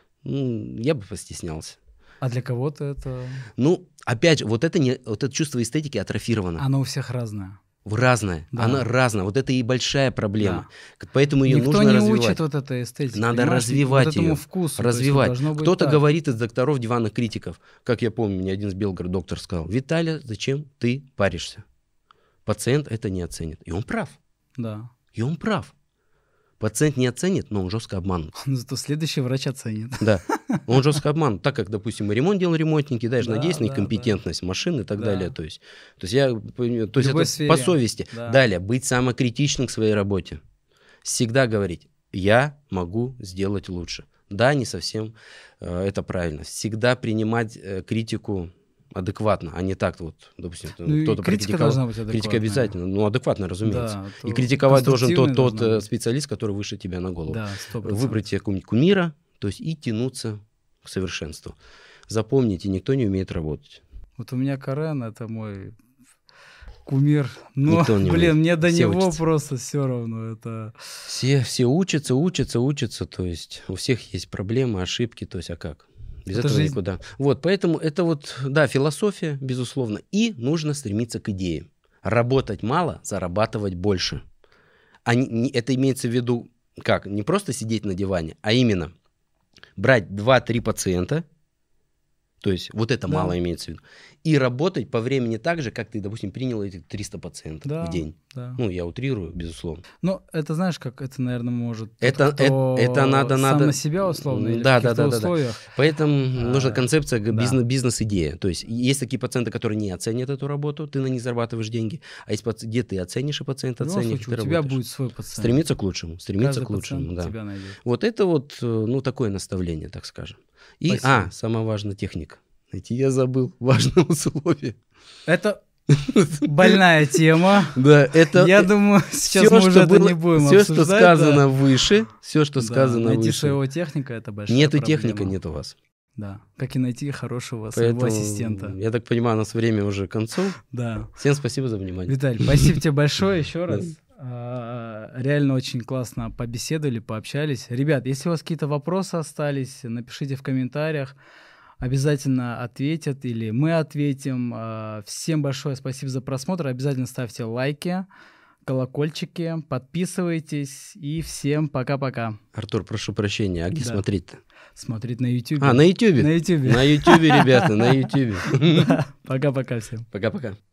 Я бы постеснялся. А для кого-то это... Ну, опять же, вот это чувство эстетики атрофировано. Оно у всех разное. Разное. Да. Она разная. Вот это и большая проблема. Да. Поэтому ее нужно развивать. Никто не учит вот этой эстетике. Надо развивать вот ее. Вкусу, развивать. Кто-то говорит из докторов, диванных критиков. Как я помню, мне один из Белгорода доктор сказал: Виталя, зачем ты паришься? Пациент это не оценит. И он прав. Да. И он прав. Пациент не оценит, но он жестко обманут. Зато следующий врач оценит. Да, он жестко обманут. Так как, допустим, мы ремонт делаем ремонтники, да, я же надеюсь на их компетентность машин и так далее. То есть это сфере. По совести. Да. Далее, быть самокритичным к своей работе. Всегда говорить: я могу сделать лучше. Да, не совсем это правильно. Всегда принимать критику адекватно, а не так вот, допустим, кто-то критика должна быть адекватная. Критика обязательно, ну, адекватно, разумеется. Да, и критиковать должен тот быть. специалист, который выше тебя на голову. Да, 100%. Выбрать себе кумира, то есть и тянуться к совершенству. Запомните, никто не умеет работать. Вот у меня Карен, это мой кумир. Но, умеет. мне до Все него учатся. просто все равно. Это... Все учатся, то есть у всех есть проблемы, ошибки, то есть а как? Без Это этого жизнь. никуда. Вот, поэтому это вот, да, философия, безусловно. И нужно стремиться к идее. Работать мало, зарабатывать больше. Это имеется в виду, как? Не просто сидеть на диване, а именно брать 2-3 пациента, то есть вот это мало имеется в виду, и работать по времени так же, как ты, допустим, принял этих 300 пациентов в день. Да. Ну, я утрирую, безусловно. Ну, это знаешь, как это, наверное, может... Это надо... Сам на себя условно или да, в каких-то условиях. Поэтому нужна концепция бизнес-идея. То есть есть такие пациенты, которые не оценят эту работу, ты на них зарабатываешь деньги, а есть где ты оценишь, и пациент оценит, у тебя будет свой пациент. Стремиться к лучшему, Каждый к лучшему, да. тебя найдет. Вот это вот, ну, такое наставление, так скажем. И, самая важная техника. Найти я забыл, важное условие. Это больная тема. Да, это... Я думаю, сейчас мы уже это не будем обсуждать. Все, что сказано выше, все, что сказано выше. Найти своего техника — это большая Нету проблема. техника, нет у вас. Да, как и найти хорошего своего ассистента. Я так понимаю, у нас время уже к концу. Да. Всем спасибо за внимание. Виталий, спасибо тебе большое еще раз. Реально очень классно побеседовали, пообщались. Ребят, если у вас какие-то вопросы остались, напишите в комментариях. Обязательно ответят или мы ответим. Всем большое спасибо за просмотр. Обязательно ставьте лайки, колокольчики, подписывайтесь. И всем пока-пока. Артур, прошу прощения, а где смотреть-то? Смотреть на YouTube. На YouTube? На YouTube. На YouTube, ребята, на YouTube. Пока-пока всем. Пока-пока.